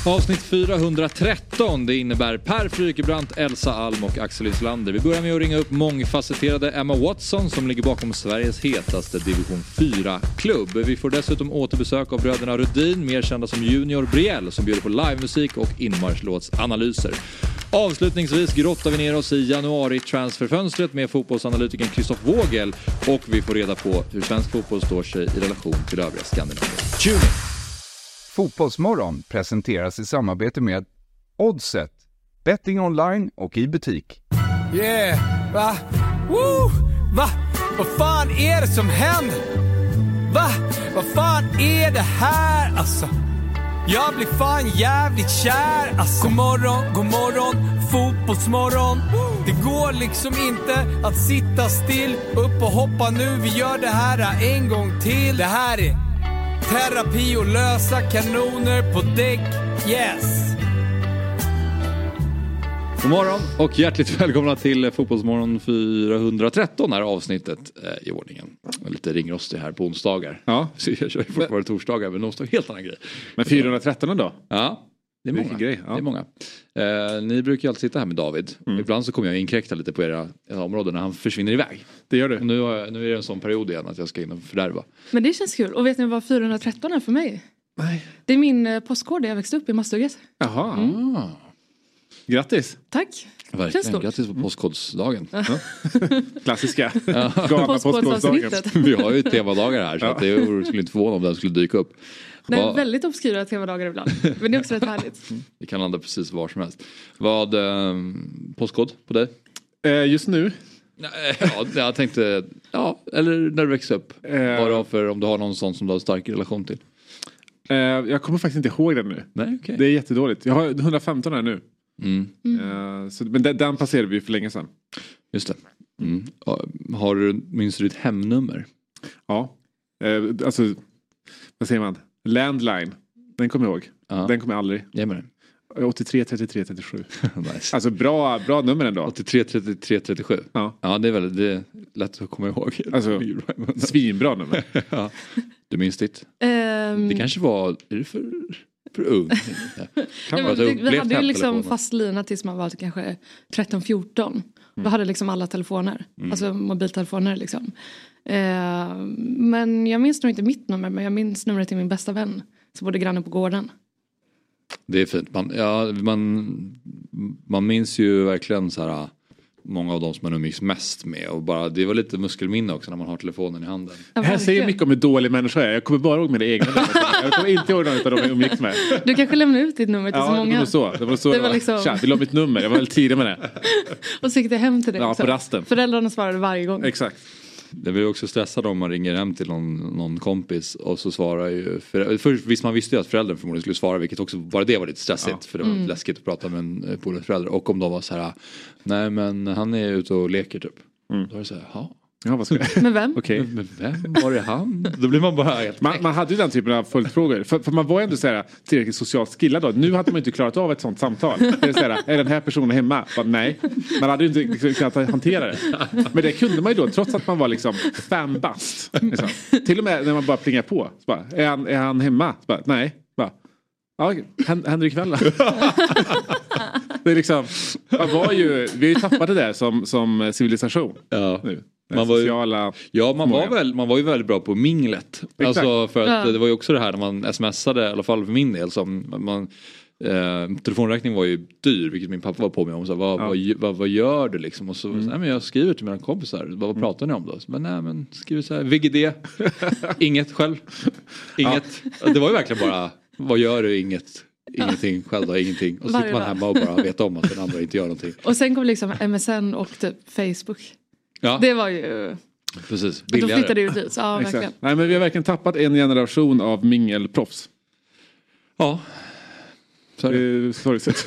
Avsnitt 413, det innebär Per Frykebrant, Elsa Alm och Axel Islander. Vi börjar med att ringa upp mångfacetterade Emma Watson som ligger bakom Sveriges hetaste division 4-klubb. Vi får dessutom återbesök av bröderna Rudin, mer kända som Junior Brielle, som bjuder på livemusik och inmarschlåtsanalyser. Avslutningsvis grottar vi ner oss i januari-transferfönstret med fotbollsanalytikern Christoph Vogel och vi får reda på hur svensk fotboll står sig i relation till övriga Skandinavien. Tune in! Fotbollsmorgon presenteras i samarbete med Oddset, betting online och i butik. Yeah, va? Woo! Va? Vad fan är det som händer? Va? Vad fan är det här? Alltså, jag blir fan jävligt kär. Alltså, god morgon, fotbollsmorgon. Det går liksom inte att sitta still. Upp och hoppa nu, vi gör det här en gång till. Det här är terapi och lösa kanoner på däck. Yes! God morgon och hjärtligt välkomna till Fotbollsmorgon 413 här avsnittet i ordningen. Lite ringrostig här på onsdagar. Ja. Så jag kör fortfarande torsdagar, men onsdag är en helt annan grej. Men 413 då? Ja. Det är många. Grej, ja. Det är många. Ni brukar ju alltid sitta här med David. Ibland så kommer jag inkräkta lite på era områden när han försvinner iväg. Det gör du. Och nu är det en sån period igen att jag ska in och fördärva. Men det känns kul. Och vet ni vad 413 är för mig? Nej. Det är min postkod där jag växte upp i Mastugget. Jaha. Grattis. Tack. Verkligen. Grattis på postkodsdagen. Ja. Klassiska. Postkodsavsnittet. Vi har ju temadagar här så att det skulle inte förvåna om den skulle dyka upp. Det är väldigt obskyra temadagar ibland. Men det är också rätt härligt. Vi kan landa precis var som helst. Vad postkod på dig? Just nu? Ja, jag tänkte, eller när du växte upp. Bara för om du har någon sån som du har stark relation till. Jag kommer faktiskt inte ihåg den nu. Nej, okay. Det är jättedåligt. Jag har 115 här nu. Men den passerade vi för länge sedan. Just det. Minns du ditt hemnummer? Ja. Alltså, vad säger man? Landline. Den kommer jag ihåg. Den kommer jag aldrig. Ge mig det. 83 33 37. Nice. Alltså bra nummer ändå. 83 33 37. Ja, det är lätt att komma ihåg. Alltså svinbra nummer. Ja. Du minns ditt? Det kanske var, är det för ung? Vi hade ju liksom fast lina tills man var kanske 13-14. Då hade liksom alla telefoner. Alltså mobiltelefoner liksom. Men jag minns nog inte mitt nummer. Men jag minns numret till min bästa vän som bodde grannen på gården. Det är fint. Man minns ju verkligen så här många av dem som man umgicks mest med. Och bara, det var lite muskelminne också när man har telefonen i handen. Det här säger mycket om hur dålig människa jag är. Jag kommer bara ihåg mina egna nummer. Jag kommer inte ihåg någon av dem jag umgicks med. Du kanske lämnade ut ditt nummer till så många. Det var så. Det var liksom... Tja, vill ha mitt nummer. Jag var väl tidig med det. Och så gick det hem till dig. Ja, på rasten. Föräldrarna svarade varje gång. Exakt. Det blir också stressad om man ringer hem till någon kompis och så svarar ju först visst man visste ju att föräldern förmodligen skulle svara, vilket också bara det var lite stressigt för det var läskigt att prata med en polare och om de var så här, nej men han är ute och leker typ. Då var det så här, ja, vad ska jag? Med vem? Okay. Men vem var det han? Då blir man bara helt man hade ju den typen av följdfrågor. För man var ju ändå så här, tillräckligt socialt skillad då. Nu hade man inte klarat av ett sånt samtal. Det är så här, är den här personen hemma? Bara, nej. Man hade ju inte kunnat hantera det. Men det kunde man ju då, trots att man var liksom 5 bast. Liksom. Till och med när man bara plingar på. Så bara, är han hemma? Så bara, nej. Bara, ja, händer ikväll då. Det är liksom, vi har ju tappat det där som civilisation. Ja. Nu. Man var ju väldigt bra på minglet. Alltså för att det var ju också det här när man smsade, i alla fall för min del, som telefonräkningen var ju dyr, vilket min pappa var på mig om. Så vad gör du liksom? Och så nej, men jag skriver till mina kompisar. Vad pratar ni om då? Men nej, men skriver så här, VGD. Inget själv. Inget. Det var ju verkligen bara, vad gör du? Ingenting själv då, ingenting. Och så sitter man hemma och bara vet om att den andra inte gör någonting. Och sen kom liksom MSN och typ Facebook. Ja. Det var ju... Precis, billigare. Då flyttade det ut dit. Ja, verkligen. Nej, men vi har verkligen tappat en generation av mingelproffs. Ja. Sorgset.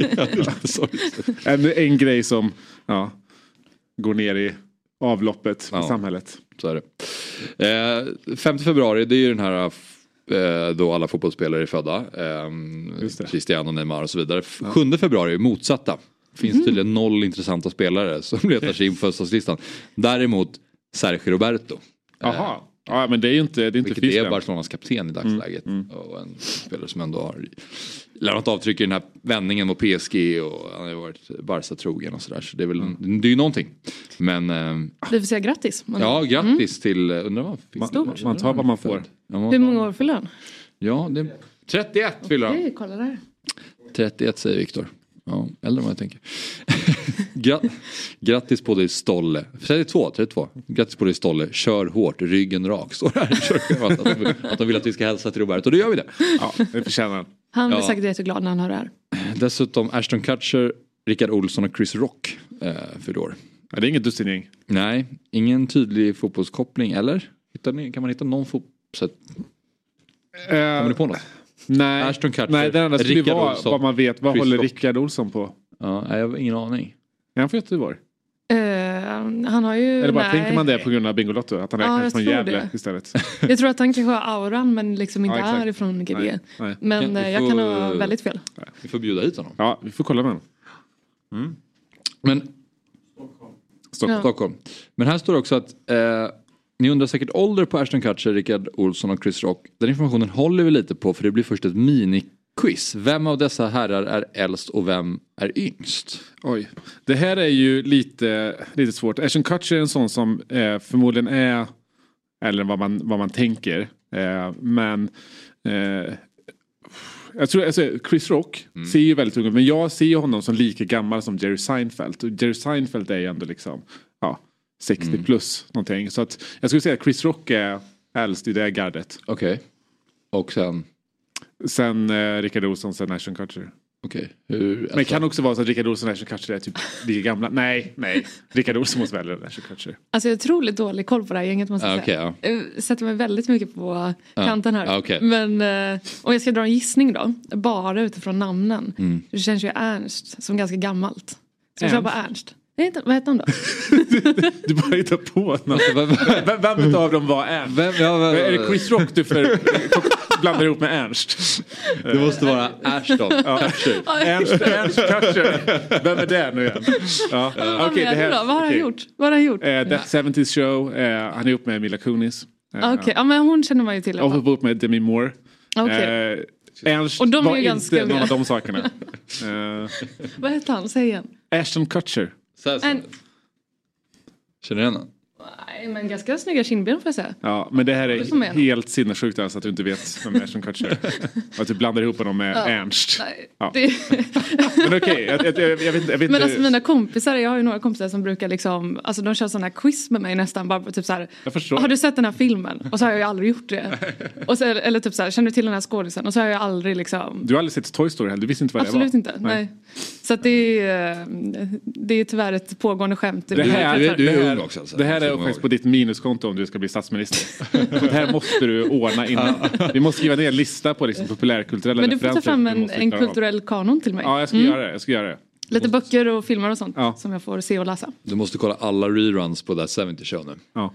En grej som går ner i avloppet i samhället. Så är det. 5 februari, det är ju den här då alla fotbollsspelare är födda. Cristiano, Neymar och så vidare. 7 februari är motsatta. Finns tydligen 0 intressanta spelare som letar sig in på födelsedagslistan. Däremot Sergio Roberto. Aha. Ja, men det är ju inte vilket är Barcelonas kapten i dagsläget. Och en spelare som ändå har lämnat avtryck i den här vändningen mot PSG och han har varit Barca-trogen och sådär. Så det är väl det är ju någonting. Men vi får säga grattis. Grattis till undrar vad man tar vad man får. Hur många år fyller han? Ja, det är 31 fyller han. Okej, kolla där. 31 säger Viktor. Ja, eller vad jag tänker. Grattis på dig Stolle. 32. Grattis på dig Stolle. Kör hårt, ryggen rak. Står här. Att de vill att vi ska hälsa till Roberto. Då gör vi det. Ja, det förtjänar han. Han är säkert jätteglad när han hör det här. Dessutom Ashton Kutcher, Rickard Olsson och Chris Rock för år. Ja, det är inget dussinning. Nej, ingen tydlig fotbollskoppling. Eller? Kan man hitta någon sätt? Kommer ni på något? Nej, Ashton Kutcher, nej, det enda skulle vara Olsson, vad man vet. Vad Chris håller Rock. Rickard Olsson på? Ja, jag har ingen aning. Är han från Göteborg? Han har ju... Eller bara tänker man det på grund av Bingolotto? Att han är kanske från Gävle istället? Jag tror att han kanske har auran men liksom inte är ifrån Gbg. Nej. Men jag kan ha väldigt fel. Vi får bjuda hit honom. Ja, vi får kolla med honom. Men Stockholm. Men här står det också att ni undrar säkert ålder på Ashton Kutcher, Rickard Olsson och Chris Rock. Den informationen håller vi lite på för det blir först ett miniquiz. Vem av dessa herrar är äldst och vem är yngst? Oj, det här är ju lite svårt. Ashton Kutcher är en sån som förmodligen är eller vad man tänker. Men jag tror alltså, Chris Rock ser ju väldigt ung ut, men jag ser ju honom som lika gammal som Jerry Seinfeld. Och Jerry Seinfeld är ju ändå liksom 60 plus någonting. Så att jag skulle säga att Chris Rock är äldst i det gardet. Okej. Och sen Rickard Olsson, sen Ashton Kutcher. Okej. Men det kan också vara så att Rickard Olsson och Ashton Kutcher är typ lika gamla. Nej. Rickard Olsson måste välja Ashton Kutcher. Alltså jag är otroligt dålig koll på det här gänget måste jag säga. Jag sätter mig väldigt mycket på kanten här. Okay. Men om jag ska dra en gissning då. Bara utifrån namnen. Det känns ju Ernst som ganska gammalt. Så jag kör bara Ernst. Vad heter han då? Du bara hittar på något. Vem av dem var Ernst? Är det Chris Rock du blandar ihop med Ernst? Det måste vara Ashton Kutcher. Ernst Kutcher. Vem är det nu igen? Vad har han gjort? That 70's Show. Han är ihop med Mila Kunis. Okej, men hon känner man ju till. Och ihop med Demi Moore. Ernst och de var inte någon av de sakerna. Vad heter han? Säg igen. Ashton Kutcher. Känner du henne? Nej, men ganska snygga kindben får jag säga. Ja, men det här är helt sinnessjukt alltså att du inte vet vem Ashton Kutcher är. Och att du blandar ihop honom med Ernst. Nej, Men okej, jag vet men alltså mina kompisar, jag har ju några kompisar som brukar liksom, alltså de kör sådana här quiz med mig nästan bara typ så här. Har du sett den här filmen? Och så har jag ju aldrig gjort det. Och så, eller typ så här, känner du till den här skådisen? Och så har jag aldrig liksom. Du har aldrig sett Toy Story heller, du visste inte vad det var. Absolut inte, nej. Så att det är tyvärr ett pågående skämt. Du är ung också alltså. Det här är faktiskt på ditt minuskonto om du ska bli statsminister. Det här måste du ordna innan. Vi måste skriva ner en lista på liksom populärkulturella referenser. Men du får ta fram en kulturell kanon till mig. Ja, jag ska göra det. Lite böcker och filmer och sånt som jag får se och läsa. Du måste kolla alla reruns på That 70 Show nu. Ja.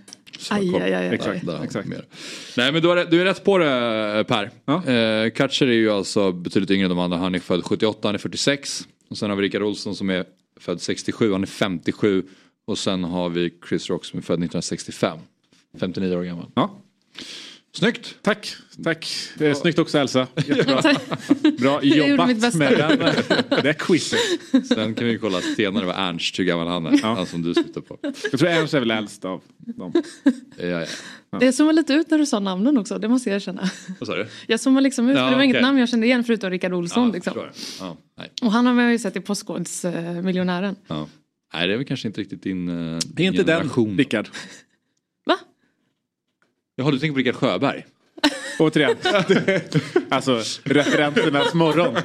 Exakt. Nej, men du är rätt på det, Per. Ja. Kutcher är ju alltså betydligt yngre än de andra. Han är född 78, han är 46. Och sen har vi Rickard Olsson som är född 67, han är 57. Och sen har vi Chris Rock som är född 1965. 59 år gammal. Ja. Snyggt! Tack. Det är snyggt också, Elsa. Jättebra. Bra jobbat med den. Det är quizet. Sen kan vi kolla senare vad Ernst, hur gammal han är. Han som du slutar på. Jag tror Ernst är väl äldst av dem. Ja. Det zoomade lite ut när du sa namnen också, det måste jag erkänna. Vad sa du? Jag zoomade liksom ut, för det var inget namn jag kände igen förutom Rickard Olsson. Liksom. Och han har man ju sett i Postkodmiljonären. Ja. Nej, det är väl kanske inte riktigt din det är inte generation. Den, Rickard. Va? Jaha, du tänker på Rickard Sjöberg? Återigen. Alltså, referensernas morgon.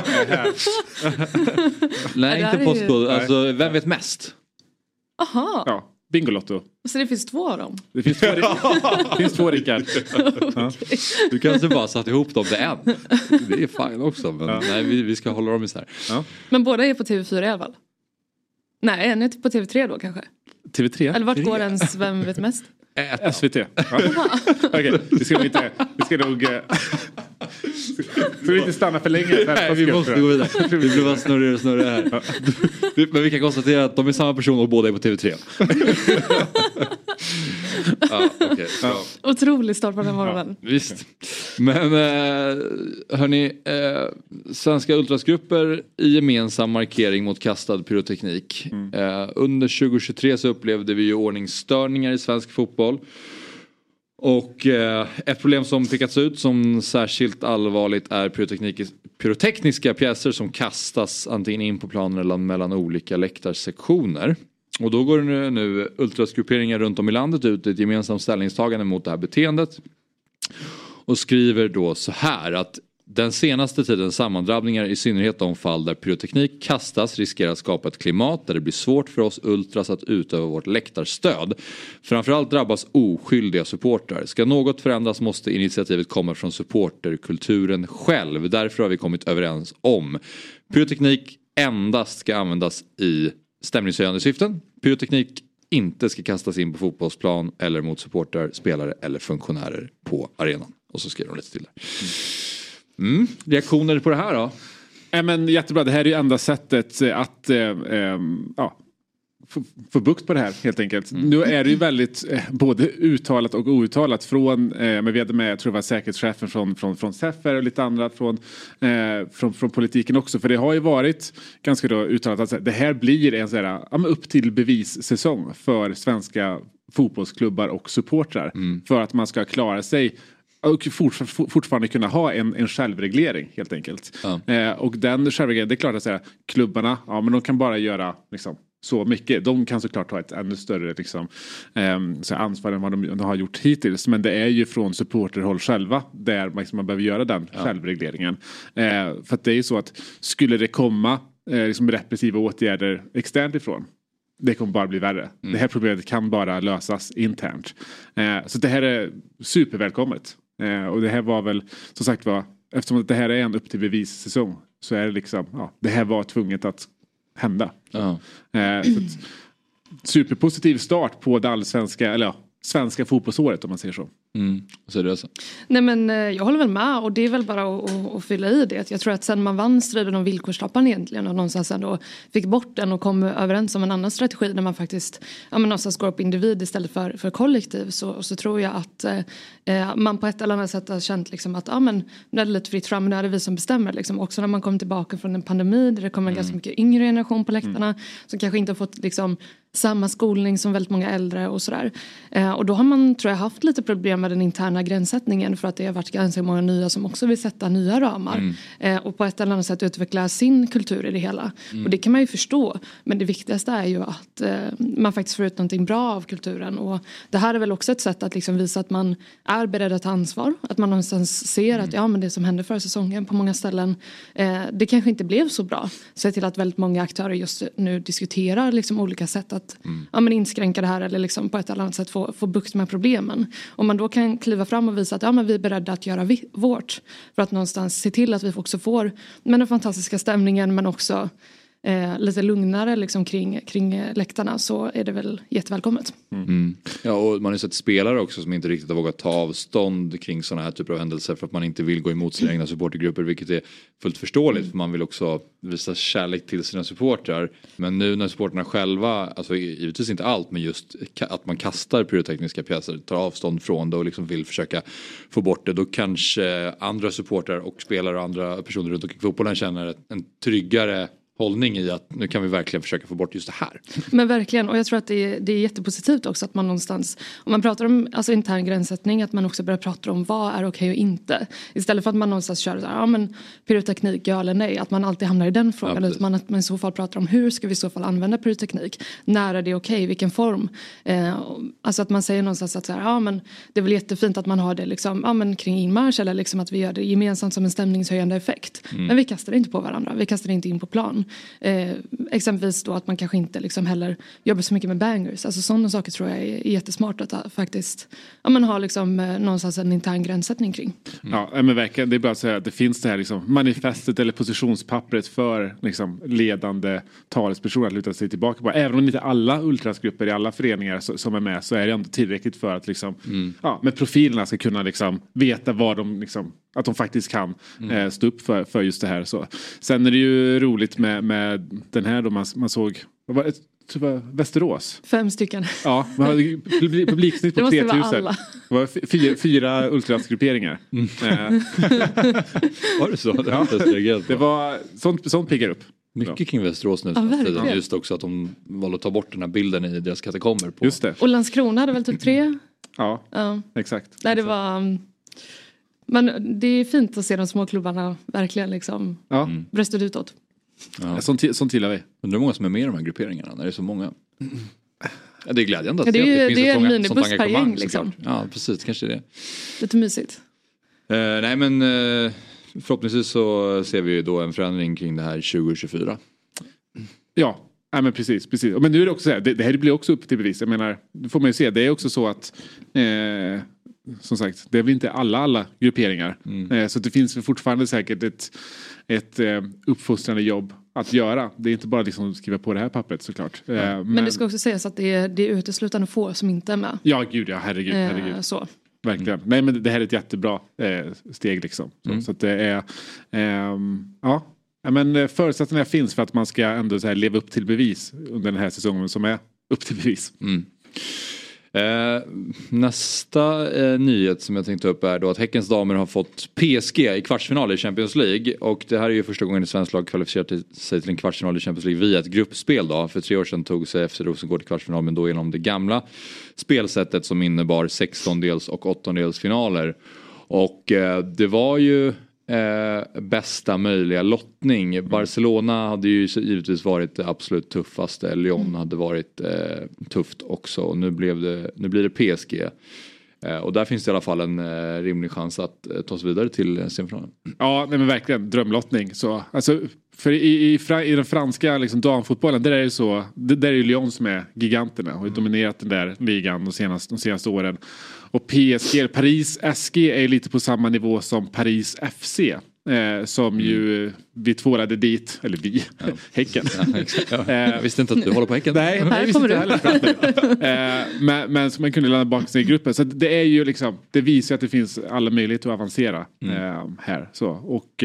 Nej, inte Postkod. Alltså, vem vet mest? Aha. Ja, Bingolotto. Så det finns 2 av dem? Det finns 2 Rickard. Okay. Du kanske bara satt ihop dem till en. Det är fine också. Men nej, vi ska hålla dem isär. Ja. Men båda är på TV4 i alla fall? Nej, en är på TV3 då kanske. TV3? Eller vart går ens Vem vet mest? SVT. Okej, vi ska nog får vi inte stanna för länge. Nej, vi måste gå vidare. Vi blir bara snurrigare här. Men vi kan konstatera att de är samma person och båda är på TV3. Ja, okay, otrolig start på den morgonen. Ja, visst. Men hörni, svenska ultrasgrupper i gemensam markering mot kastad pyroteknik. Under 2023 så upplevde vi ju ordningsstörningar i svensk fotboll. Och ett problem som pickats ut som särskilt allvarligt är pyrotekniska pjäser som kastas antingen in på planen eller mellan olika läktarsektioner. Och då går nu ultrasgrupperingar runt om i landet ut ett gemensamt ställningstagande mot det här beteendet. Och skriver då så här att den senaste tidens sammandrabbningar, i synnerhet de fall där pyroteknik kastas, riskerar att skapa ett klimat där det blir svårt för oss ultras att utöva vårt läktarstöd. Framförallt drabbas oskyldiga supportrar. Ska något förändras måste initiativet komma från supporterkulturen själv. Därför har vi kommit överens om pyroteknik endast ska användas i stämningshöjande syften. Pyroteknik inte ska kastas in på fotbollsplan eller mot supportrar, spelare eller funktionärer på arenan. Och så skriver de lite till där. Reaktioner på det här då? Men jättebra, det här är ju enda sättet att få bukt på det här helt enkelt. Nu är det ju väldigt både uttalat och outtalat från, men vi hade med, jag tror det var säkerhetschefen från SEFR och lite andra från politiken också, för det har ju varit ganska då uttalat att det här blir en sån här upp till bevissäsong för svenska fotbollsklubbar och supportrar för att man ska klara sig och fortfarande kunna ha en självreglering helt enkelt. Och den självregleringen, det är klart att säga, klubbarna, men de kan bara göra liksom så mycket. De kan såklart ha ett ännu större liksom, ansvar än vad de har gjort hittills. Men det är ju från supporterhåll själva där man behöver göra den självregleringen. För att det är ju så att skulle det komma liksom repressiva åtgärder externt ifrån, det kommer bara bli värre. Det här problemet kan bara lösas internt. Så det här är supervälkommet. Och det här var väl, som sagt var, eftersom det här är en upp till bevissäsong, så är det liksom, det här var tvunget att hända. Så att, superpositiv start på det allsvenska, eller svenska fotbollsåret om man säger så. Så är det så. Nej, men jag håller väl med, och det är väl bara att fylla i det. Jag tror att sen man vann striden om villkorstrappan egentligen och någonstans ändå fick bort den och kom överens om en annan strategi där man faktiskt någonstans går upp individ istället för kollektiv, så tror jag att man på ett eller annat sätt har känt liksom att nu är det lite fritt fram, nu är det vi som bestämmer liksom. Också när man kommer tillbaka från en pandemi där det kommer en ganska mycket yngre generation på läktarna som kanske inte har fått liksom samma skolning som väldigt många äldre och sådär. Och då har man, tror jag, haft lite problem med den interna gränssättningen, för att det har varit ganska många nya som också vill sätta nya ramar och på ett eller annat sätt utveckla sin kultur i det hela. Och det kan man ju förstå, men det viktigaste är ju att man faktiskt får ut någonting bra av kulturen, och det här är väl också ett sätt att liksom visa att man är beredd att ta ansvar, att man någonstans ser att men det som hände förra säsongen på många ställen, det kanske inte blev så bra. Se till att väldigt många aktörer just nu diskuterar liksom olika sätt att inskränka det här, eller liksom på ett eller annat sätt få bukt med problemen. Om man då kan kliva fram och visa att vi är beredda att göra vårt för att någonstans se till att vi också får den fantastiska stämningen, men också lite lugnare liksom kring läktarna, så är det väl jättevälkommet. Ja, och man har sett spelare också som inte riktigt har vågat ta avstånd kring sådana här typer av händelser för att man inte vill gå emot sina egna supportergrupper, vilket är fullt förståeligt, för man vill också visa kärlek till sina supportrar. Men nu när supporterna själva, alltså givetvis inte allt, men just att man kastar pyrotekniska pjäser, tar avstånd från det och liksom vill försöka få bort det, då kanske andra supportrar och spelare och andra personer runt omkring fotbollen känner en tryggare hållning i att nu kan vi verkligen försöka få bort just det här. Men verkligen, och jag tror att det är jättepositivt också att man någonstans, om man pratar om intern gränssättning, att man också börjar prata om vad är okej och inte. Istället för att man någonstans kör så här, pyroteknik, ja eller nej, att man alltid hamnar i den frågan, utan att man i så fall pratar om hur ska vi i så fall använda pyroteknik, när är det okej, vilken form. Alltså att man säger någonstans att så här, men det är väl jättefint att man har det liksom, kring inmarsch, eller liksom att vi gör det gemensamt som en stämningshöjande effekt. Men vi kastar det inte på varandra, vi kastar det inte in på plan. Exempelvis då att man kanske inte liksom heller jobbar så mycket med bangers. Alltså sådana saker tror jag är jättesmart att faktiskt ha liksom någonstans en intern gränssättning kring. Ja, men verkligen, det är bara att säga att det finns det här liksom manifestet eller positionspappret för liksom ledande talespersoner att luta sig tillbaka på. Även om inte alla ultrasgrupper i alla föreningar som är med, så är det ändå tillräckligt för att liksom, med profilerna ska kunna liksom veta vad de liksom, att de faktiskt kan stå upp för just det här. Så. Sen är det ju roligt med den här då man såg, Västerås. 5 stycken. Ja, man hade publiksnitt på 3000. Alla. Det var 4 ultrasgrupperingar. Var det så? Det var sånt piggar upp. Mycket kring Västerås nu. Ja, just också att de valde att ta bort den här bilden i deras katakomber. På. Just det. Och Landskrona hade väl typ 3? Ja, exakt. Nej, det var... Men det är fint att se de små klubbarna verkligen liksom bröstet utåt. Ja. Sånt gillar vi. Undrar hur många som är med i de här grupperingarna när det är så många. Ja, det är glädjande att det finns är ett en sånt minibuss per gäng liksom. Ja, precis. Kanske det. Lite mysigt. Nej, men förhoppningsvis så ser vi då en förändring kring det här 2024. Ja, men precis. Men nu är det också så här, det här blir också upp till bevis. Jag menar, det får man ju se. Det är också så att som sagt, det är väl inte alla grupperingar. Så det finns fortfarande säkert ett uppfostrande jobb att göra. Det är inte bara liksom att skriva på det här pappret såklart. Men det ska också sägas att det är uteslutande få som inte är med. Ja, gud, ja, herregud. Så. Verkligen. Nej, men det här är ett jättebra steg liksom. Så att det är men förutsättningarna finns för att man ska ändå så här leva upp till bevis under den här säsongen som är upp till bevis. Nästa nyhet som jag tänkte upp är då att Häckens damer har fått PSG i kvartsfinal i Champions League. Och det här är ju första gången ett svenskt lag kvalificerat sig till en kvartsfinal i Champions League via ett gruppspel då. För 3 år sedan tog sig FC Rosengård till kvartsfinal, men då genom det gamla spelsättet som innebar 16-dels och 8-delsfinaler. Och det var ju bästa möjliga lottning. Barcelona hade ju givetvis varit det absolut tuffaste. Lyon hade varit tufft också. Och nu blir det PSG. Och där finns det i alla fall en rimlig chans att ta sig vidare till semifinalen. Ja, men verkligen drömlottning. Så, alltså, för i den franska liksom, damfotbollen, där är det så, där är ju Lyon som är giganterna och har dominerat den där ligan de senaste åren. Och Paris SG är lite på samma nivå som Paris FC. Som ju vi tvålade dit, eller Häcken. Jag visste inte att du håller på Häcken. Nej, jag visste inte heller. Men som man kunde landa bak sig i gruppen. Så det är ju liksom, det visar att det finns alla möjligheter att avancera här. Så. Och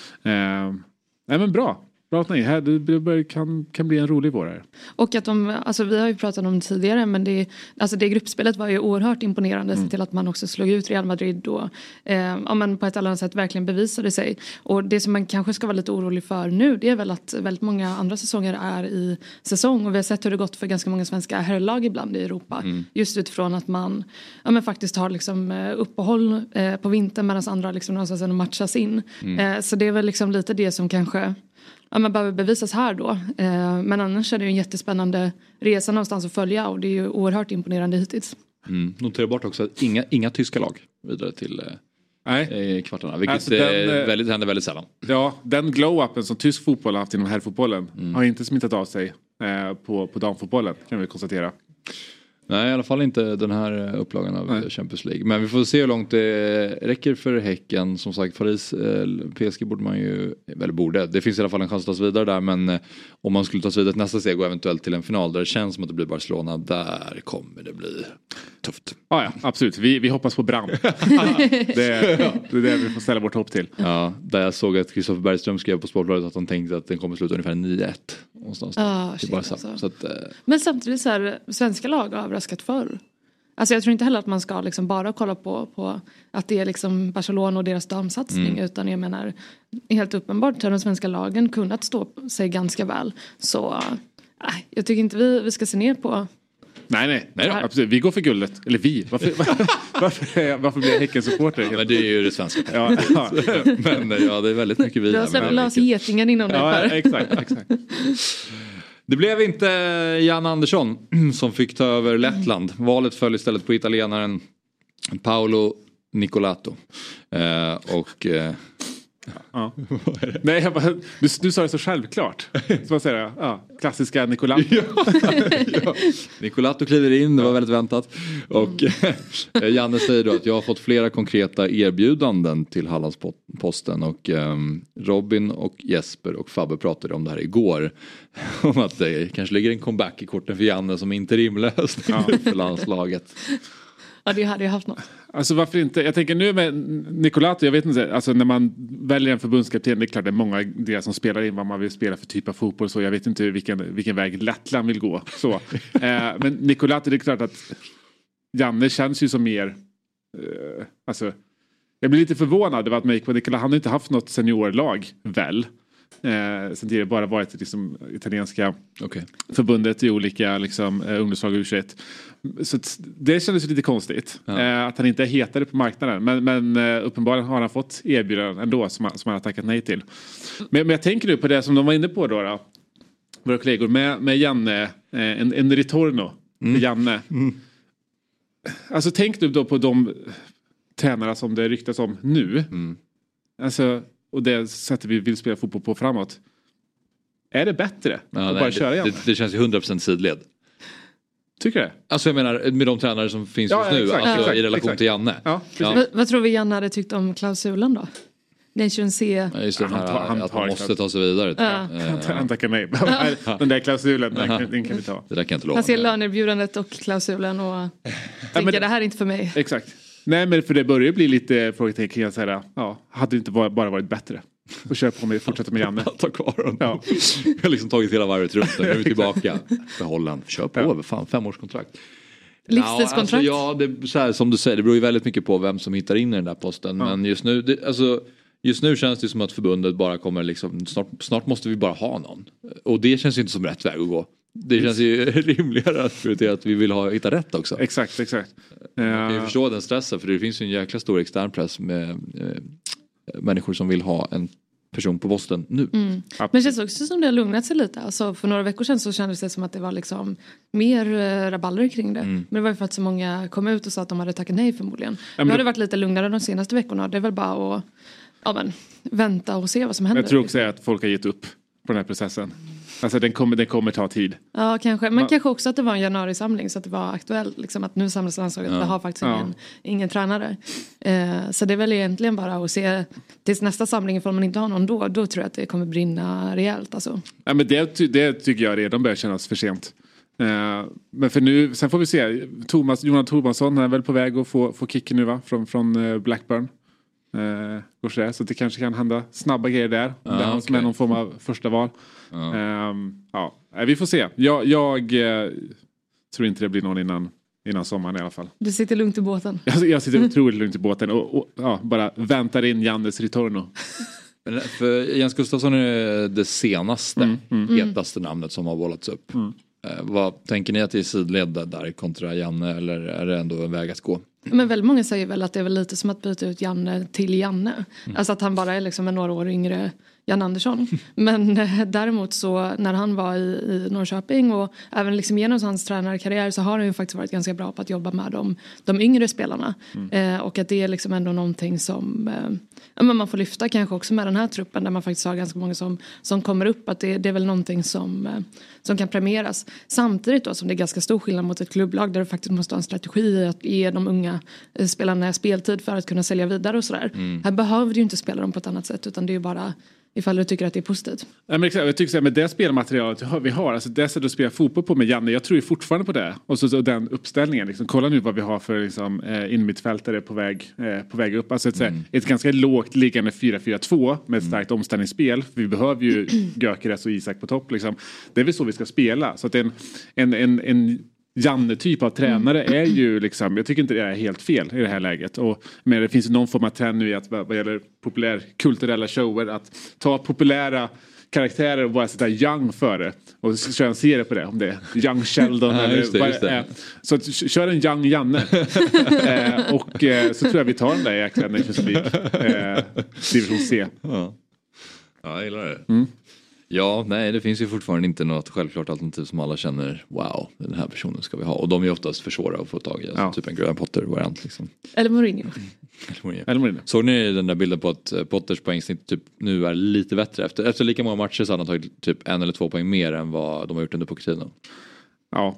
nej, men bra. Här, det kan bli en rolig vår här. Och att vi har ju pratat om det tidigare, men det gruppspelet var ju oerhört imponerande. Så till att man också slog ut Real Madrid och men på ett eller annat sätt verkligen bevisade sig. Och det som man kanske ska vara lite orolig för nu, det är väl att väldigt många andra säsonger är i säsong. Och vi har sett hur det gått för ganska många svenska herrlag ibland i Europa. Just utifrån att man faktiskt har liksom uppehåll på vintern medan andra liksom någonstans matchas in. Så det är väl liksom lite det som kanske... Ja, man behöver bevisas här då. Men annars är det ju en jättespännande resa någonstans att följa. Och det är ju oerhört imponerande hittills. Notera bort också att inga tyska lag vidare till kvartarna. Vilket alltså händer väldigt sällan. Ja, den glow-upen som tysk fotboll har haft inom herrfotbollen har inte smittat av sig på damfotbollen, kan vi konstatera. Nej, i alla fall inte den här upplagan av Champions League. Men vi får se hur långt det räcker för Häcken. Som sagt, Paris, PSG borde man ju... Eller borde. Det finns i alla fall en chans att ta sig vidare där. Men om man skulle ta sig vidare till nästa steg och eventuellt till en final där det känns som att det blir Barcelona, där kommer det bli tufft. Ja, absolut. Vi hoppas på Brand. Det är det vi får ställa vårt hopp till. Ja, där jag såg att Kristoffer Bergström skrev på Sportbladet att han tänkte att den kommer sluta ungefär 9-1. Men samtidigt så här, svenska lag har överraskat förr. Alltså jag tror inte heller att man ska liksom bara kolla på att det är liksom Barcelona och deras damsatsning, utan jag menar helt uppenbart har de svenska lagen kunnat stå sig ganska väl. Så jag tycker inte vi ska se ner på. Nej, absolut. Vi går för guldet. Eller vi. Varför blir jag Häcken-supporter? Ja, men det är ju det svenska. Men det är väldigt mycket vi. Du har släppt lös getingen inom dig. Ja, exakt. Det blev inte Jan Andersson som fick ta över Lettland. Valet föll istället på italienaren Paolo Nicolato. Ja. Nej, du sa det så självklart. Så vad säger jag? Ja, klassiska Nicolato. Nicolato kliver in, det var väldigt väntat. Och Janne säger då att jag har fått flera konkreta erbjudanden till Hallandsposten. Och Robin och Jesper och Fabbe pratade om det här igår. Om att det kanske ligger en comeback i korten för Janne som interimlösning för landslaget. Ja, det hade jag haft något. Alltså varför inte? Jag tänker nu med Nicolato, jag vet inte, alltså när man väljer en förbundskapten, det är klart det är många det som spelar in vad man vill spela för typ av fotboll, så jag vet inte vilken väg Lettland vill gå. Så. Men Nicolato, det är klart att Janne känns ju som mer, alltså jag blir lite förvånad över att Nicolato, han har inte haft något seniorlag väl. Sen tidigare bara varit liksom italienska förbundet i olika liksom, ungdomslag och U21. Så det kändes lite konstigt att han inte är hetare på marknaden, men uppenbarligen har han fått erbjudanden ändå som han har tackat nej till. Men jag tänker nu på det som de var inne på då våra kollegor med Janne, en ritorno för Janne. Alltså tänk du då på de tränare som det ryktas om nu. Alltså, och det sättet vi vill spela fotboll på framåt. Är det bättre att bara köra igen? Det känns ju 100% sidled. Tycker du det? Alltså jag menar med de tränare som finns just nu. Exakt, i relation till Janne. Ja. Vad tror vi Janne hade tyckt om klausulen då? Nation C. Ja, just det här att man måste ta sig vidare. Han tackar nej. Den där klausulen, den kan vi ta. Det där kan jag inte lova. Han ser lönerbjudandet och klausulen och tänker det här är inte för mig. Exakt. Nej, men för det börjar bli lite frågetecken så här, hade det inte bara varit bättre att köra på med, fortsätta med Janne. Ta kvar den. Ja. Jag har liksom tagit hela varvet runt. Nu är vi tillbaka. Behålla den. Kör på, fan, 5-årskontrakt. Livstidskontrakt. Alltså, ja, det, så här, som du säger, det beror ju väldigt mycket på vem som hittar in i den där posten. Men just nu, just nu känns det som att förbundet bara kommer liksom, snart måste vi bara ha någon. Och det känns ju inte som rätt väg att gå. Det känns ju rimligare att vi vill hitta rätt också. Exakt. Jag kan ju förstå den stressen, för det finns ju en jäkla stor extern press med människor som vill ha en person på posten nu. Men det känns också som det har lugnat sig lite. Alltså för några veckor sedan så kändes det som att det var liksom mer rabalder kring det. Men det var ju för att så många kom ut och sa att de hade tackat nej förmodligen. Nu har det varit lite lugnare de senaste veckorna. Det är väl bara att vänta och se vad som händer. Jag tror också att folk har gett upp på den här processen. Alltså den kommer ta tid. Ja, kanske. Men kanske också att det var en januarisamling så att det var aktuellt. Liksom att nu samlas landslaget. Det har faktiskt ingen tränare. Så det är väl egentligen bara att se tills nästa samling ifall man inte har någon då tror jag att det kommer brinna rejält. Alltså. Ja, men det tycker jag redan börjar kännas för sent. Men för nu, sen får vi se. Jonas Torbjörnsson är väl på väg att få kicken nu va? Från Blackburn. Så det kanske kan hända snabba grejer där. Det är han som är någon form av första val. Vi får se. Jag tror inte det blir någon innan sommaren i alla fall. Du sitter lugnt i båten. Jag sitter otroligt lugnt i båten och bara väntar in Jannes ritorno. Men för Jens Gustafsson är det senaste hetaste namnet som har bollats upp. Vad tänker ni att det är sidled där kontra Janne, eller är det ändå en väg att gå? Men väldigt många säger väl att det är väl lite som att byta ut Janne till Janne. Alltså att han bara är liksom en några år yngre Jan Andersson. Men däremot så när han var i Norrköping och även liksom genom hans tränarkarriär så har han ju faktiskt varit ganska bra på att jobba med de yngre spelarna. Och att det är liksom ändå någonting som man får lyfta kanske också med den här truppen där man faktiskt har ganska många som kommer upp. Att det är väl någonting som kan premieras. Samtidigt då som det är ganska stor skillnad mot ett klubblag där du faktiskt måste ha en strategi att ge de unga spelarna speltid för att kunna sälja vidare och sådär. Här behöver du ju inte spela dem på ett annat sätt utan det är ju bara ifall du tycker att det är positivt. Ja, men jag tycker så med det spelmaterialet vi har, alltså det sättet att spela fotboll på med Janne, jag tror ju fortfarande på det. Och så den uppställningen, liksom, kolla nu vad vi har för liksom, inmittfältare på väg upp. Alltså ett ganska lågt liggande 4-4-2 med ett starkt omställningsspel. Vi behöver ju Gyökeres och Isak på topp. Liksom. Det är väl så vi ska spela. Så att en Janne-typ av tränare är ju liksom, jag tycker inte det är helt fel i det här läget. Men det finns någon form av trend nu i att vad gäller kulturella shower att ta populära karaktärer och bara sätta Young före och köra en serie på det, om det är Young Sheldon eller vad det är. Så kör en Young Janne och så tror jag vi tar den där jäkla Nations League division C. Ja, jag gillar det. Ja, nej, det finns ju fortfarande inte något självklart alternativ som alla känner, wow, den här personen ska vi ha. Och de är ju oftast för svåra att få tag i, alltså typ en Graham Potter-variant liksom. Eller Mourinho. Såg ni den där bilden på att Potters poängsnitt typ nu är lite bättre efter lika många matcher så har han tagit typ 1 eller 2 poäng mer än vad de har gjort under Pochettino. Ja.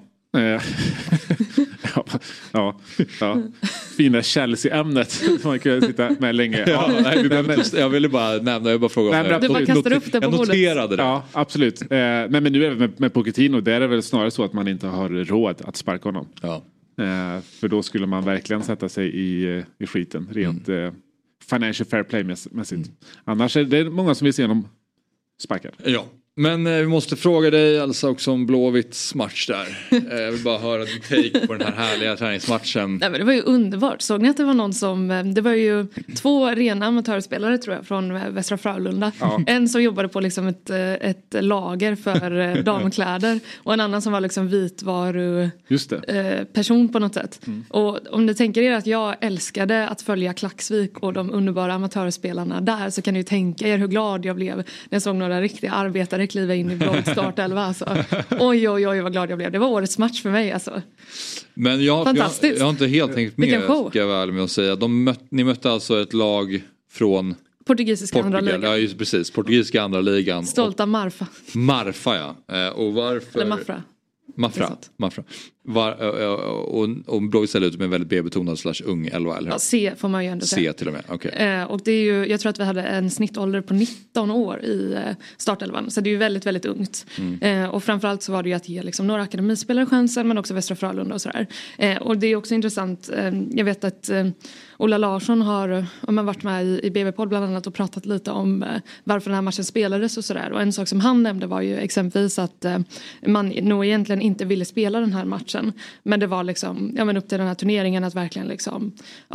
Fina Chelsea-ämnet som man kan sitta med länge. Jag ville bara nämna, jag bara fråga. Du bara kastar upp det på bordet. Jag noterade det. Ja, absolut. Men nu är det med Pochettino, där är det väl snarare så att man inte har råd att sparka honom. Ja. För då skulle man verkligen sätta sig i skiten. Rent financial fair play mässigt. Annars är det många som vill se dem sparkad. Ja. Men vi måste fråga dig alltså också om Blåvitts match där. Jag vill bara höra din take på den här härliga träningsmatchen. Nej, men det var ju underbart. Såg ni att det var någon som... Det var ju 2 rena amatörspelare tror jag från Västra Frölunda. Ja. En som jobbade på liksom ett lager för damkläder. Och en annan som var liksom vitvaru person på något sätt. Och om ni tänker er att jag älskade att följa Klaxvik och de underbara amatörspelarna där, så kan ni ju tänka er hur glad jag blev när jag såg några riktiga arbetare kliva in i Blåvitt startelva alltså. Oj vad glad jag blev. Det var årets match för mig alltså. Men jag har inte helt tänkt med, ska jag väl med att säga. Ni mötte alltså ett lag från portugisiska andra ligan. Ja, just precis. Portugisiska andra ligan. Stolta Marfa. Marfa, ja. Och varför... Eller Mafra. Mafra. Och Blåvitt ställer ut med en väldigt B-betonad /ung 11, eller? Ja, C får man ju ändå säga. C till och med, okej. Och det är ju, jag tror att vi hade en snittålder på 19 år i startelvan. Så det är ju väldigt, väldigt ungt. Och framförallt så var det ju att ge liksom några akademispelare chansen, men också Västra Frölunda och sådär. Och det är också intressant, jag vet att Ola Larsson har varit med i BB-podd bland annat och pratat lite om varför den här matchen spelades och sådär. Och en sak som han nämnde var ju exempelvis att man nog egentligen inte ville spela den här matchen. Men det var liksom, upp till den här turneringen att verkligen liksom,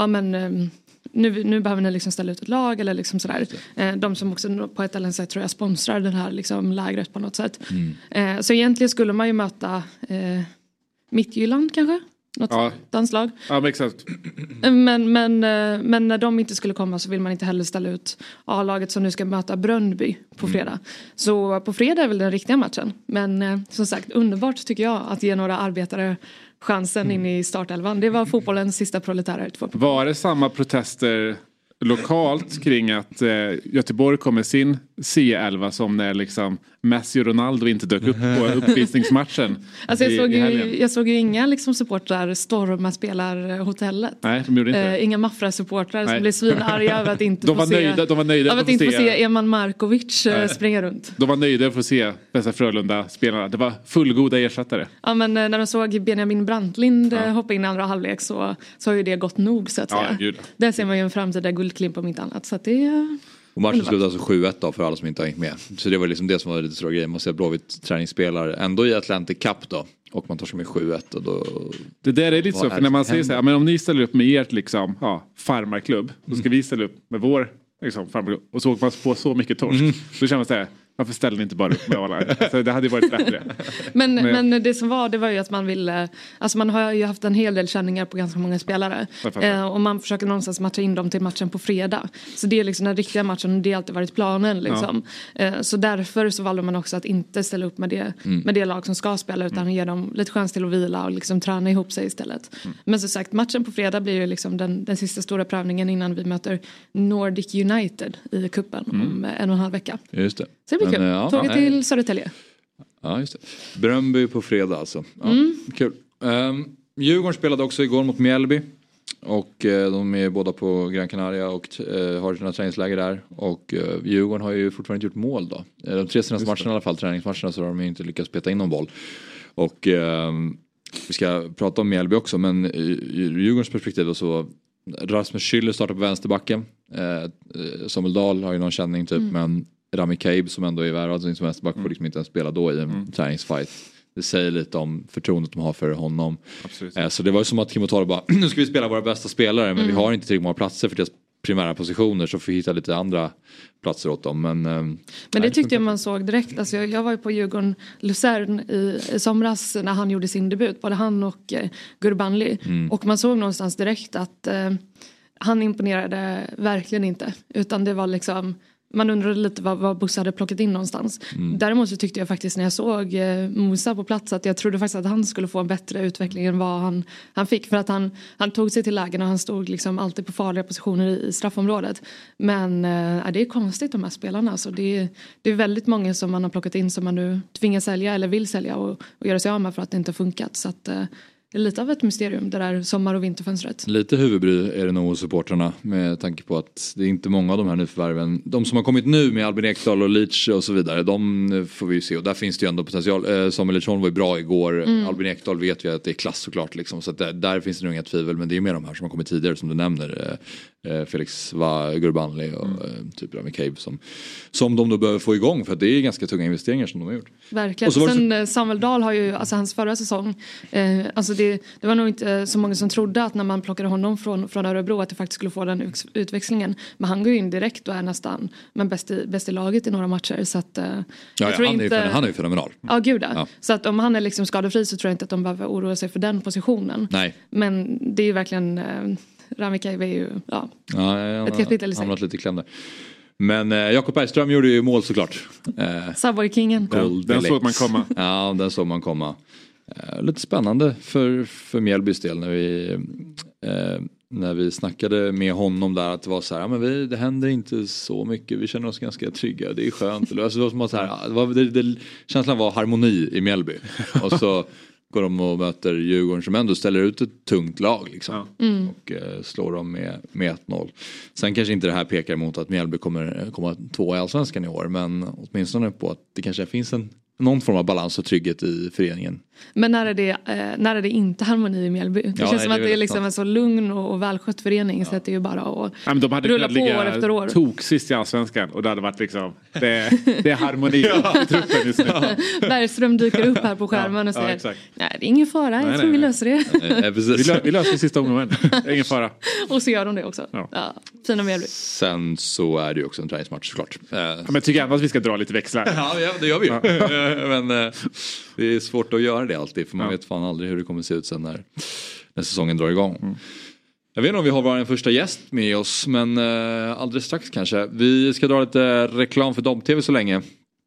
nu behöver ni liksom ställa ut ett lag eller liksom sådär. De som också på ett eller annat sätt tror jag sponsrar den här liksom lägret på något sätt. Så egentligen skulle man ju möta Midtjylland kanske? Något danslag. Ja, exakt. Men när de inte skulle komma så vill man inte heller ställa ut A-laget som nu ska möta Bröndby på fredag. Så på fredag är väl den riktiga matchen. Men som sagt, underbart tycker jag att ge några arbetare chansen in i startelvan. Det var fotbollens sista proletärer. Var det samma protester lokalt kring att Göteborg kom med sin C11 som när liksom Messi och Ronaldo inte dök upp på uppvisningsmatchen? Alltså jag såg ju inga liksom supportrar storma spelarhotellet. Nej, de gjorde inte. Inga Mafra-supportrar som blev svinarga över att inte de var nöjda av att inte få se Eman Markovic springa runt. De var nöjda för att se dessa Frölunda-spelarna. Det var fullgoda ersättare. Ja, men när de såg Benjamin Brantlind hoppa in i andra halvlek så har ju det gått nog så att säga. Gud. Där ser man ju en framtida guldklimp om inte annat. Så att det är... Och matchen slutade alltså 7-1 då för alla som inte har hängt med. Så det var liksom det som var lite stora grejer. Man ser Blåvitt träningsspelare ändå i Atlantic Cup då. Och man tar sig med 7-1 och då... Det där är lite så, för när man säger så här, men om ni ställer upp med ert liksom, farmarklubb, då ska vi ställa upp med vår liksom, farmarklubb. Och så åker man på så mycket torsk. Då känner man så här, varför ställer ni inte bara upp med alla? Så det hade ju varit bättre. Men det som var, det var ju att man ville... Alltså man har ju haft en hel del känningar på ganska många spelare. Och man försöker någonstans matcha in dem till matchen på fredag. Så det är liksom den riktiga matchen, det har alltid varit planen liksom. Så därför så valde man också att inte ställa upp med det lag som ska spela, utan ge dem lite chans till att vila och liksom träna ihop sig istället. Men som sagt, matchen på fredag blir ju liksom den sista stora prövningen innan vi möter Nordic United i kuppen om 1,5 vecka. Just det. Så det blir kul. Tåget till Södertälje. Ja, just det. Bröndby på fredag alltså. Ja, kul. Djurgården spelade också igår mot Mjällby. Och de är båda på Gran Canaria och har sina träningsläger där. Och Djurgården har ju fortfarande inte gjort mål då. De 3 senaste matcherna i alla fall, träningsmatcherna, så har de inte lyckats peta in någon boll. Och vi ska prata om Mjällby också, men ur Djurgårdens perspektiv då, så Rasmus Schüller startar på vänsterbacken. Samuel Dahl har ju någon känning typ, men Rami Kaib som ändå är värvad som vänsterback får liksom inte ens spela då i en träningsfight. Det säger lite om förtroendet de har för honom. Så det var ju som att Kim och Taro bara, nu ska vi spela våra bästa spelare, men vi har inte tillräckligt många platser för deras primära positioner, så får vi hitta lite andra platser åt dem. Men det tyckte jag man såg direkt. Alltså jag var ju på Djurgården Luzern i somras när han gjorde sin debut, både han och Gurbanli. Och man såg någonstans direkt att han imponerade verkligen inte, utan det var liksom, man undrade lite vad Bosse hade plockat in någonstans. Däremot så tyckte jag faktiskt när jag såg Musa på plats att jag trodde faktiskt att han skulle få en bättre utveckling än vad han fick. För att han tog sig till lägen och han stod liksom alltid på farliga positioner i straffområdet. Men det är konstigt de här spelarna. Så det är väldigt många som man har plockat in som man nu tvingar sälja eller vill sälja och göra sig av med för att det inte har funkat. Så att är lite av ett mysterium det där sommar- och vinterfönstret. Lite huvudbry är det nog hos supporterna med tanke på att det är inte många av de här nyförvärven. De som har kommit nu med Albin Ekdal och Leach och så vidare, de får vi ju se och där finns det ju ändå potential. Samuel Leachon var ju bra igår, Albin Ekdal vet vi att det är klass såklart liksom, så att där finns det nog inga tvivel, men det är mer de här som har kommit tidigare som du nämner. Felix Gurbanli och typ av McCabe som de då behöver få igång för att det är ganska tunga investeringar som de har gjort. Verkligen. Sen Samuel Dahl har ju, alltså hans förra säsong, alltså det var nog inte så många som trodde att när man plockade honom från Örebro att det faktiskt skulle få den utväxlingen. Men han går ju in direkt och är nästan bäst i laget i några matcher. Så att, jag tror han är ju fenomenal. Ja, gud ja. Så att om han är liksom skadefri så tror jag inte att de behöver oroa sig för den positionen. Nej. Men det är ju verkligen... Rami Kaive är ju ett kapitel i sig. Hamnat lite i kläm där. Men Jakob Bergström gjorde ju mål såklart. Savoy-kingen. Den såg man komma. Ja, den såg man komma. Lite spännande för Mjällbys del när vi snackade med honom där att det var så här, men det händer inte så mycket, vi känner oss ganska trygga, det är skönt. Alltså, det var som att så här, känslan var harmoni i Mjällby. Och så går de och möter Djurgården som ändå ställer ut ett tungt lag liksom. Och slår dem med 1-0. Sen kanske inte det här pekar mot att Mjällby kommer komma 2 i Allsvenskan i år, men åtminstone på att det kanske finns någon form av balans och trygghet i föreningen. Men när är det inte harmoni i Mjällby? Det känns som att det är liksom en så lugn och välskött förening så att det är ju bara att de hade rulla på år efter år. Tok sist i Allsvenskan och det hade varit liksom det är harmoni i truppen just nu. Bergström dyker upp här på skärmen och säger nej, det är ingen fara, jag tror vi löser det. Vi löser sista omgången, ingen fara. Och så gör de det också. Ja, fina Mjällby. Sen så är det ju också en träningsmatch såklart. Men jag tycker ändå att vi ska dra lite växlar. Ja, det gör vi ju. Men det är svårt att göra det alltid, för man vet fan aldrig hur det kommer se ut sen när säsongen drar igång. Jag vet inte om vi har vår första gäst med oss, men alldeles strax kanske. Vi ska dra lite reklam för Dobb-TV så länge.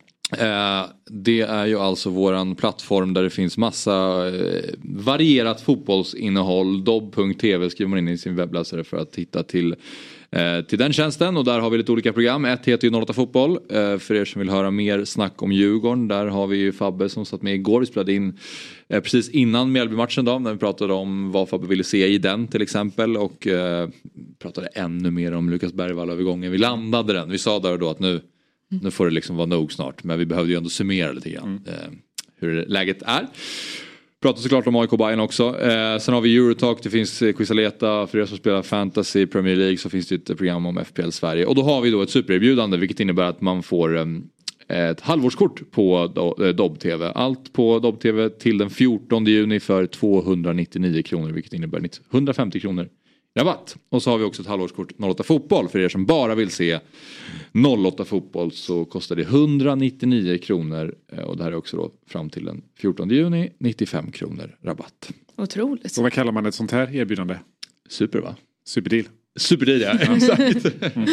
Det är ju alltså våran plattform där det finns massa varierat fotbollsinnehåll. Dobb.tv skriver man in i sin webbläsare för att hitta till den tjänsten, och där har vi lite olika program. Ett heter ju 08 fotboll, för er som vill höra mer snack om Djurgården. Där har vi ju Fabbe som satt med igår. Vi spelade in precis innan Mjällby-matchen då, när vi pratade om vad Fabbe ville se i den till exempel, och pratade ännu mer om Lukas Bergvall över gången vi landade den. Vi sa där och då att nu får det liksom vara nog snart, men vi behövde ju ändå summera lite grann hur läget är. Pratar såklart om AIK Bayern också. Sen har vi Eurotalk, det finns Quizaleta. För er som spelar Fantasy Premier League så finns det ett program om FPL Sverige. Och då har vi då ett supererbjudande, vilket innebär att man får ett halvårskort på Dobb-TV. Allt på Dobb-TV till den 14 juni för 299 kronor, vilket innebär 150 kronor rabatt. Och så har vi också ett halvårskort 08 fotboll. För er som bara vill se 08 fotboll så kostar det 199 kronor. Och det här är också då fram till den 14 juni 95 kronor rabatt. Otroligt. Och vad kallar man ett sånt här erbjudande? Super, va? Superdeal. Superdeal, ja. Exakt.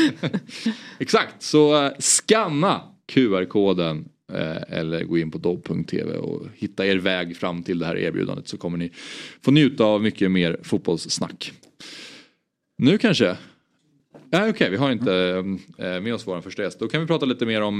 Exakt, så scanna QR-koden eller gå in på dobb.tv och hitta er väg fram till det här erbjudandet, så kommer ni få njuta av mycket mer fotbollssnack. Nu kanske. Okej, vi har inte med oss vår första gäst. Då kan vi prata lite mer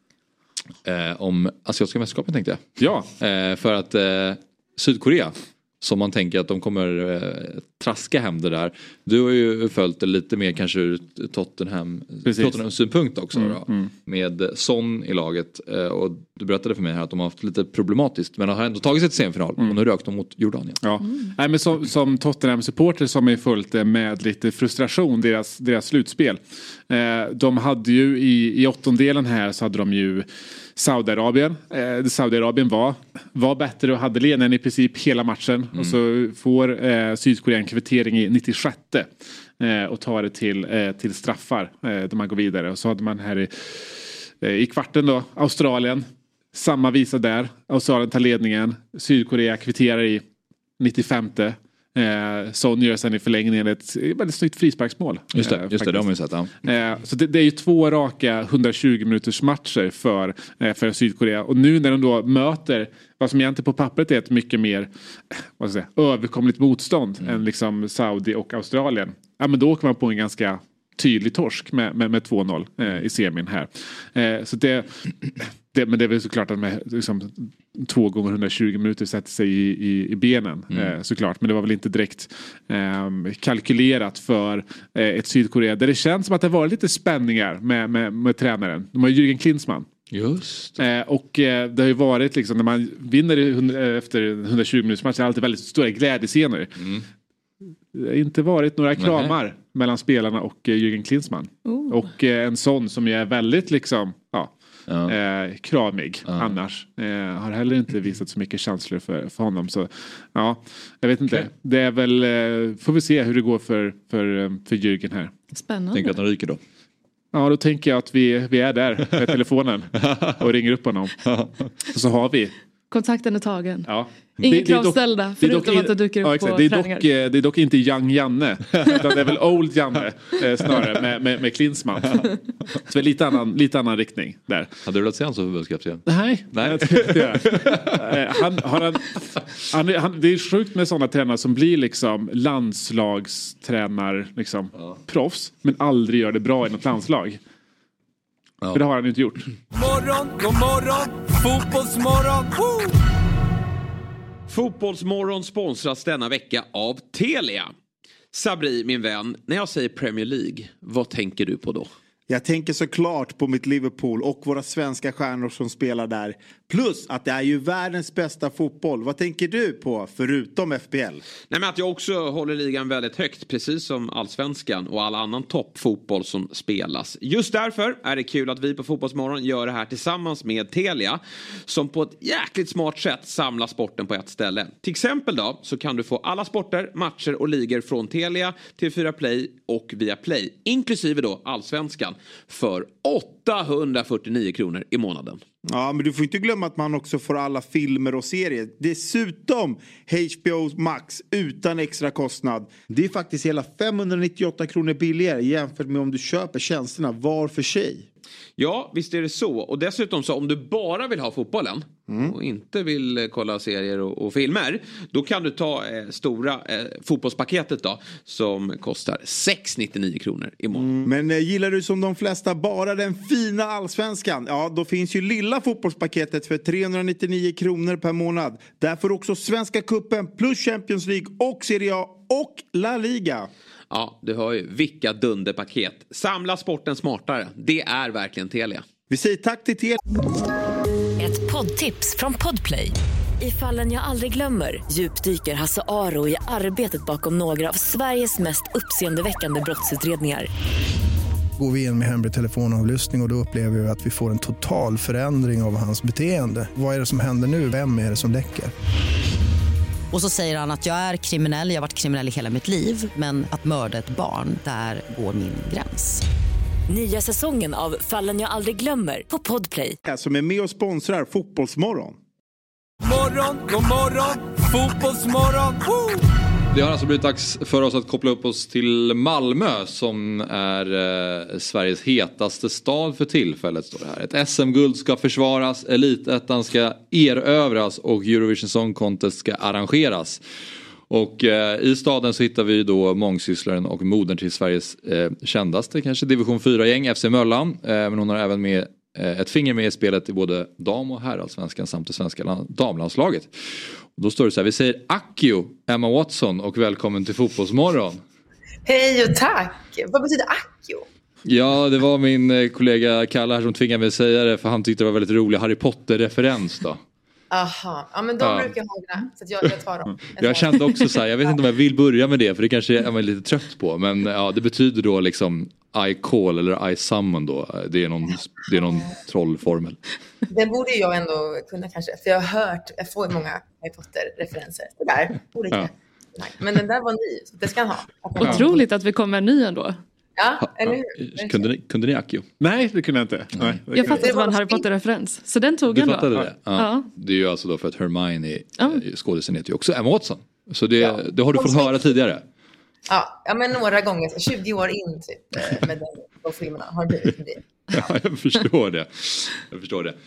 om asiatiska mästerskapen, tänkte jag. Ja. För att Sydkorea, som man tänker att de kommer traska hem det där. Du har ju följt det lite mer kanske ur Tottenhams synpunkt också då, med Son i laget. Och du berättade för mig här att de har haft lite problematiskt, men har ändå tagit sig till semifinal och nu rökt de mot Jordanien. Ja. Nej, men som Tottenham-supporter som är följt med lite frustration deras slutspel. De hade ju i åttondelen här så hade de ju Saudiarabien. Saudiarabien var bättre och hade ledningen i princip hela matchen. Och så får Sydkorea en kvittering i 96 och tar det till straffar där man går vidare. Och så hade man här i kvarten då Australien. Samma visa där. Australien tar ledningen. Sydkorea kvitterar i 95. Son gör sen i förlängningen ett väldigt snyggt frisparksmål. Just det, det har man ju sett. Ja. Så det är ju 2 raka 120 minuters matcher för Sydkorea. Och nu när de då möter vad som egentligen på pappret är ett mycket mer överkomligt motstånd än liksom Saudi och Australien. Ja, men då åker man på en ganska tydlig torsk med 2-0 i semin här. Så men det är väl såklart att med liksom 2 gånger 120 minuter sätter sig i benen såklart. Men det var väl inte direkt kalkylerat för ett Sydkorea där det känns som att det var lite spänningar med tränaren. De har Jürgen Klinsmann. Just. Och det har ju varit liksom när man vinner efter 120 minuters match är det alltid väldigt stora glädjescener. Det har inte varit några kramar mellan spelarna och Jürgen Klinsmann. Och en sån som är väldigt liksom kramig annars. Har heller inte visat så mycket känslor för honom. Så ja, jag vet inte. Det är väl, får vi se hur det går för Jürgen här. Spännande. Tänker att han ryker då? Ja, då tänker jag att vi är där med telefonen och ringer upp honom. Och så har vi. Kontakten är tagen. Ja. Inga kravställda förutom att du dyker upp på träningar. Det är dock inte Young Janne. Utan det är väl Old Janne snarare med Klinsmann. Så det är lite annan riktning där. Hade du velat se han som förbundskapten? Nej. Jag tror inte det. Det är sjukt med sådana tränare som blir liksom landslagstränar liksom, proffs. Men aldrig gör det bra i något landslag. För det har han inte gjort. God morgon, fotbollsmorgon. Woo! Fotbollsmorgon sponsras denna vecka av Telia. Sabri, min vän, när jag säger Premier League, vad tänker du på då? Jag tänker såklart på mitt Liverpool och våra svenska stjärnor som spelar där. Plus att det är ju världens bästa fotboll. Vad tänker du på förutom FPL? Nej, men att jag också håller ligan väldigt högt, precis som allsvenskan och all annan toppfotboll som spelas. Just därför är det kul att vi på Fotbollsmorgon gör det här tillsammans med Telia, som på ett jäkligt smart sätt samlar sporten på ett ställe. Till exempel då så kan du få alla sporter, matcher och ligor från Telia, TV4 Play och via Play, inklusive då allsvenskan, för 849 kronor i månaden. Ja, men du får inte glömma att man också får alla filmer och serier. Dessutom HBO Max utan extra kostnad. Det är faktiskt hela 598 kronor billigare jämfört med om du köper tjänsterna var för sig. Ja, visst är det så. Och dessutom så om du bara vill ha fotbollen och inte vill kolla serier och filmer, då kan du ta stora fotbollspaketet då, som kostar 699 kronor i månaden. Men gillar du som de flesta bara den fina allsvenskan? Ja, då finns ju lilla fotbollspaketet för 399 kronor per månad. Där får också Svenska Cupen plus Champions League och Serie A och La Liga. Ja, du hör ju. Vilka dunderpaket. Samla sporten smartare. Det är verkligen Telia. Vi säger tack till Telia. Ett poddtips från Podplay. I Fallen jag aldrig glömmer djupdyker Hasse Aro i arbetet bakom några av Sveriges mest uppseendeväckande brottsutredningar. Går vi in med hemlig telefonavlyssning och då upplever vi att vi får en total förändring av hans beteende. Vad är det som händer nu? Vem är det som läcker? Och så säger han att jag är kriminell, jag har varit kriminell i hela mitt liv. Men att mörda ett barn, där går min gräns. Nya säsongen av Fallen jag aldrig glömmer på Podplay. Som är med och sponsrar Fotbollsmorgon. God morgon, fotbollsmorgon. Woo! Det har alltså blivit dags för oss att koppla upp oss till Malmö som är Sveriges hetaste stad för tillfället, står det här. Ett SM-guld ska försvaras, Elitettan ska erövras och Eurovision Song Contest ska arrangeras. Och i staden så hittar vi då mångsysslaren och modern till Sveriges kändaste, kanske division 4-gäng, FC Möllan. Men hon har även med ett finger med i spelet i både dam- och herrallsvenskan samt det svenska damlandslaget. Och då står det så här, vi säger Accio, Emma Watson, och välkommen till Fotbollsmorgon. Hej och tack. Vad betyder Accio? Ja, det var min kollega Kalle här som tvingade mig att säga det, för han tyckte det var väldigt rolig Harry Potter-referens då. Aha, ja men de brukar hålla, så att jag tar dem. Jag kände också så här, jag vet inte om jag vill börja med det, för det kanske är man lite trött på, men ja, det betyder då liksom I call eller I summon då, det är någon trollformel. Den borde jag ändå kunna kanske, för jag har hört, jag får många Harry Potter-referenser, det där, olika. Ja. Men den där var ny, så det ska han ha. Otroligt att vi kommer en ny ändå. Ja, eller hur? Kunde ni Accio? Nej, det kunde jag inte. Nej, jag fattade att det var en Harry Potter-referens. Så den tog jag då. Du fattade det? Ja. Det är ju alltså då för att Hermione, skådisen, heter ju också Emma Watson. Så det har du fått höra tidigare. Ja, men några gånger, 20 år in typ, med de filmerna har blivit det. Ja, jag förstår det.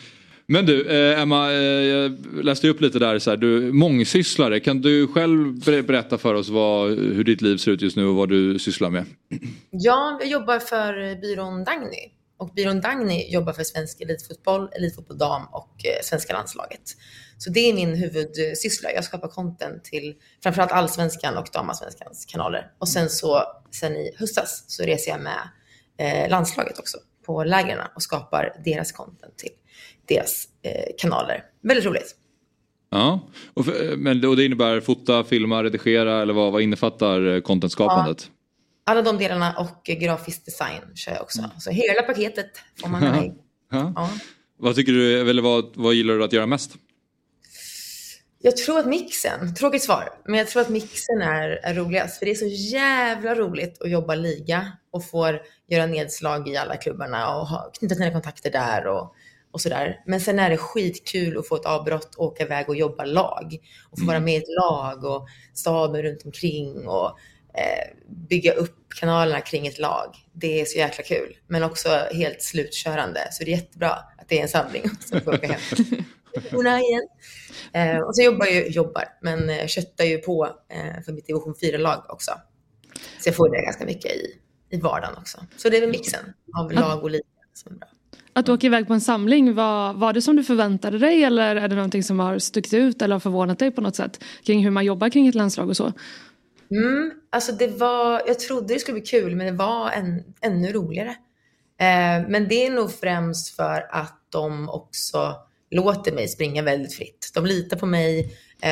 Men du, Emma, jag läste upp lite där, så här, du mångsysslare. Kan du själv berätta för oss hur ditt liv ser ut just nu och vad du sysslar med? Ja, jag jobbar för byrån Dagny. Och byrån Dagny jobbar för svensk elitfotboll dam och svenska landslaget. Så det är min huvudsyssla. Jag skapar content till framförallt allsvenskan och damasvenskans kanaler. Och sen i höstas så reser jag med landslaget också på lägren och skapar deras content till deras kanaler. Väldigt roligt. Ja, och det innebär fota, filma, redigera eller vad innefattar contentskapandet? Ja. Alla de delarna och grafisk design kör jag också. Så hela paketet får man med. Ja. Vad tycker du, eller vad gillar du att göra mest? Jag tror att mixen, tråkigt svar, men jag tror att mixen är roligast. För det är så jävla roligt att jobba liga och får göra nedslag i alla klubbarna och knyta sina kontakter där och sådär. Men sen är det skitkul att få ett avbrott, åka iväg och jobba lag. Och få vara med i ett lag och staben runt omkring och bygga upp kanalerna kring ett lag. Det är så jäkla kul. Men också helt slutkörande. Så det är jättebra att det är en samling. Så får åka hem. Igen. Och så jobbar. Men köttar ju på för mitt division 4-lag också. Så jag får det ganska mycket i vardagen också. Så det är väl mixen av lag och liv som är bra. Att åka iväg på en samling, var det som du förväntade dig? Eller är det någonting som har stuckit ut eller har förvånat dig på något sätt? Kring hur man jobbar kring ett landslag och så? Alltså jag trodde det skulle bli kul, men det var ännu roligare. Men det är nog främst för att de också låter mig springa väldigt fritt. De litar på mig,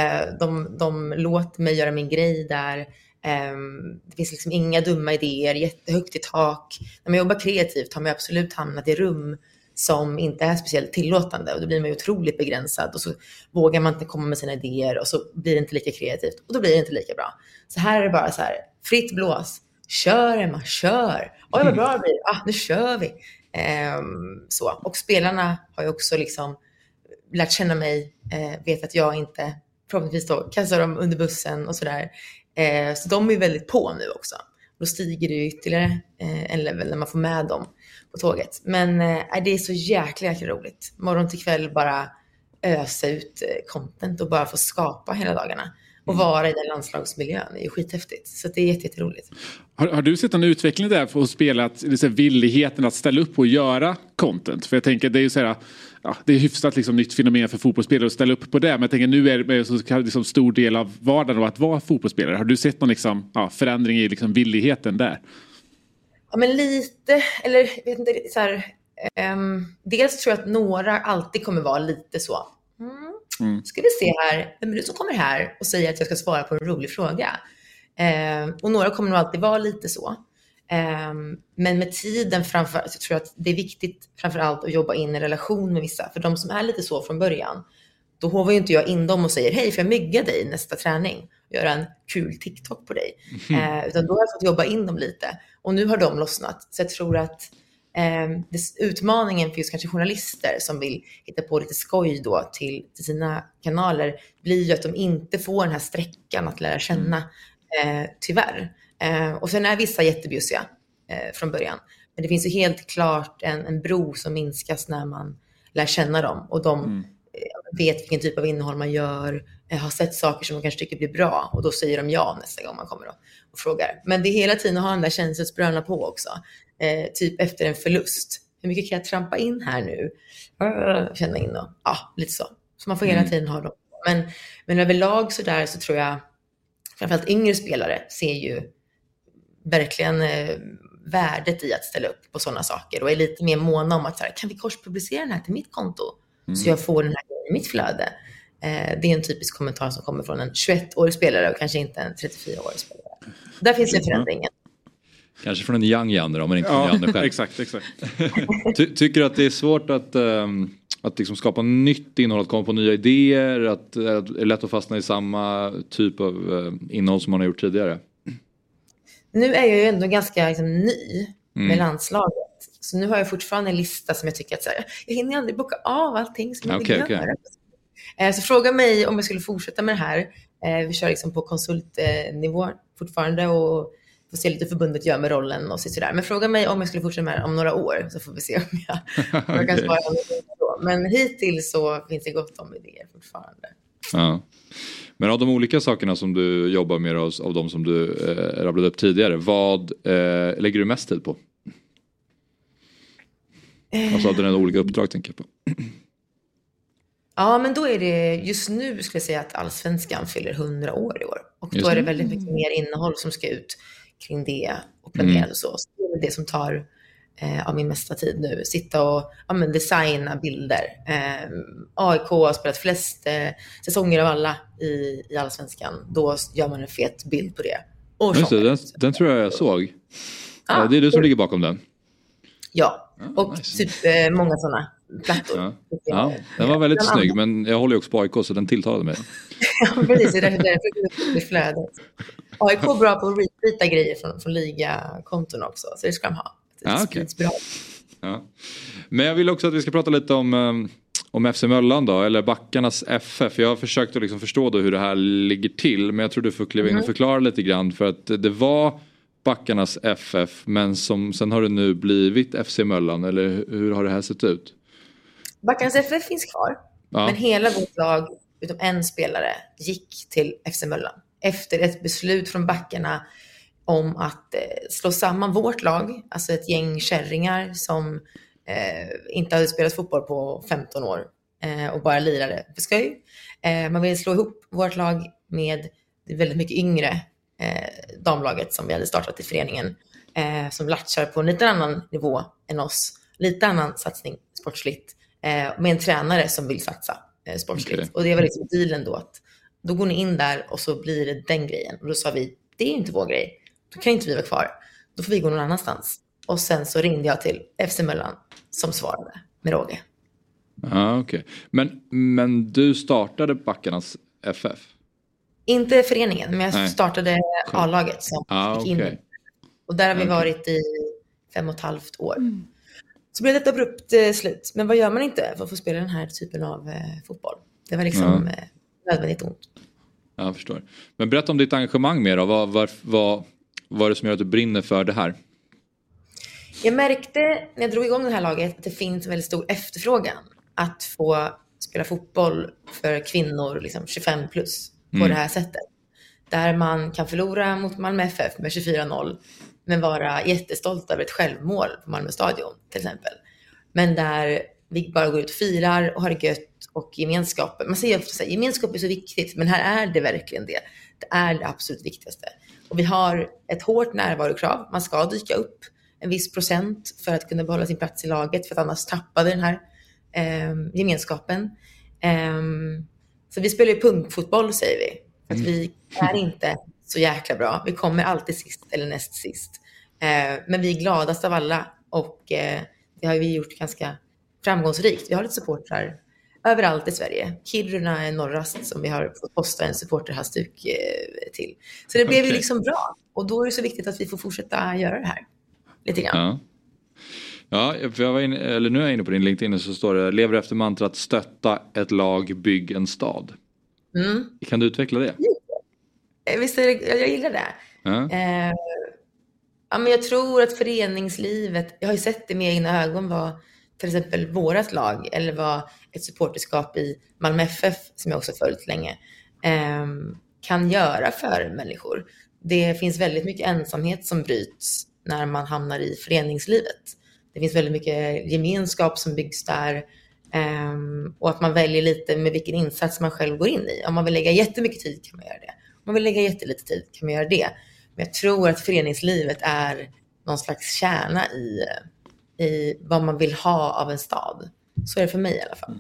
de låter mig göra min grej där. Det finns liksom inga dumma idéer, jättehögt i tak. När man jobbar kreativt har man absolut hamnat i rum som inte är speciellt tillåtande och då blir man ju otroligt begränsad och så vågar man inte komma med sina idéer och så blir det inte lika kreativt och då blir det inte lika bra. Så här är det bara så här, fritt blås, kör Emma, kör. Oj vad bra det blir, nu kör vi. Så. Och spelarna har ju också liksom lärt känna mig, vet att jag inte förhoppningsvis då kastar dem under bussen och sådär. Så de är ju väldigt på nu också. Då stiger det ju ytterligare en level när man får med dem på tåget. Men det är så jäkla roligt. Morgon till kväll bara ösa ut content och bara få skapa hela dagarna. Och vara i den landslagsmiljön är ju skithäftigt. Så det är jätteroligt. Har du sett en utveckling där för att spela villigheten att ställa upp och göra content? För jag tänker det är ju så här, det är hyfsat liksom nytt fenomen för fotbollsspelare att ställa upp på det. Men jag tänker nu är det så liksom stor del av vardagen att vara fotbollsspelare. Har du sett någon liksom, förändring i liksom villigheten där? Ja men lite, eller vet inte så här, dels tror jag att några alltid kommer vara lite så. Ska vi se här, vem är det som kommer här och säger att jag ska svara på en rolig fråga? Och några kommer nog alltid vara lite så. Men med tiden framförallt så tror jag att det är viktigt framförallt att jobba in en relation med vissa. För de som är lite så från början, då hovar ju inte jag in dem och säger hej, för jag myggar dig nästa träning och göra en kul TikTok på dig. Utan då har jag fått jobba in dem lite. Och nu har de lossnat. Så jag tror att utmaningen för just kanske journalister som vill hitta på lite skoj då till sina kanaler blir ju att de inte får den här sträckan att lära känna, tyvärr. Och sen är vissa jättebjussiga från början. Men det finns ju helt klart en bro som minskas när man lär känna dem. Och de vet vilken typ av innehåll man gör, har sett saker som de kanske tycker blir bra. Och då säger de ja nästa gång man kommer och frågar. Men det är hela tiden att ha den där känselspröna på också. Typ efter en förlust. Hur mycket kan jag trampa in här nu? Känna in och lite så. Så man får hela tiden ha dem. Men överlag så där så tror jag framförallt yngre spelare ser ju verkligen värdet i att ställa upp på sådana saker och är lite mer måna om att så här, kan vi korspublicera den här till mitt konto så jag får den här i mitt flöde. Det är en typisk kommentar som kommer från en 21-årig spelare och kanske inte en 34-årig spelare. Där finns en förändring. Kanske från en young Janne men inte från Janne själv. Exakt. Tycker du att det är svårt att liksom skapa nytt innehåll, att komma på nya idéer, att det är lätt att fastna i samma typ av innehåll som man har gjort tidigare? Nu är jag ju ändå ganska liksom, ny med landslaget. Så nu har jag fortfarande en lista som jag tycker att så här, jag hinner aldrig boka av allting som jag vill göra. Så fråga mig om jag skulle fortsätta med det här. Vi kör liksom på konsultnivå fortfarande och får se lite förbundet gör med rollen och sådär. Men fråga mig om jag skulle fortsätta med det om några år så får vi se om jag kan svara. Men hittills så finns det gott om idéer fortfarande. Ja. Men av de olika sakerna som du jobbar med, av de som du rabblade upp tidigare, vad lägger du mest tid på? Alltså av den olika uppdrag tänker jag på. Ja, men då är det just nu skulle jag säga att Allsvenskan fyller 100 år i år. Och då är det väldigt mycket mer innehåll som ska ut kring det och planera och så. Så det är det som tar av min mesta tid nu. Sitta och designa bilder. AIK har spelat flest säsonger av alla i Allsvenskan. Då gör man en fet bild på det. Och den tror jag såg. Det är du som ligger bakom den. Ja, och nice. Typ många sådana plattor. Ja, den var väldigt snygg, men jag håller ju också på AIK så den tilltalade mig. Ja, precis. Det är därför det flödet. AIK är bra på att retweeta grejer från ligakonton också, så det ska de ha. Okay. Bra. Ja. Men jag vill också att vi ska prata lite om FC Möllan då, eller Backarnas FF. Jag har försökt att liksom förstå då hur det här ligger till, men jag tror du får kliva in och förklara lite grann, för att det var Backarnas FF, men sen har det nu blivit FC Möllan, eller hur har det här sett ut? Backarnas FF finns kvar, men hela vårt lag utom en spelare gick till FC Möllan efter ett beslut från Backarna om att slå samman vårt lag, alltså ett gäng kärringar som inte hade spelat fotboll på 15 år och bara lirade för skoj. Man vill slå ihop vårt lag med det väldigt mycket yngre damlaget som vi hade startat i föreningen, som latchar på en lite annan nivå än oss, lite annan satsning sportsligt, med en tränare som vill satsa sportsligt. Okay. Och det var liksom dealen då, att då går ni in där och så blir det den grejen. Och då sa vi, det är inte vår grej, då kan inte vi vara kvar, då får vi gå någon annanstans. Och sen så ringde jag till FC Möllan som svarade med råge. Okay. Men du startade Backarnas FF? Inte föreningen, men jag startade A-laget som fick in. Och där har vi varit i 5,5 år. Så blev det ett abrupt slut. Men vad gör man inte för att få spela den här typen av fotboll? Det var liksom nödvändigt ont. Jag förstår. Men berätta om ditt engagemang mer då. Vad är det som gör att du brinner för det här? Jag märkte när jag drog igång det här laget att det finns en väldigt stor efterfrågan att få spela fotboll för kvinnor liksom 25 plus på det här sättet. Där man kan förlora mot Malmö FF med 24-0 men vara jättestolt över ett självmål på Malmö stadion till exempel. Men där vi bara går ut och firar och har det gött, och gemenskapen. Man säger ofta att gemenskap är så viktigt, men här är det verkligen det. Det är det absolut viktigaste. Och vi har ett hårt närvarokrav. Man ska dyka upp en viss procent för att kunna behålla sin plats i laget, för att annars tappar vi den här gemenskapen. Så vi spelar ju punkfotboll, säger vi. För att vi är inte så jäkla bra. Vi kommer alltid sist eller näst sist. Men vi är gladast av alla, och det har vi gjort ganska framgångsrikt. Vi har lite supportrar överallt i Sverige. Kiruna är norrast som vi har fått posta en supporterhalsduk till. Så det blev ju liksom bra. Och då är det så viktigt att vi får fortsätta göra det här lite grann. Ja, för nu är jag inne på din LinkedIn, så står det: lever efter mantrat stötta ett lag, bygg en stad. Kan du utveckla det? Visst är det, jag gillar det. Men jag tror att föreningslivet, jag har ju sett det med egna ögon, vad till exempel vårat lag eller vad ett supporterskap i Malmö FF, som jag också följt länge, kan göra för människor. Det finns väldigt mycket ensamhet som bryts när man hamnar i föreningslivet. Det finns väldigt mycket gemenskap som byggs där, och att man väljer lite med vilken insats man själv går in i. Om man vill lägga jättemycket tid kan man göra det. Om man vill lägga jättelite tid kan man göra det. Men jag tror att föreningslivet är någon slags kärna i vad man vill ha av en stad. Så är det för mig i alla fall.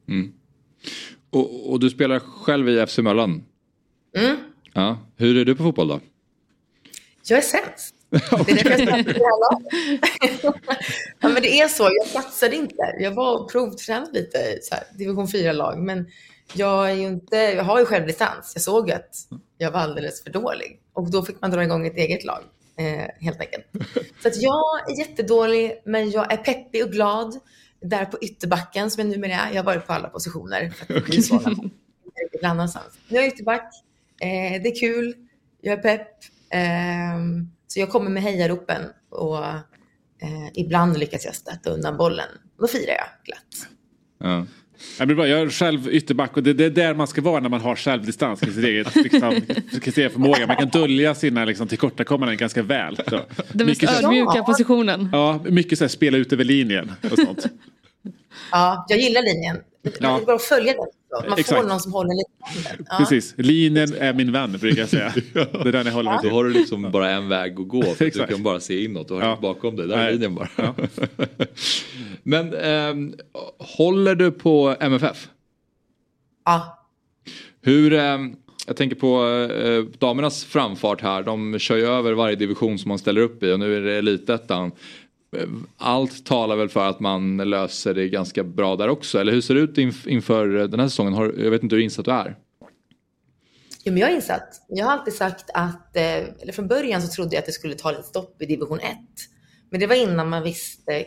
Och du spelar själv i FC Möllan? Ja. Hur är du på fotboll då? Jag är sämst. Det är därför jag spelar i det här laget. Ja, men det är så. Jag platsade inte. Jag var och provtränade lite så här, division 4-lag. Men jag har ju självdistans. Jag såg att jag var alldeles för dålig. Och då fick man dra igång ett eget lag. Helt enkelt. Så att jag är jättedålig, men jag är peppig och glad där på ytterbacken som jag numera är. Jag har varit på alla positioner för att det blir så annanstans. Jag är ytterback. Det är kul. Jag är pepp. Så jag kommer med hejaropen och ibland lyckas jag stöta undan bollen. Då firar jag glatt. Ja. Jag är själv ytterback och det är där man ska vara när man har självdistans till sitt eget förmåga. Man kan dölja sina tillkortakommanden ganska väl. Så. Den mest ödmjuka positionen. Ja, mycket så här, spela ut över linjen och sånt. Ja, jag gillar linjen. Man kan bara följa den. Man får någon som håller lite den. Ja. Precis, linjen är min vän brukar jag säga. Det är den jag håller med till. Då har du liksom bara en väg att gå. För du kan bara se inåt och har bakom dig. Där är linjen bara. Ja. Men håller du på MFF? Ja. Hur... jag tänker på damernas framfart här. De kör ju över varje division som man ställer upp i. Och nu är det elitettan. Allt talar väl för att man löser det ganska bra där också. Eller hur ser det ut inför den här säsongen? Jag vet inte hur insatt du är. Jo, men jag är insatt. Jag har alltid sagt att, eller från början så trodde jag att det skulle ta lite stopp i division 1. Men det var innan man visste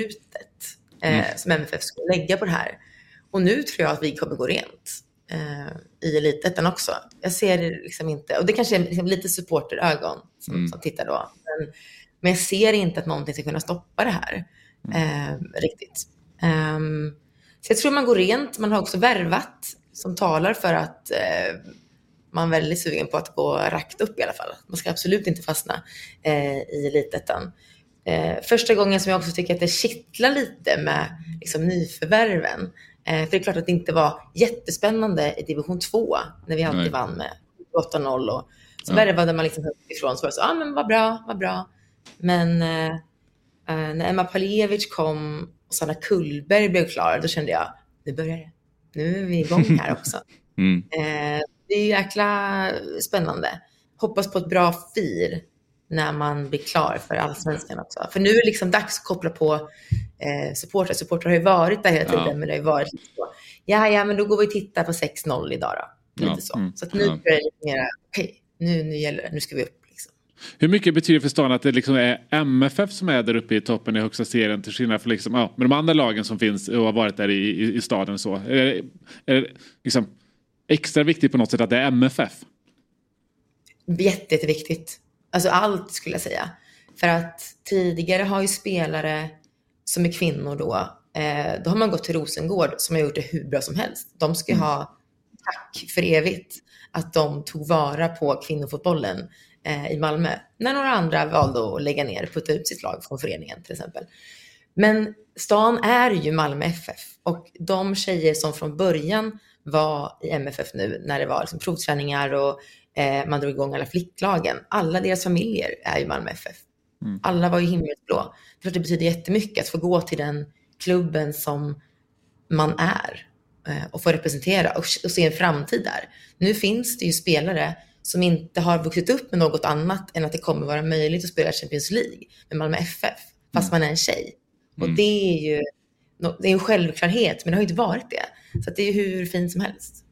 krutet som MFF skulle lägga på det här. Och nu tror jag att vi kommer gå rent i elitettan också. Jag ser det liksom inte, och det kanske är lite supporterögon som tittar då. Men jag ser inte att någonting ska kunna stoppa det här riktigt. Så jag tror man går rent. Man har också värvat som talar för att man är väldigt sugen på att gå rakt upp i alla fall. Man ska absolut inte fastna i elitettan. Första gången som jag också tycker att det kittlar lite med nyförvärven. För det är klart att det inte var jättespännande i division 2 när vi alltid vann med 8-0. Och så värvade man högt ifrån. Så var det så, men vad bra. Men när Emma Paljevic kom och Sanna Kullberg blev klar, då kände jag, nu börjar det. Nu är vi igång här också. Det är jäkla spännande. Hoppas på ett bra fir när man blir klar för allsvenskan också. För nu är det dags att koppla på supportrar. Supportrar har ju varit där hela tiden, men det har ju varit lite så. Ja, men då går vi och tittar på 6-0 idag då. Lite så. Så att nu är det lite mer, okej, nu gäller det, nu ska vi upp. Hur mycket betyder för stan att det är MFF som är där uppe i toppen i högsta serien till skillnad från med de andra lagen som finns och har varit där i staden så? Är det extra viktigt på något sätt att det är MFF? Jätteviktigt. Alltså allt skulle jag säga. För att tidigare har ju spelare som är kvinnor då har man gått till Rosengård som har gjort det hur bra som helst. De ska ha tack för evigt att de tog vara på kvinnofotbollen i Malmö. När några andra valde att lägga ner, putta ut sitt lag från föreningen till exempel. Men stan är ju Malmö FF. Och de tjejer som från början var i MFF nu, när det var provträningar och man drog igång alla flicklagen. Alla deras familjer är ju Malmö FF. Alla var ju himmelsblå. För det betyder jättemycket att få gå till den klubben som man är. Och få representera och se en framtid där. Nu finns det ju spelare som inte har vuxit upp med något annat än att det kommer vara möjligt att spela Champions League med Malmö FF, fast man är en tjej. Och det är ju en självklarhet, men det har ju inte varit det. Så att det är ju hur fint som helst.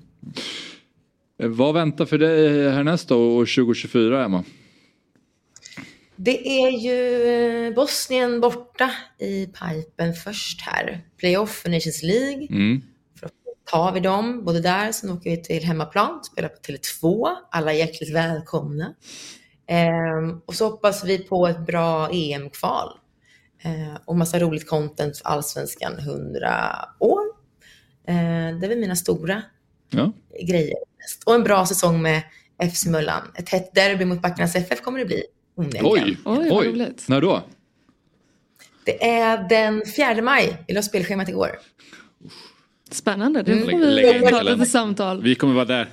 Vad väntar för dig härnäst då och 2024, Emma? Det är ju Bosnien borta i pipen först här. Playoff för Nations League. Tar vi dem både där, sen åker vi till hemmaplan, spelar på Tele2, alla är hjärtligt välkomna. Och så hoppas vi på ett bra EM-kval och massa roligt content för Allsvenskan 100 år. Det är väl mina stora grejer. Och en bra säsong med FC Möllan. Ett hett derby mot Backarnas FF kommer det bli. Oj, när då? Det är den 4 maj. Jag la spelschemat igår. Spännande, det får vi ta lite samtal. Vi kommer vara där.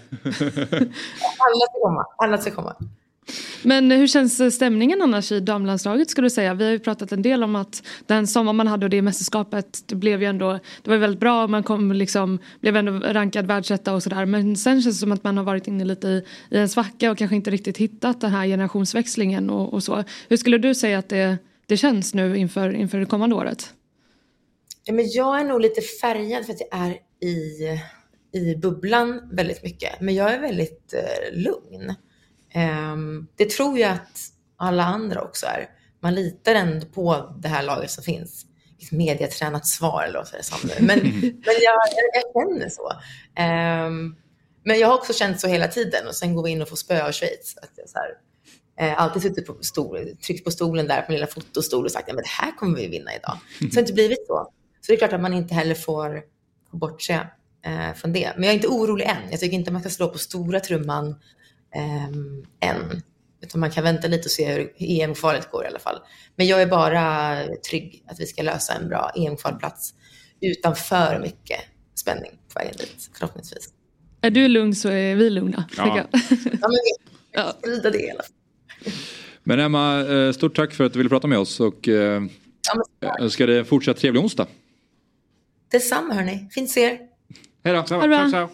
Alla ska komma. Men hur känns stämningen annars i damlandslaget, skulle du säga? Vi har ju pratat en del om att den sommar man hade och det mästerskapet, det blev ju ändå, det var väldigt bra, man kom blev ändå rankad världsetta och sådär. Men sen känns det som att man har varit inne lite i en svacka och kanske inte riktigt hittat den här generationsväxlingen och så. Hur skulle du säga att det känns nu inför det kommande året? Ja, men jag är nog lite färgad för att jag är i bubblan väldigt mycket. Men jag är väldigt lugn. Det tror jag att alla andra också är. Man litar ändå på det här laget som finns. Ett mediatränat svar låter det som nu. Men jag känner så. Men jag har också känt så hela tiden. Och sen går vi in och får spö av Schweiz. Att jag så här, alltid suttit tryckt på stolen där på min lilla fotostol och sagt att det här kommer vi vinna idag. Så det har inte blivit så. Så det är klart att man inte heller får bortse från det. Men jag är inte orolig än. Jag tycker inte man ska slå på stora trumman än. Utan man kan vänta lite och se hur EM-kvalet går i alla fall. Men jag är bara trygg att vi ska lösa en bra EM-kvalplats utan för mycket spänning på vägen dit, förhoppningsvis. Är du lugn så är vi lugna. Ja, men vi sprida det i alla fall. Men Emma, stort tack för att du ville prata med oss och önskar dig en fortsatt trevlig onsdag. Detsamma hörni, fint se er. Hej då. Ciao.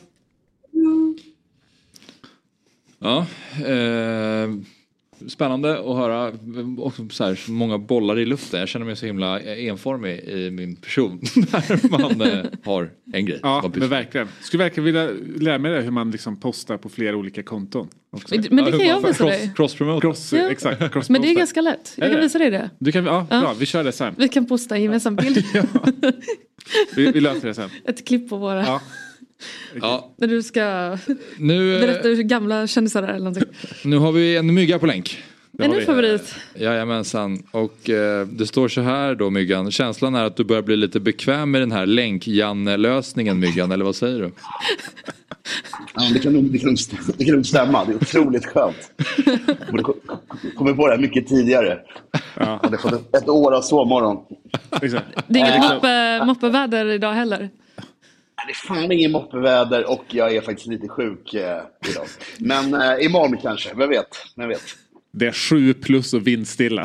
Ja, spännande att höra så här, så många bollar i luften. Jag känner mig så himla enformig i min person när man har en grej. Ja, men verkligen. Skulle verkligen vilja lära mig det, hur man liksom postar på flera olika konton. Också. Men det kan jag visa dig. Cross-promote. Exakt. Men det är ganska lätt. Jag kan visa dig det. Du kan, bra, vi kör det sen. Vi kan posta en gemensam bild. vi löser det sen. Ett klipp på våra... Ja. Ja. När du ska berätta hur gamla kändisar är eller någonting. Nu har vi en mygga på länk. En ny favorit. Jajamensan. Och det står så här då, Myggan. Känslan är att du börjar bli lite bekväm med den här länk-Janne-lösningen, Myggan. Eller vad säger du? Ja, det kan nog stämma. Det är otroligt skönt. Jag kommer på det här mycket tidigare. Jag hade fått ett år av sovmorgon. Det är inget moppeväder idag heller. Det är fan ingen moppeväder och jag är faktiskt lite sjuk idag. Men imorgon kanske, vem vet. Det är 7+ och vindstilla.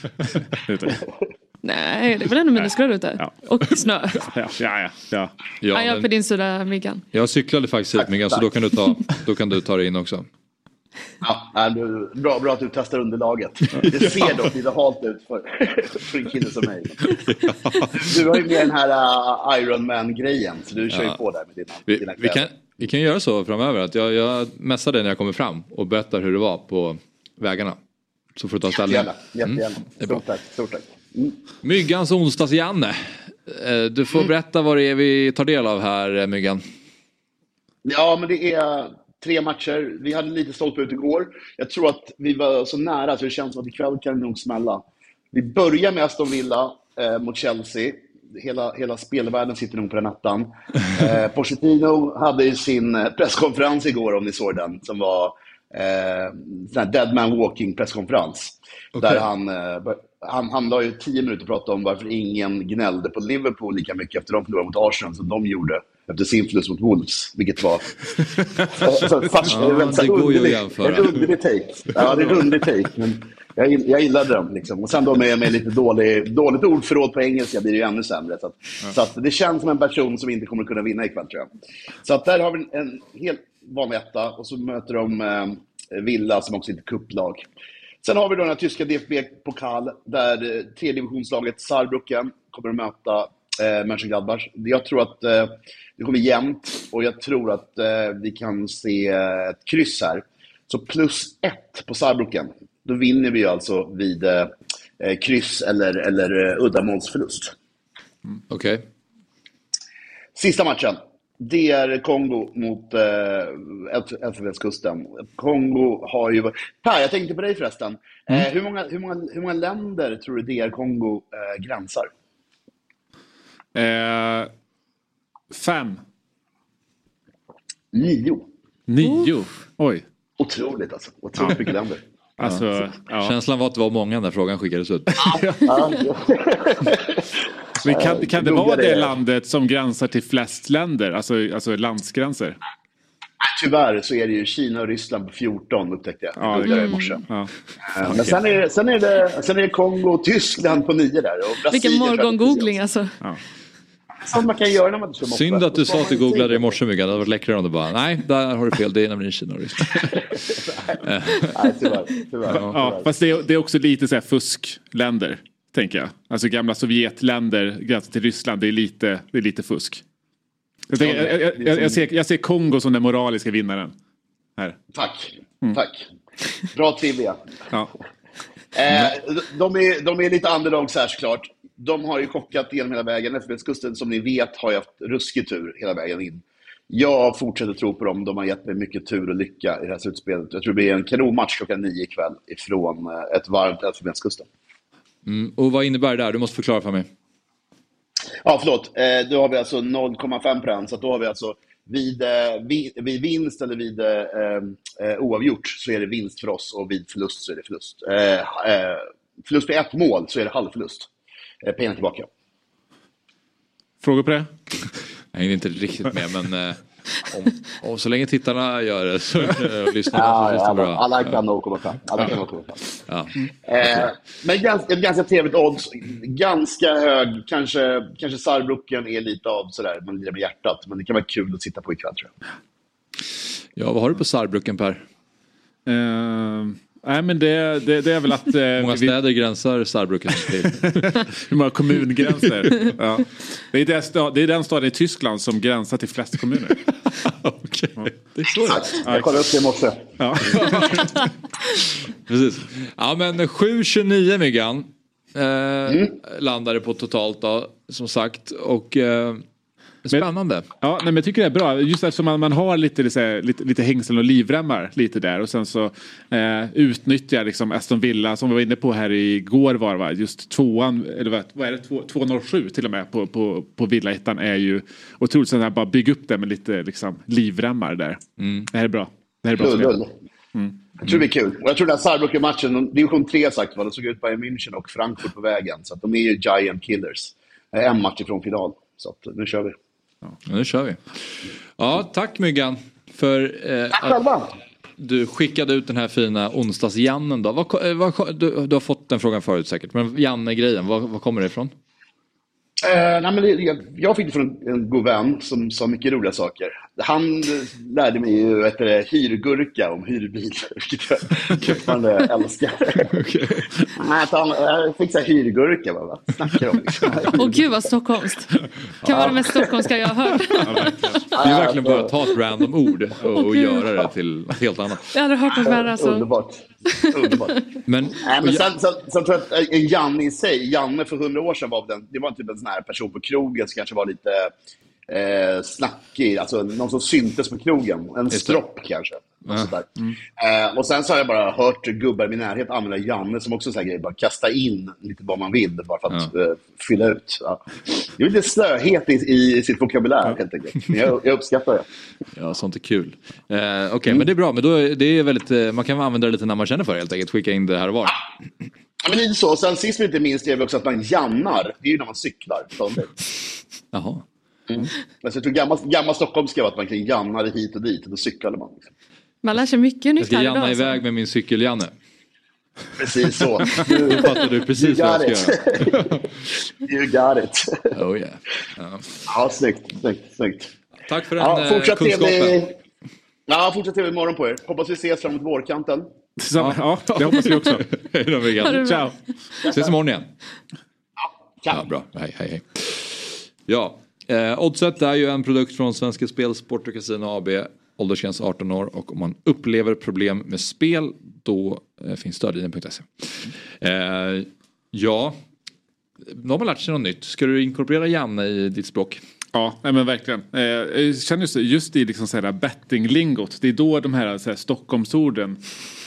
Nej, det är väl ändå minusgrader ute. Ja. Och snö. Ja. Jag är på din sida, Myggan. Jag cyklade faktiskt hit, Myggan, så då kan du ta det in också. Ja, bra att du testar underlaget. Det ser dock lite halt ut för en kille som mig. Du har ju med den här Ironman-grejen, så du kör ju på där med dina vi kan göra så framöver att jag messar dig när jag kommer fram och berättar hur det var på vägarna. Så får du ta ställning. Jättegärna. Stort tack. Myggans onsdags-Janne. Du får berätta vad det är vi tar del av här, Myggan. Ja, men det är 3 matcher. Vi hade lite stolpe ut igår. Jag tror att vi var så nära så det känns som att ikväll kan det nog smälla. Vi börjar med Aston Villa mot Chelsea. Hela spelvärlden sitter nog på den attan. Pochettino hade ju sin presskonferens igår, om ni såg den, som var Dead Man Walking presskonferens. Okay. Där han la ju 10 minuter att prata om varför ingen gnällde på Liverpool lika mycket efter de förlorade mot Arsenal som de gjorde efter sin förlust mot Wolves, vilket var det går ju att jämföra. En underlig take. Ja, det är en underlig take, men jag gillade dem liksom. Och sen då med lite dåligt ordförråd på engelska blir det ju ännu sämre. Så att det känns som en person som inte kommer kunna vinna ikväll, tror jag. Så att där har vi en helt vanlig etta och så möter de Villa som också är ett kupplag. Sen har vi då den här tyska DFB-pokal där 3 divisionslaget Saarbrücken kommer att möta Mönchengladbach. Jag tror att det kommer jämnt och jag tror att vi kan se ett kryss här. Så +1 på Saarbrücken. Då vinner vi alltså vid kryss eller uddamålsförlust. Okej. Sista matchen. Det är Kongo mot Elfenbenskusten. Kongo har ju... Per, jag tänkte på dig förresten. Hur många länder tror du DR Kongo gränsar? 5. 9. Oj. Otroligt alltså. Otroligt mycket länder. Alltså, Känslan var att det var många när frågan skickades ut. Men kan det vara det landet som gränsar till flest länder? Alltså landsgränser? Tyvärr så är det ju Kina och Ryssland på 14, upptäckte jag. I morse. Men sen är det Kongo och Tyskland på 9 där. Och vilken morgongoogling alltså. Ja. Som man kan göra när man inte ska moppa. Synd att du sa att du googlade i morse, Myggan. Det hade varit läckrare om du bara, nej, där har du fel. Det är nämligen Kina och Ryssland. Nej, tyvärr. Ja, fast det är också lite så här fuskländer, tänker jag. Alltså gamla Sovjetländer gränsar till Ryssland. Det är lite fusk. Jag ser Kongo som den moraliska vinnaren här. Tack. Bra trivia. Ja. De är lite underdogs här, såklart. De har ju chockat genom hela vägen. Elfenbenskusten, som ni vet, har ju haft ruskig tur hela vägen in. Jag fortsätter tro på dem. De har gett mig mycket tur och lycka i det här slutspelet. Jag tror det blir en kanonmatch 9:00 ikväll ifrån ett varmt Elfenbenskusten. Och vad innebär det där? Du måste förklara för mig. Ja, förlåt. Då har vi alltså 0,5%. Så att då har vi alltså vid vinst eller vid oavgjort så är det vinst för oss, och vid förlust så är det förlust. Förlust på 1 mål så är det halvförlust. Pengar tillbaka. Frågor på det? Jag hängde inte riktigt med, men om så länge tittarna gör det så lyssnar så bra. Alla kan 0,5. Men ganska trevligt odds. Ganska hög. Kanske Saarbrücken är lite av sådär, man lirar med hjärtat. Men det kan vara kul att sitta på ikväll, tror jag. Ja, vad har du på Saarbrücken, Per? Nej, men det är väl att... många städer gränsar Saarbrücken till. Hur många kommungränser? Ja. Det är den staden i Tyskland som gränsar till flest kommuner. Okej. Det är så. Jag kollade upp det i morse. Ja. Precis. Ja, men 7,29 Myggan landade på totalt då, som sagt. Och... spännande. Men jag tycker det är bra. Just eftersom man har lite hängsel och livremmar lite där. Och sen så utnyttjar liksom Aston Villa, som vi var inne på här igår, var just 2:an, eller vad är det? 2,07 till och med på Villa-ettan är ju otroligt. Så bara bygga upp det med lite liksom livremmar där. Det här är bra. Jag tror det är kul. Och jag tror den här Saarbrücken-matchen, division 3 sagt, det såg ut Bayern München och Frankfurt på vägen. Så att de är ju giant killers. En match ifrån final. Så att nu kör vi. Ja, nu kör vi. Ja, tack Myggan för att du skickade ut den här fina onsdagsjannen då. Du har fått den frågan förut säkert, men Janne-grejen, vad kommer det ifrån? Jag fick det från en god vän som sa mycket roliga saker. Han lärde mig ju hyrgurka om hyrbil, vilket jag fortfarande älskar. Jag fick så här hyrgurka, vad snackar om? Åh gud vad stockholmskt. Kan vara det mest stockholmska jag har hört. Det är verkligen bara att ta ett random ord och göra det till något helt annat. Jag hade hört något värre alltså. Underbart. Men sen tror jag att en Janne i sig, Janne för 100 år sedan det var typ en sån här person på krogen som kanske var lite snackig, alltså någon som syntes på krogen, en stropp kanske. Och sen så har jag bara hört gubbar i min närhet använda Janne som också så här grejer, bara kasta in lite vad man vill bara för att fylla ut. Det är lite slöhet i sitt vokabulär helt enkelt. Men jag uppskattar det. Ja, sånt är kul. Okej, men det är bra, men då det är väldigt, man kan använda det lite när man känner för det, helt enkelt, skicka in det här och var. Ja, men lite så. Sen sist men inte minst är det också att man jannar. Det är ju när man cyklar. Jaha. Jag tror gammal Stockholm skrev att man kan janna hit och dit, och då cyklade man. Man lär sig mycket nytt här idag. Jag ska janna iväg med min cykel, Janne. Precis så. Nu fattar du precis vad jag ska göra. You got it. Oh yeah. Ja, snyggt. Tack för den kunskapen. Fortsätt trevlig morgon på er. Hoppas vi ses framåt vårkanten. Ja, det hoppas vi också. Ciao. Ses imorgon igen. Ja, bra. Hej. Ja, Oddset är ju en produkt från Svenska Spel, Sport och Casino AB. Åldersgräns 18 år, och om man upplever problem med spel, då finns stödlinjen.se. Ja, nu har man lärt sig något nytt. Ska du inkorporera Janne i ditt språk? Ja, men verkligen. Jag känner just i liksom så här bettinglingot, det är då de här, så här Stockholmsorden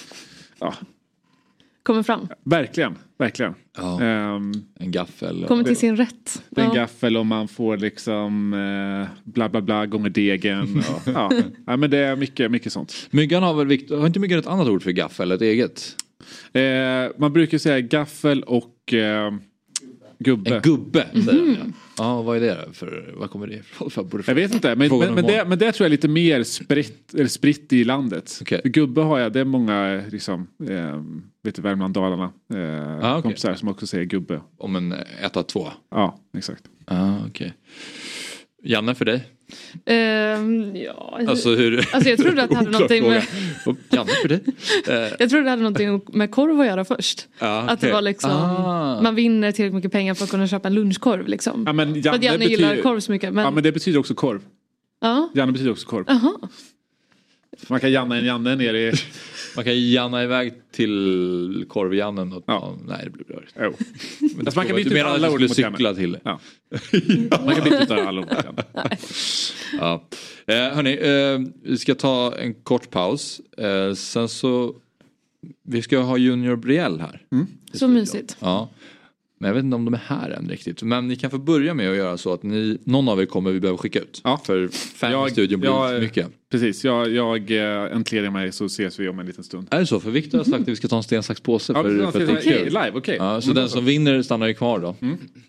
kommer fram. Verkligen. Ja. En gaffel. Kommer till sin rätt. Det är en gaffel och man får liksom bla bla bla gånger degen. Ja, men det är mycket sånt. Myggan har inte Myggan ett annat ord för gaffel, ett eget? Man brukar säga gaffel och gubbe. En gubbe, Ja, vad är det för? Vad kommer det ifrån? Jag vet inte, men det tror jag är lite mer spritt i landet. Okay. Gubbe har jag, det är många liksom, vet du, Värmland-Dalarna kompisar som också säger gubbe. Om en 1 av 2? Ja, exakt. Okej. Janne, för dig? Alltså jag trodde att det hade någonting med Janne, för dig? Jag trodde det hade någonting med korv att göra först. Att det var liksom man vinner tillräckligt mycket pengar för att kunna köpa en lunchkorv liksom. Ja, men för att Janne gillar korv så mycket. Ja, men det betyder också korv. Ja. Janne betyder också korv. Man kan janna en Janne ner i... Man kan janna iväg till korvjannen och nej, det blir bra. Jo. Men alltså, man kan byta alla ord mot cykla till. Ja. Man kan byta alla ord mot Janne. Ja. Hörni, vi ska ta en kort paus. Sen så vi ska ha Junior Brielle här. Så mysigt. Ja. Men jag vet inte om de är här än riktigt. Men ni kan få börja med att göra så att någon av er kommer vi behöver skicka ut. Ja. För 5 i studion blir för mycket. Precis, jag entledigar mig så ses vi om en liten stund. Är det så? För Victor har sagt att vi ska ta en sten, sax, påse. Ja, för det är kul. Live, okej. Ja, så den som vinner stannar ju kvar då.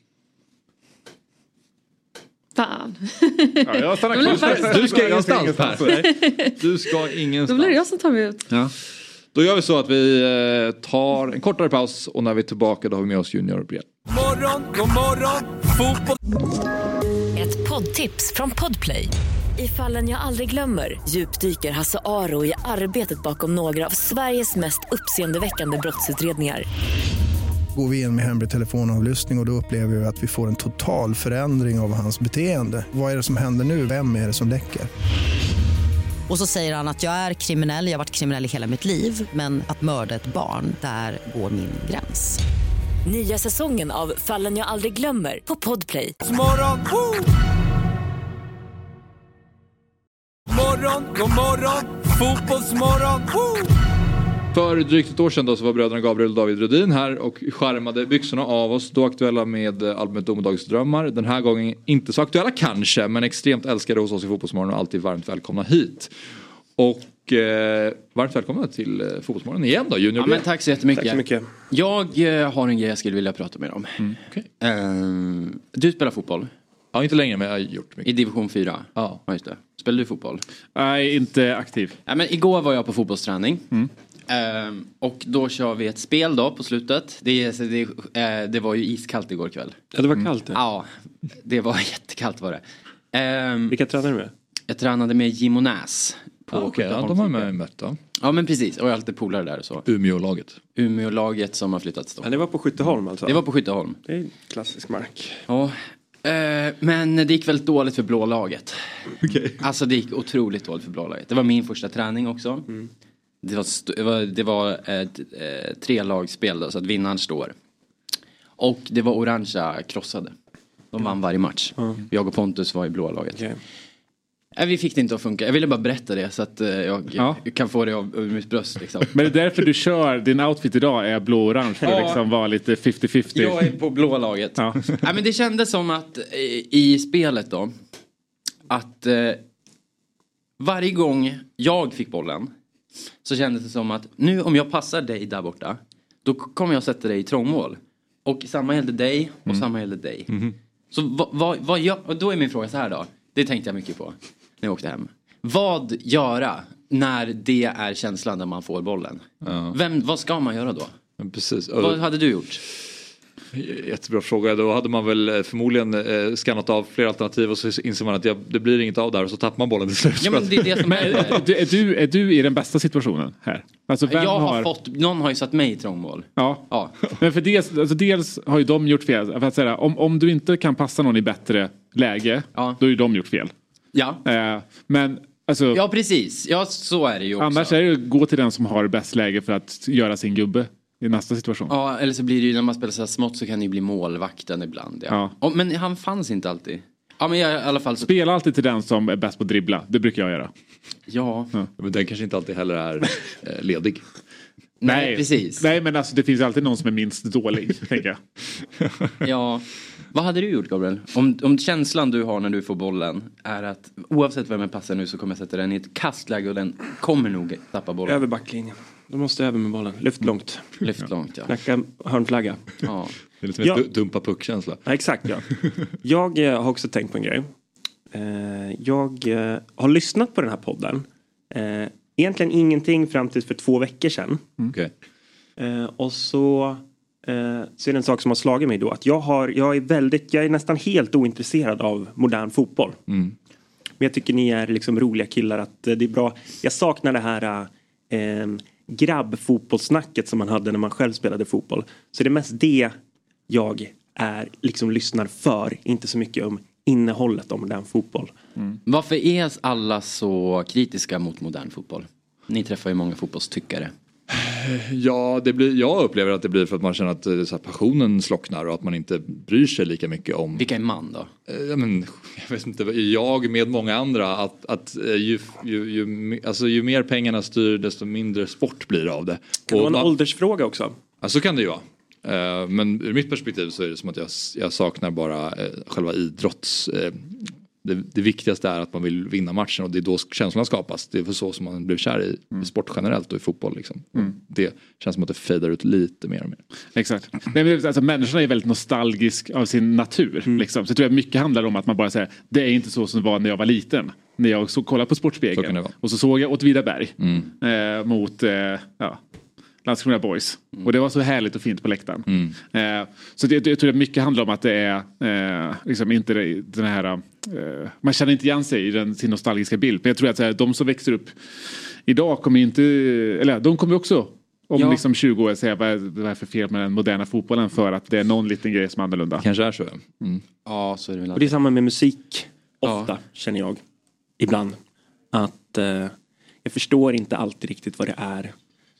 Fan. Ja, jag stannar kvar. Du ska ingenstans här. Du ska ingenstans. Då blir det jag som tar mig ut. Ja. Då gör vi så att vi tar en kortare paus och när vi är tillbaka då har vi med oss Junior och Brian. God morgon, fotboll. Ett poddtips från Podplay. I Fallen jag aldrig glömmer djupdyker Hasse Aro i arbetet bakom några av Sveriges mest uppseendeväckande brottsutredningar. Går vi in med hemlig telefonavlyssning och då upplever vi att vi får en total förändring av hans beteende. Vad är det som händer nu? Vem är det som läcker? Och så säger han att jag är kriminell, jag har varit kriminell i hela mitt liv. Men att mörda ett barn, där går min gräns. Nya säsongen av Fallen jag aldrig glömmer på Podplay. God morgon, fotbollsmorgon. För drygt ett år sedan då så var bröderna Gabriel och David Rudin här och skärmade byxorna av oss. Då aktuella med albumet Domedagsdrömmar. Den här gången inte så aktuella kanske, men extremt älskade hos oss i Fotbollsmorgon och alltid varmt välkomna hit. Och varmt välkomna till Fotbollsmorgon igen då, Junior. Ja, men tack så jättemycket. Tack så mycket. Jag har en grej jag skulle vilja prata med om. Okay. Du spelar fotboll? Ja, inte längre, men jag har gjort mycket. I division 4? Ja. Just det. Spelar du fotboll? Nej, inte aktiv. Ja, men igår var jag på fotbollsträning. Och då kör vi ett spel då på slutet. Det var ju iskallt igår kväll. Ja, det var kallt det. Ja, det var jättekallt var det. Vilka tränade du med? Jag tränade med Gimonäs. Okej, de har med mött då. Ja, men precis. Och jag har alltid polare där och så. Umeå-laget som har flyttats då. Ja, det var på Skytteholm alltså? Det var på Skytteholm. Det är klassisk mark. Ja. Men det gick väldigt dåligt för blålaget. Okay. Alltså det gick otroligt dåligt för blålaget. Det var min första träning också. Det var ett 3-lagsspel då, så att vinnaren står. Och det var orangea krossade. De vann varje match. Jag och Pontus var i blålaget. Okay. Vi fick det inte att funka. Jag ville bara berätta det så att jag kan få det ur mitt bröst liksom. Men det är därför du kör, din outfit idag är blå-orange för att liksom vara lite 50-50. Jag är på blålaget. Ja. Nej, men det kändes som att i spelet då att varje gång jag fick bollen så kändes det som att nu om jag passar dig där borta då kommer jag sätta dig i trångmål. Och samma gällde dig och samma gällde dig. Så och då är min fråga så här då. Det tänkte jag mycket på när jag åkte hem. Vad göra när det är känslan när man får bollen? Ja. Vad ska man göra då? Men precis. Vad hade du gjort? Jättebra fråga. Då hade man väl förmodligen skannat av flera alternativ och så inser man att det blir inget av där och så tappar man bollen till slut. Ja, men det är det som är du i den bästa situationen här? Alltså, någon har ju satt mig i trångmål. Ja. Men för dels har ju de gjort fel. För att säga, om du inte kan passa någon i bättre läge, då har ju de gjort fel. Ja. Men alltså, ja, precis. Ja, så är det ju också. Annars är det att gå till den som har bäst läge för att göra sin gubbe i nästa situation. Ja, eller så blir det ju när man spelar så här smått så kan det ju bli målvakten ibland. Ja. Men han fanns inte alltid. Ja, men jag, i alla fall så... Spela alltid till den som är bäst på att dribbla. Det brukar jag göra. Ja. Men den kanske inte alltid heller är ledig. Nej, precis. Nej, men alltså det finns alltid någon som är minst dålig, tänker jag. Ja. Vad hade du gjort, Gabriel? Om känslan du har när du får bollen är att oavsett vem jag passar nu så kommer jag sätta den i ett kastläge och den kommer nog tappa bollen. Över backlinjen. Då måste jag över med bollen. Lyft långt. Lyft långt, ja. Knacka hörnflagga. Ja. Det är lite en dumpa puckkänsla. Ja, exakt, ja. Jag har också tänkt på en grej. Jag har lyssnat på den här podden. Egentligen ingenting fram till för 2 veckor sedan. Okay. Och så är det en sak som har slagit mig då. Att jag är nästan helt ointresserad av modern fotboll. Men jag tycker ni är liksom roliga killar. Att det är bra. Jag saknar det här grabbfotbollssnacket som man hade när man själv spelade fotboll. Så det är mest det jag lyssnar för. Inte så mycket om innehållet om modern fotboll. Varför är alla så kritiska mot modern fotboll? Ni träffar ju många fotbollstyckare. Ja, jag upplever att det blir för att man känner att så här, passionen slocknar och att man inte bryr sig lika mycket om... Vilka är man då? Jag vet inte, jag med många andra att ju mer pengarna styr desto mindre sport blir det av det. Kan det vara en åldersfråga också? Ja, så kan det ju vara. Men ur mitt perspektiv så är det som att jag saknar bara själva idrotts... Det viktigaste är att man vill vinna matchen och det är då känslorna skapas. Det är för så som man blir kär i sport generellt och i fotboll. Liksom. Det känns som att det fejdar ut lite mer och mer. Exakt. Alltså, människorna är väldigt nostalgisk av sin natur. Liksom. Så jag tror att mycket handlar om att man bara säger det är inte så som det var när jag var liten. När jag kollade på Sportspegeln. Och så såg jag Åtvidaberg mot... Landskrona Boys. Och det var så härligt och fint på läktaren. Så jag tror att mycket handlar om att det är liksom inte den här... man känner inte igen sig i sin nostalgiska bild. Men jag tror att de som växer upp idag kommer inte... Eller de kommer också om liksom 20 år säga vad är för fel med den moderna fotbollen för att det är någon liten grej som är annorlunda. Kanske är så. Ja, så är det väl. Och det är samma med musik. Ofta känner jag. Ibland. Att jag förstår inte alltid riktigt vad det är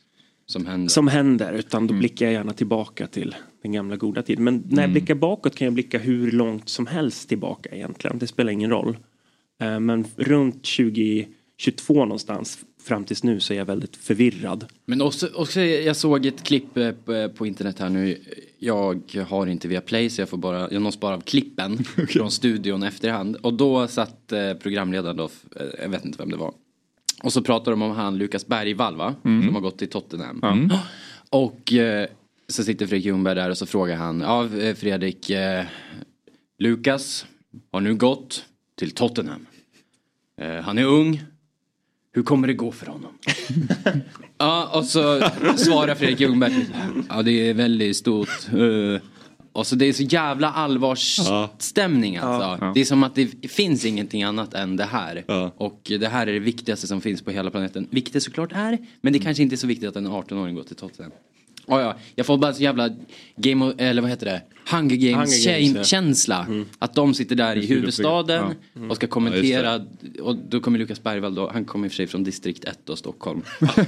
som händer, utan då blickar jag gärna tillbaka till den gamla goda tiden. Men när jag blickar bakåt kan jag blicka hur långt som helst tillbaka egentligen. Det spelar ingen roll. Men runt 2022 någonstans fram tills nu så är jag väldigt förvirrad. Men också jag såg ett klipp på internet här nu. Jag har inte via Play så jag nås bara av klippen från studion efterhand. Och då satt programledaren då, jag vet inte vem det var. Och så pratar de om han Lukas Bergvall, va? Som har gått till Tottenham. Och så sitter Fredrik Ljungberg där och så frågar han, Fredrik, Lukas har nu gått till Tottenham. Han är ung. Hur kommer det gå för honom? Och så svarar Fredrik Ljungberg, det är väldigt stort. Och så det är så jävla allvarsstämning alltså. Det är som att det finns ingenting annat än det här. Och det här är det viktigaste som finns på hela planeten. Vilket såklart är, men det kanske inte är så viktigt att en 18-åring går till Tottenham. Jag får bara så jävla Hunger Games-känsla. Att de sitter där i huvudstaden och ska kommentera. Och då kommer Lukas Bergvall då. Han kommer i och för sig från distrikt 1 och Stockholm.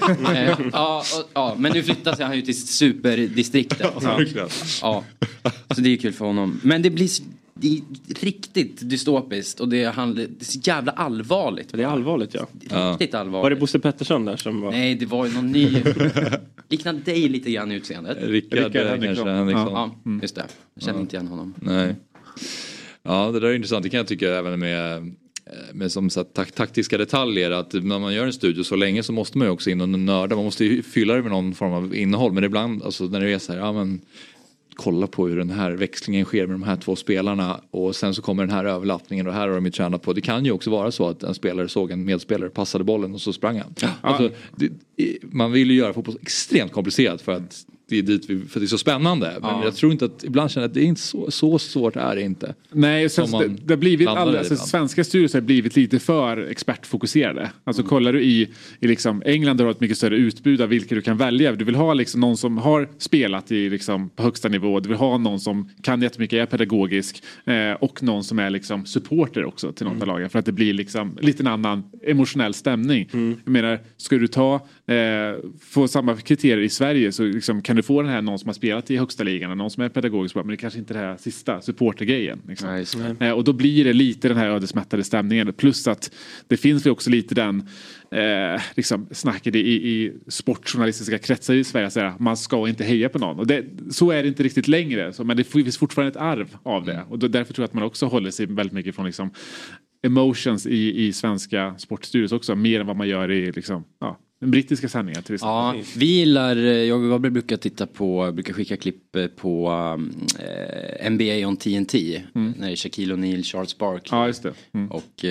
Men nu flyttar sig han ju till superdistriktet. Så det är kul för honom. Men det är riktigt dystopiskt och det är så jävla allvarligt. Det är allvarligt, Riktigt allvarligt. Var det Bosse Pettersson där som var... Nej, det var ju någon ny. Liknade dig lite grann i utseendet. Rickard Henriksson. Ja, just det. Jag känner inte igen honom. Nej. Ja, det där är intressant. Det kan jag tycka även med som så taktiska detaljer, att när man gör en studio så länge så måste man ju också in och nörda. Man måste ju fylla det med någon form av innehåll. Men ibland, alltså när det är så här, kolla på hur den här växlingen sker med de här två spelarna och sen så kommer den här överlappningen och här har de ju tränat på. Det kan ju också vara så att en spelare såg en medspelare, passade bollen och så sprang han. Alltså, man vill ju göra fotboll extremt komplicerat för att det är dit för det är så spännande. Men jag tror inte att ibland känner att det är inte så svårt är det inte. Nej, det har blivit svenska styrelser har blivit lite för expertfokuserade. Alltså kollar du i liksom England där du har ett mycket större utbud av vilka du kan välja. Du vill ha liksom någon som har spelat i liksom på högsta nivå. Du vill ha någon som kan jättemycket, är pedagogisk och någon som är liksom supporter också till något av lagen för att det blir liksom lite en annan emotionell stämning. Jag menar, ska du få samma kriterier i Sverige så liksom, kan du få den här någon som har spelat i högsta ligan och någon som är pedagogisk men det är kanske inte det här sista supportergrejen liksom. Och då blir det lite den här ödesmättade stämningen plus att det finns ju också lite den liksom snacket i sportjournalistiska kretsar i Sverige så man ska inte heja på någon och så är det inte riktigt längre men det finns fortfarande ett arv av det och därför tror jag att man också håller sig väldigt mycket från liksom emotions i svenska sportstudios också mer än vad man gör i liksom den brittiska sändningen till exempel. Ja, vi gillar, jag brukar skicka klipp på NBA on TNT när Shaquille O'Neal, Charles Barkley just det. Och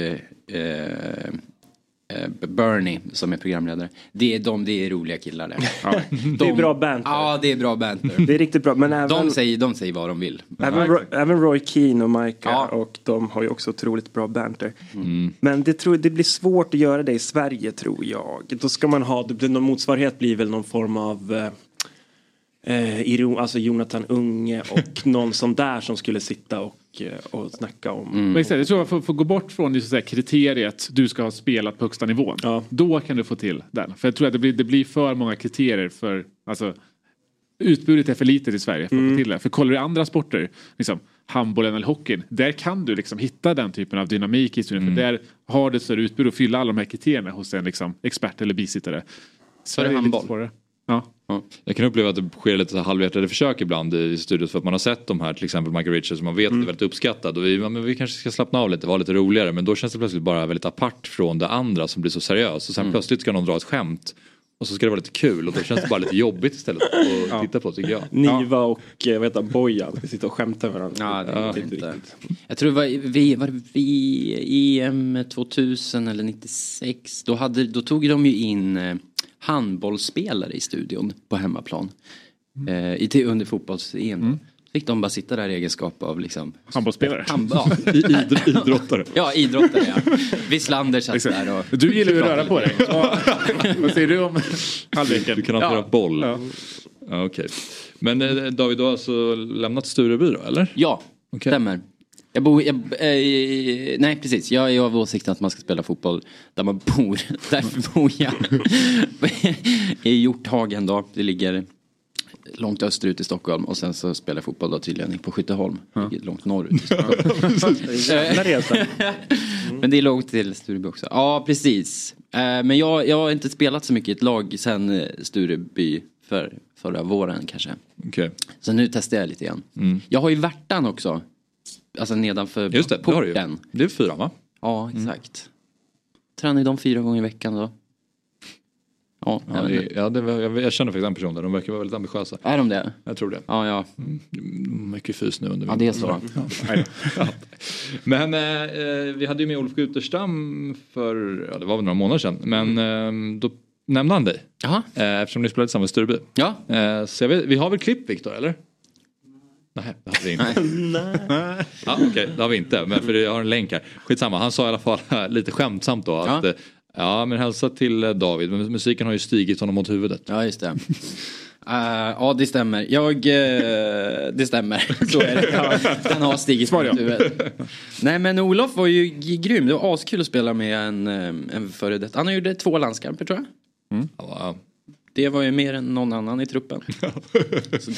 Bernie som är programledare. Det är roliga killar där. Det är bra banter. Ja, det är bra banter. Det är riktigt bra. Men även, de säger vad de vill. Även Roy Keane och Micah och de har ju också otroligt bra banter. Men det blir svårt att göra det i Sverige tror jag. Då ska man ha, någon motsvarighet blir väl någon form av alltså Jonathan Unge och någon som där som skulle sitta och snacka om. Men jag tror att får gå bort från det så här kriteriet du ska ha spelat på högsta nivån. Då kan du få till den. För jag tror att det blir för många kriterier för alltså utbudet är för litet i Sverige för att få till det. För kollar du andra sporter liksom handbollen eller hockeyn, där kan du liksom hitta den typen av dynamik i studien. För där har du större utbud och fylla alla de här kriterierna hos en liksom expert eller bisittare. Så är det handboll. Ja. Jag kan uppleva att det sker lite så halvhjärtade försök ibland i studios för att man har sett de här, till exempel Michael Richards, som man vet är väldigt uppskattad och vi kanske ska slappna av lite, vara lite roligare, men då känns det plötsligt bara väldigt apart från det andra som blir så seriöst och sen plötsligt ska någon dra ett skämt och så ska det vara lite kul och då känns det bara lite jobbigt istället att titta på, tycker jag. Niva och Bojan ska sitta och skämta varandra. Ja, det är inte. Jag tror det var vi EM 2000 eller 96, då tog de ju in handbollsspelare i studion på hemmaplan under fotbolls-EM. Fick de bara sitta där i egenskap av liksom handbollsspelare. Idrottare. Ja, idrottare, ja. Wislander satt där och... Du gillar ju att röra på dig. Vad säger du om halvleken? Du kan hantera boll. Ja, okej. Men David, du har alltså lämnat Stureby då, eller? Ja, stämmer. Nej, precis. Jag är av åsikten att man ska spela fotboll där man bor. Därför bor jag i Hjorthagen då. Det ligger långt österut i Stockholm. Och sen så spelar jag fotboll då tydligen på Skytteholm. Det ligger långt norrut i Stockholm. Men det är långt till Stureby också. Ja, precis. Men jag har inte spelat så mycket i ett lag sen Stureby förra våren kanske. Okay. Så nu testar jag lite igen. Jag har ju Värtan också. Alltså nedanför just det, porten. Det är 4, va? Ja, exakt. Tränar de 4 gånger i veckan då? Ja, jag känner för en person där. De verkar vara väldigt ambitiösa. Är de det? Jag tror det. Ja. Mycket fys nu under det är så. Men vi hade ju med Olof Guterstam för, det var väl några månader sedan. Men då nämnde han dig. Eftersom ni spelade tillsammans i Stureby. Ja. Så vi har väl klipp, Viktor, eller? Nej, det har vi inte. Nej. Ja, okej, det har vi inte. Men för jag har en länk här. Skitsamma, han sa i alla fall lite skämtsamt då att men hälsa till David. Men musiken har ju stigit honom mot huvudet. Ja, just det. Ja, det stämmer. Det stämmer. Så är det. Den har stigit mot huvudet. Nej, men Olof var ju grym. Det var askul att spela med en före detta. Han gjorde 2 landskamper, tror jag. Ja. Det var ju mer än någon annan i truppen. Så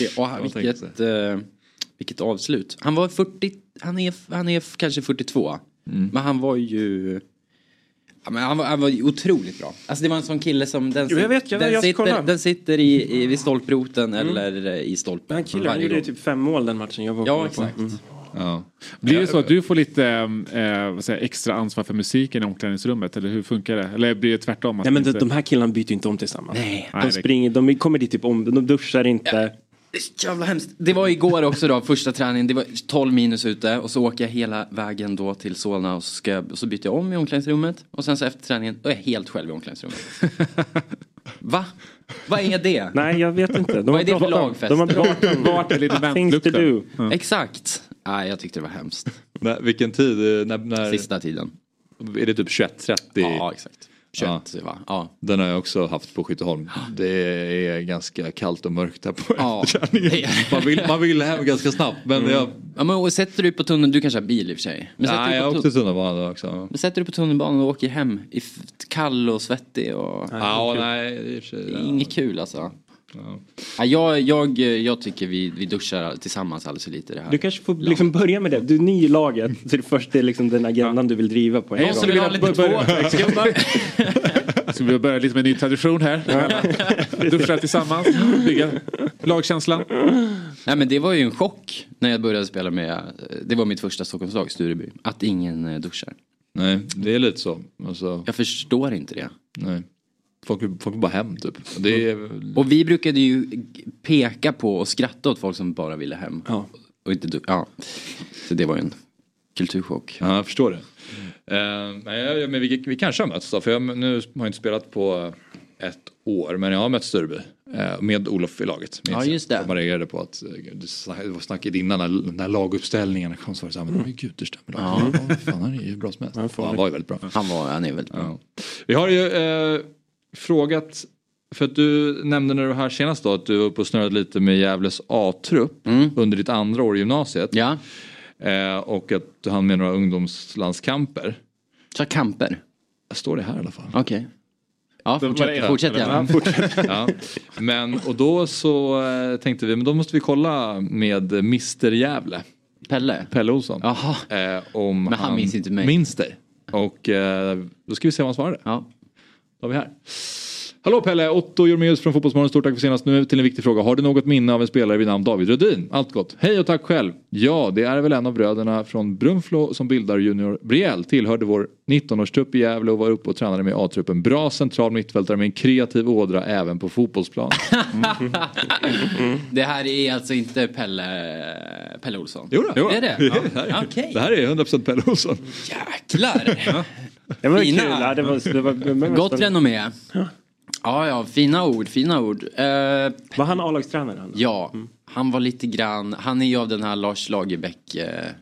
vilket avslut. Han var 40, han är kanske 42. Men han var ju han var otroligt bra. Alltså det var en sån kille som den sitter vid stolproten eller i stolpen. Han killen gjorde typ 5 mål den matchen jag var på. Ja, exakt. Ja. Blir det så att du får lite extra ansvar för musiken i omklädningsrummet, eller hur funkar det? Eller blir det tvärtom? Nej, men de här killarna byter inte om tillsammans. Nej. De kommer dit typ om, de duschar inte. Jävla hemskt. Det var igår också då, första träningen. Det var 12 minus ute. Och så åker jag hela vägen då till Solna. Och så byter jag om i omklädningsrummet. Och sen så efter träningen, då är jag helt själv i omklädningsrummet. Va? Vad är det? Nej, jag vet inte. Vad är det för lagfest? De har varit lite things to do. Exakt. Nej, jag tyckte det var hemskt. Vilken tid? När... Sista tiden. Är det typ 21-30? Ja, exakt. 21, va? Ja. Den har jag också haft på Skytteholm. Det är ganska kallt och mörkt där på man vill hem ganska snabbt. Men men sätter du på tunneln, du kanske har bil i och för sig. Men nej, jag åkte tunnelbanan också. Men sätter du på tunnelbanan och åker hem i kall och svettig och... nej, det är inget kul alltså. Ja. Jag tycker vi duschar tillsammans alldeles för lite det här. Du kanske får liksom börja med det. Du är ny i laget. Så det först är liksom den agendan du vill driva på. Så vi har lite Ska vi börja lite med en ny tradition här? Duschar tillsammans, bygga lagkänslan. Nej, men det var ju en chock när jag började spela med. Det var mitt första Stockholmslag, Stureby. Att ingen duschar. Nej, det är lite så alltså... Jag förstår inte det. Nej. Folk bara hem typ. Och vi brukade ju peka på och skratta åt folk som bara ville hem. Och inte så det var ju en kulturchock. Ja, jag förstår det. Men vi kanske har mötts då. För nu har jag inte spelat på 1 år. Men jag har mött Stureby. Med Olof i laget. Ja, just det. Man reagerade på att det var snacket innan när laguppställningarna kom. Så var det så här, men Guterstam. Fan, han är ju bra som helst. Han var ju väldigt bra. Han är väldigt bra. Ja. Vi har ju... frågat, för att du nämnde när du var här senast då att du var uppe och snurrade lite med Gävles A-trupp under ditt andra år i gymnasiet. Ja. Och att du hann med några ungdomslandskamper. Så kamper? Står det här i alla fall. Okej. Ja, fortsätt ja. Men, och då så tänkte vi, men då måste vi kolla med Mr. Gävle. Pelle Olsson. Om men han minns inte mig. Minns dig. Och då ska vi se vad han svarade. Ja. Då är vi här. Hallå Pelle, Otto Jormeus från Fotbollsmorgon. Stort tack för senast. Nu till en viktig fråga. Har du något minne av en spelare vid namn David Rödin? Allt gott. Hej och tack själv. Ja, det är väl en av bröderna från Brunflo som bildar Junior Brielle. Tillhörde vår 19-årstrupp i Gävle och var uppe och tränade med A-truppen. Bra central mittfältare med en kreativ ådra även på fotbollsplan. Det här är alltså inte Pelle Olsson? Jo, det är det? Ja. Det här är 100% Pelle Olsson. Jäklar! Det var fina. Kul. Det var gott renommé. Ja, fina ord. Var han A-lagstränare? Ja, han var lite grann. Han är ju av den här Lars Lagerbäck.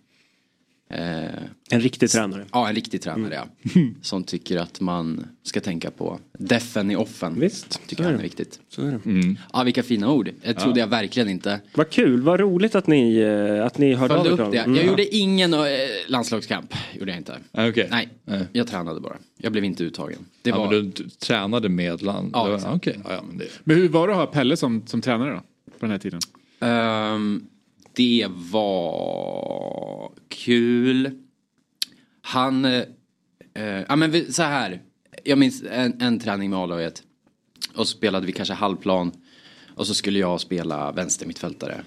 En riktig tränare. Ja, en riktig tränare, ja. Som tycker att man ska tänka på defen i offen. Visst, tycker han är viktigt. Så är det. Ja, vilka fina ord. Det trodde jag verkligen inte. Vad kul, vad roligt att ni hörde Följde av upp det. Jag gjorde ingen landslagskamp. Gjorde jag inte. Okay. Nej, jag tränade bara. Jag blev inte uttagen. Det var... Men du tränade med land? Ja, okay. Men hur var det att ha Pelle som tränare då? På den här tiden? Det var kul. Han men så här. Jag minns en träning med A-laget. Och så spelade vi kanske halvplan. Och så skulle jag spela vänstermittfältare.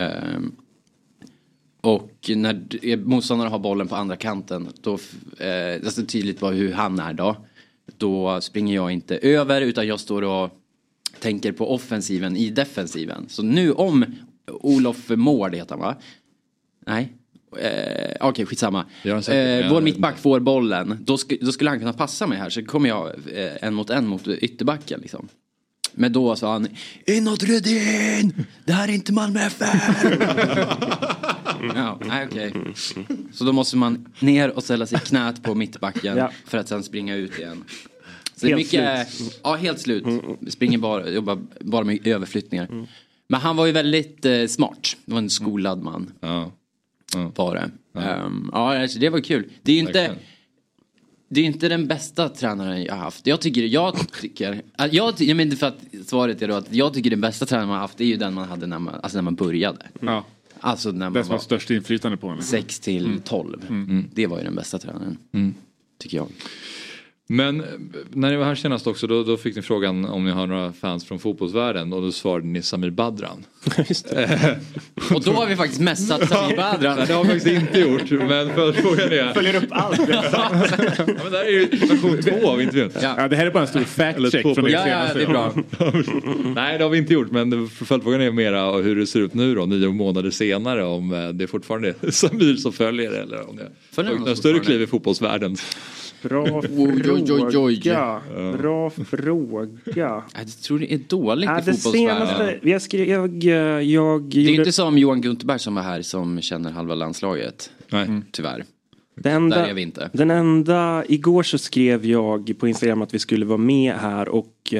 Och när motståndare har bollen på andra kanten, då det är så tydligt bara hur han är då springer jag inte över, utan jag står och tänker på offensiven i defensiven. Så nu om Olof Mård heter han, va? Nej. Okej, skitsamma. Vår mittback får bollen. Då skulle han kunna passa mig här. Så kommer jag en mot ytterbacken liksom. Men då sa han: inåt Rödin! Det här är inte Malmö FF! Ja, okej. Så då måste man ner och ställa sig i knät på mittbacken för att sen springa ut igen. Så det är mycket slut. Ja, helt slut. Springer jobbar bara med överflyttningar. Men han var ju väldigt smart. Det var en skolad man. Var det. Alltså, det var kul. Det är ju inte... Det är inte den bästa tränaren jag har haft. Jag men för att svaret är då att jag tycker den bästa tränaren man har haft är ju den man hade när man började. Ja. Alltså när man det som var störst inflytande på henne. 6 till 12. Det var ju den bästa tränaren. Tycker jag. Men när ni var här senast också, då fick ni frågan om ni har några fans från fotbollsvärlden, och då svarade ni Samir Badran. Just det. Och då har vi faktiskt mässat Samir Badran. Det har vi faktiskt inte gjort, men frågan är... Följer upp allt. Men det här är ju version 2 av intervjun. Ja, det här är bara en stor fact-check från det senaste. Ja, det är bra. Nej, det har vi inte gjort, men följdfrågan är mera hur det ser ut nu då, 9 månader senare, om det är fortfarande Samir som följer, eller om det är större kliv i fotbollsvärlden. Bra fråga. Bra fråga. Jag tror det är dåligt i fotbollsvärlden. Det är inte som Johan Gunterberg som var här som känner halva landslaget. Nej. Tyvärr. Där är vi inte. Den enda, igår så skrev jag på Instagram att vi skulle vara med här och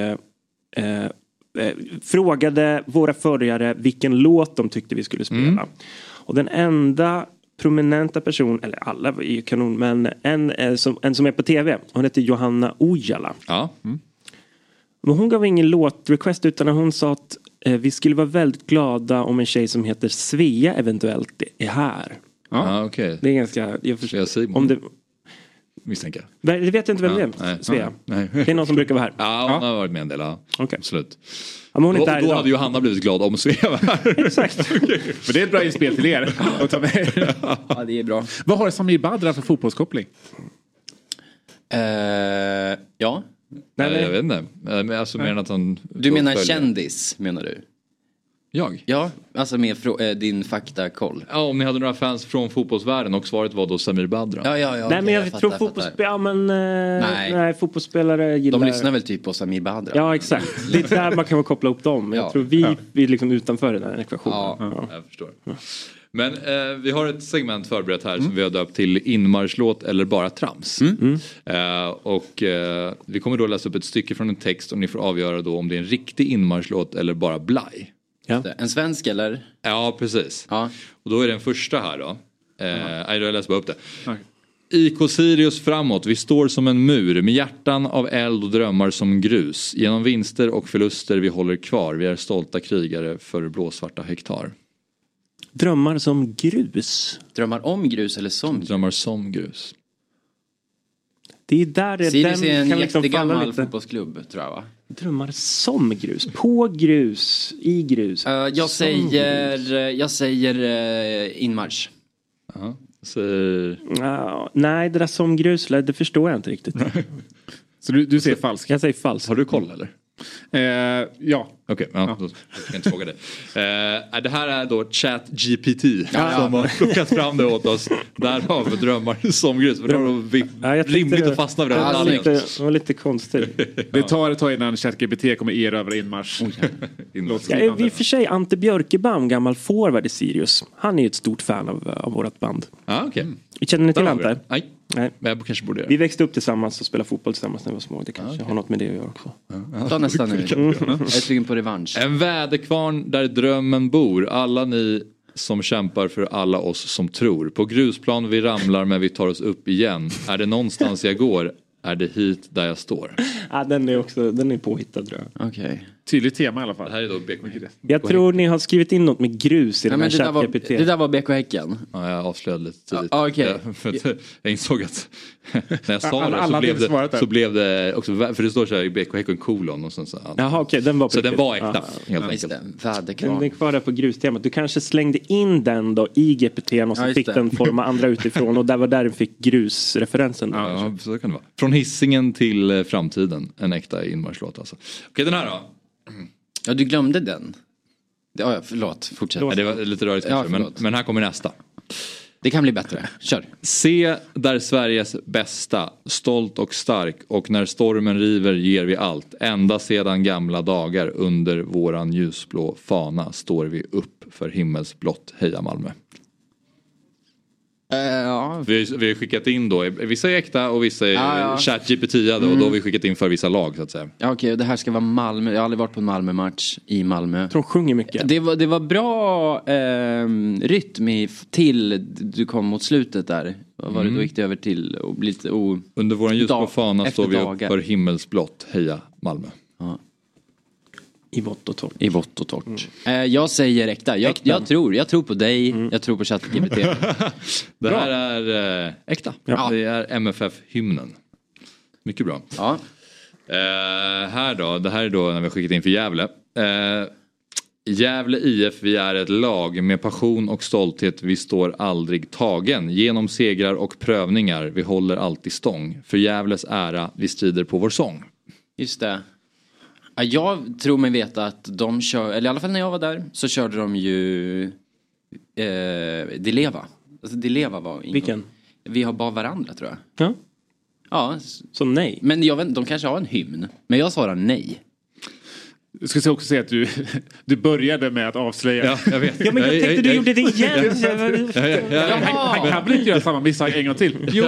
frågade våra följare vilken låt de tyckte vi skulle spela. Och den enda prominenta person, eller alla är ju kanon, men en som är på tv, hon heter Johanna Ojala. Ja. Men hon gav ingen låtrequest, utan hon sa att vi skulle vara väldigt glada om en tjej som heter Svea eventuellt är här. Ja, okej. Det är ganska... Om det misstänker. Det vet jag inte vem det är. Svea. Nej. Det är någon som brukar vara här. Ja, hon har varit med en del. Ja. Okay. Absolut. Ja, men hon är då hade Johanna blivit glad om Svea var här. Exakt. Men det är ett bra inspel till er att ta med. Ja, det är bra. Vad har Samir Badran för fotbollskoppling? Ja. Nej, jag vet inte. Men alltså, mer än att han... Du menar kändis, menar du? Jag? Ja, alltså med din faktakoll. Ja, om ni hade några fans från fotbollsvärlden, och svaret var då Samir Badran. Ja, nej, men jag tror fotbollsspelare, nej, fotbollsspelare gillar... De lyssnar väl typ på Samir Badran. Ja, exakt. Det är där man kan koppla upp dem. Jag tror vi är liksom utanför den här ekvationen. Ja, jag förstår. Men vi har ett segment förberett här som vi har döpt till inmarschlåt eller bara trams. Och vi kommer då läsa upp ett stycke från en text, och ni får avgöra då om det är en riktig inmarschlåt eller bara blaj. Ja. En svensk eller? Ja, precis. Ja. Och då är den första här då. Jag läser bara upp det. Okay. IK Sirius framåt, vi står som en mur med hjärtan av eld och drömmar som grus. Genom vinster och förluster vi håller kvar. Vi är stolta krigare för blåsvarta hektar. Drömmar som grus? Drömmar om grus eller som? Drömmar som grus. Det är där Sirius är en kan liksom jättegammal lite. Fotbollsklubb tror jag va? Drömmar som grus, på grus, i grus. Jag säger inmarsch. Nej, det där som grus, det förstår jag inte riktigt. Så du säger falskt? Jag säger falskt. Har du koll eller? Ja. Okej, då ska jag inte fråga dig. Det här är då ChatGPT som har plockat fram det åt oss. Där har vi drömmar som grus. För då är det rimligt att fastna vid det. Det var lite konstigt. Det tar ett tag innan ChatGPT kommer erövra inmarsch. I och för sig, Ante Björkebaum, gammal forward i Sirius. Han är ju ett stort fan av vårt band. Okej. Känner ni till Ante? Nej. Men jag kanske borde göra. Vi växte upp tillsammans och spelade fotboll tillsammans när vi var små. Det kanske har något med det att göra också. Ta nästan nu. Jag är sugen på revansch. En väderkvarn där drömmen bor. Alla ni som kämpar för alla oss som tror. På grusplan vi ramlar men vi tar oss upp igen. Är det någonstans jag går? Är det hit där jag står? Ja, den är påhittad tror jag. Okej. Tydligt tema i alla fall. Det här är då Jag tror ni har skrivit in något med grus i den här ChatGPT. Det där var BK Häcken. Ja, jag avslöjade lite tidigt. Okej. Jag insåg att när jag sa det så blev det också, för det står så här i BK Häcken kolon och så. Jaha, okej, den var på så den var äkta, helt enkelt. Den är kvar där på grustemat. Du kanske slängde in den då i GPT och så fick den forma andra utifrån och där var där den fick grusreferensen. Ja, så kan det vara. Från Hisingen till framtiden, en äkta inmarschlåt alltså. Okej, den här då. Ja, du glömde den. Ja, förlåt, fortsätt. Ja, det var lite rörigt kanske, men här kommer nästa. Det kan bli bättre, kör. Se där Sveriges bästa, stolt och stark, och när stormen river ger vi allt. Ända sedan gamla dagar under våran ljusblå fana står vi upp för himmelsblått. Heja Malmö. Ja. Vi har skickat in då, vissa är äkta och vissa är ChatGPT-ade och då har vi skickat in för vissa lag så att säga. Ja, okej, det här ska vara Malmö. Jag har aldrig varit på en Malmö-match i Malmö. Jag tror de sjunger mycket. Det var bra rytm till du kom mot slutet där. Vad var det då gick det över till och bli lite under våran ljusblå fana står vi upp för himmelsblått. Heja Malmö. Ja. I vått och torrt. I vått och torrt. Jag säger äkta. Jag tror på dig. Jag tror på ChatGPT. Det här är äkta. Ja. Det är MFF-hymnen. Mycket bra. Ja. Här då. Det här är då när vi har skickat in för Gävle. Gävle IF, vi är ett lag med passion och stolthet. Vi står aldrig tagen. Genom segrar och prövningar. Vi håller alltid stång. För Gävles ära, vi strider på vår sång. Just det. Jag tror mig veta att de kör, eller i alla fall när jag var där så körde de ju Dileva. Alltså Dileva var ingång. Vilken? Vi har bara varandra tror jag. Ja. Ja. Så nej. Men jag vet, de kanske har en hymn. Men jag svarar nej. Jag ska också säga att du började med att avslöja. Ja, jag vet. Ja, men jag tänkte du gjorde det igen. Han kan väl inte göra samma misstag en gång till? Jo,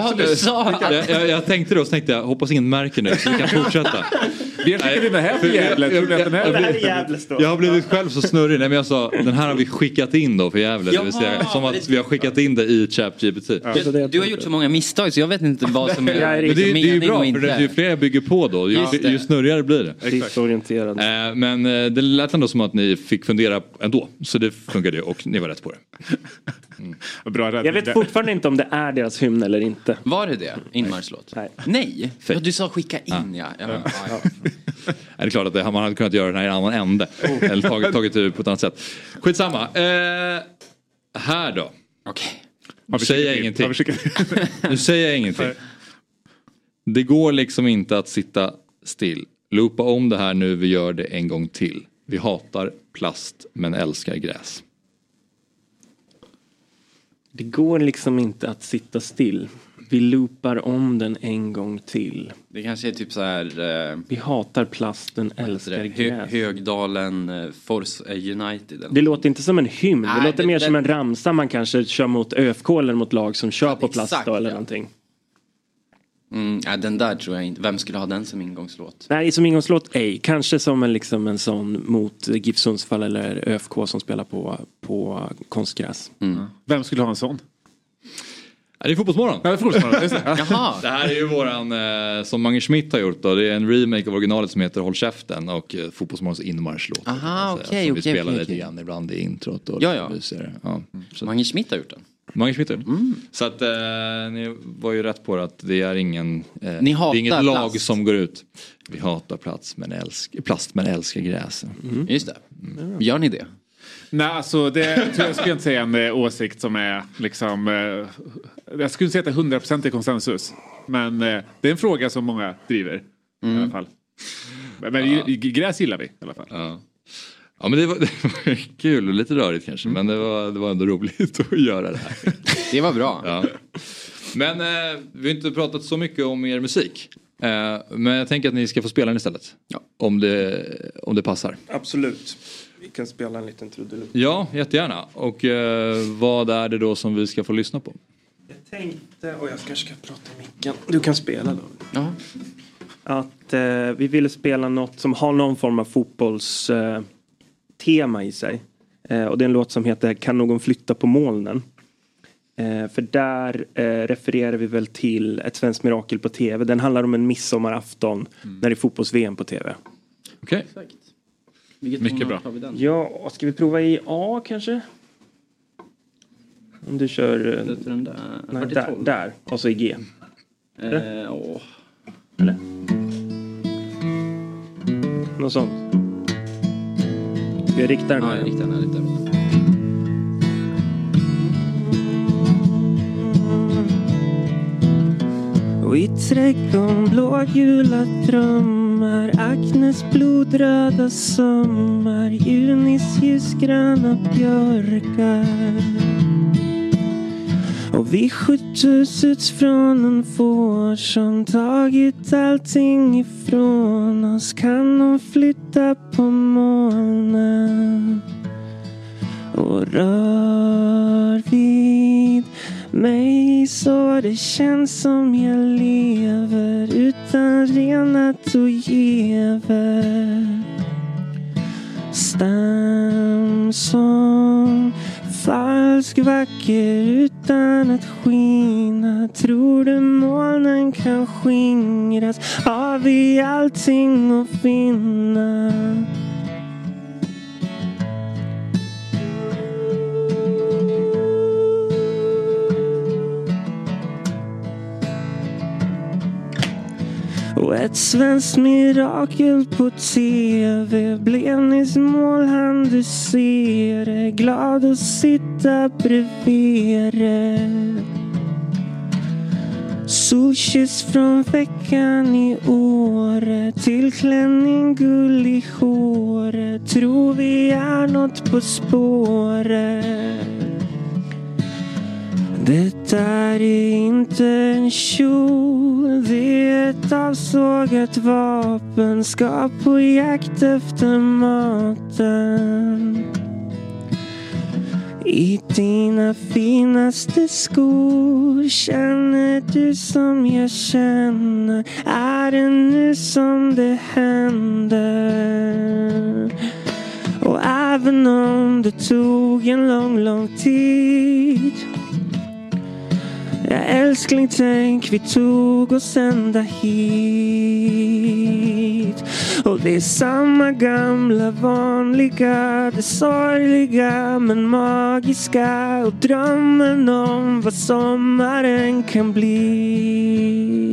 jag tänkte då, hoppas ingen märker nu så vi kan fortsätta. Jag tycker den här för Gävle. Jag har blivit själv så snurrig. Nej, men jag sa, den här har vi skickat in då för Gävle. Det vill säga, som att vi har skickat in det i ChatGPT. Du har gjort så många misstag så jag vet inte vad som är men det är ju bra, för ju fler jag bygger på då, ju snurrigare blir det. Tidsorienterad. Men det lät ändå som att ni fick fundera ändå. Så det funkade och ni var rätt på det. Bra, jag vet fortfarande inte om det är deras hymn eller inte. Var det? Inmarschlåt? Nej. Ja, du sa skicka in, ja. Det är klart att man hade kunnat göra den här i en annan ände. Eller tagit det på ett annat sätt. Skitsamma. Här då. Okej. Nu säger jag ingenting. Det går liksom inte att sitta still. Loopa om det här nu, vi gör det en gång till. Vi hatar plast men älskar gräs. Det går liksom inte att sitta still. Vi loopar om den en gång till. Det kanske är typ så här... vi hatar plasten, älskar gräs. Högdalen, Force United. Det låter inte som en hymn. Det låter mer som en ramsa man kanske kör mot ÖFK eller mot lag som kör på plast då, eller någonting. Den där tror jag inte. Vem skulle ha den som ingångslåt? Nej, som ingångslåt ej. Kanske som en sån mot GIF Sundsvall eller ÖFK som spelar på konstgräs. Vem skulle ha en sån? Det är Fotbollsmorgon. Ja, det är Fotbollsmorgon. Jaha. Det här är ju våran, som Mange Schmidt har gjort då. Det är en remake av originalet som heter Håll käften och Fotbollsmorgons inmarschlåt. Aha, okej. Vi spelar lite grann ibland i introt. Och ja. Så. Mange Schmidt har gjort den. Mange Schmitter. Så att ni var ju rätt på det att det är ingen ni hatar det är inget lag plast. som går ut. Vi hatar plast men älskar gräs. Just det. Gör ni det? Nej, alltså det tror jag skulle inte säga en åsikt som är liksom jag skulle säga att det är 100% i konsensus. Men det är en fråga som många driver i alla fall. Men gräs gillar vi i alla fall. Ja, men det var kul och lite rörigt kanske. Men det var ändå roligt att göra det här. Det var bra. Ja. Men vi har inte pratat så mycket om er musik. Men jag tänker att ni ska få spela den istället. Ja. Om det passar. Absolut. Vi kan spela en liten trudelutt. Ja, jättegärna. Och vad är det då som vi ska få lyssna på? Jag tänkte, och jag kanske ska prata i micken. Du kan spela då. Ja. Att vi ville spela något som har någon form av fotbollstema i sig. Och det är en låt som heter Kan någon flytta på molnen? För där refererar vi väl till Ett svenskt mirakel på tv. Den handlar om en midsommarafton när det är fotbolls-VM på tv. Okej. Mycket bra. Ja, ska vi prova i A kanske? Om du kör... Den där. Nej, där. Och så i G. Eller? Något sånt. Ska jag rikta den här? Ja, jag riktar den här lite. Och i trädgården blågula drömmar, Agnes blodröda sommar, Junis ljusgröna björkar. Och vi skjuts ut från en får som tagit allting ifrån oss. Kan de flytta på molnen och rör vid mig så det känns som jag lever utan renat och gever. Stam som falsk vacker utan att skina. Tror du molnen kan skingras? Har vi allting att finna? Och ett svenskt mirakel på tv. Blev nyss målhand, du ser det. Glad att sitta bredvid det. Solkyss från veckan i Åre. Till klänning gull i håret. Tror vi är något på spåret. Det är inte en kjol, det är ett avsågat vapen. Ska på jakt efter maten. I dina finaste skor känner du som jag känner. Är det nu som det händer? Och även om det tog en lång tid. Ja, älskling, tänk vi tog oss ända hit. Och det är samma gamla vanliga, det sorgliga men magiska. Och drömmen om vad sommaren kan bli.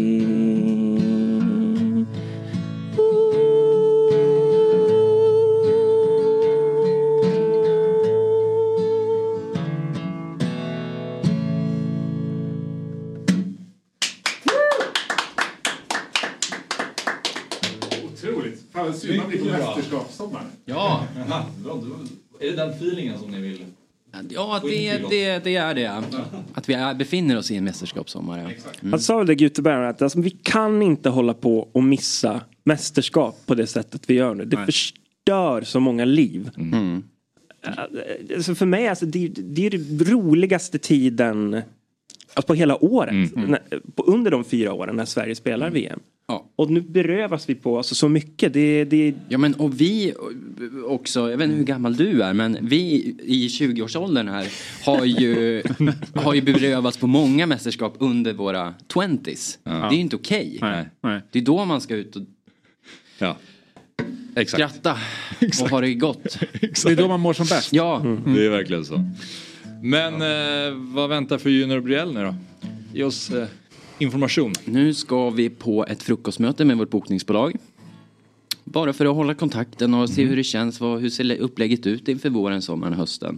Fan, synd man blir mästerskapssommar. Ja. Är det den feelingen som ni vill? Ja, det är det. Att vi befinner oss i en mästerskapssommar. Han sa väl det, Guteberg, att alltså, vi kan inte hålla på och missa mästerskap på det sättet vi gör nu. Det förstör så många liv. Alltså för mig, alltså, det är det roligaste tiden alltså på hela året. Under de 4 åren när Sverige spelar VM. Ja. Och nu berövas vi på alltså, så mycket. Ja, men och vi också, jag vet inte hur gammal du är, men vi i 20-årsåldern här har ju berövats på många mästerskap under våra 20s. Ja. Det är ju inte okej. Nej. Det är då man ska ut och skratta och ha det gott. Det är då man mår som bäst. Ja. Det är verkligen så. Men vad väntar för Junior och Brielle nu då? Ge oss information. Nu ska vi på ett frukostmöte med vårt bokningsbolag. Bara för att hålla kontakten och se hur det känns. Hur ser upplägget ut inför våren, sommaren och hösten.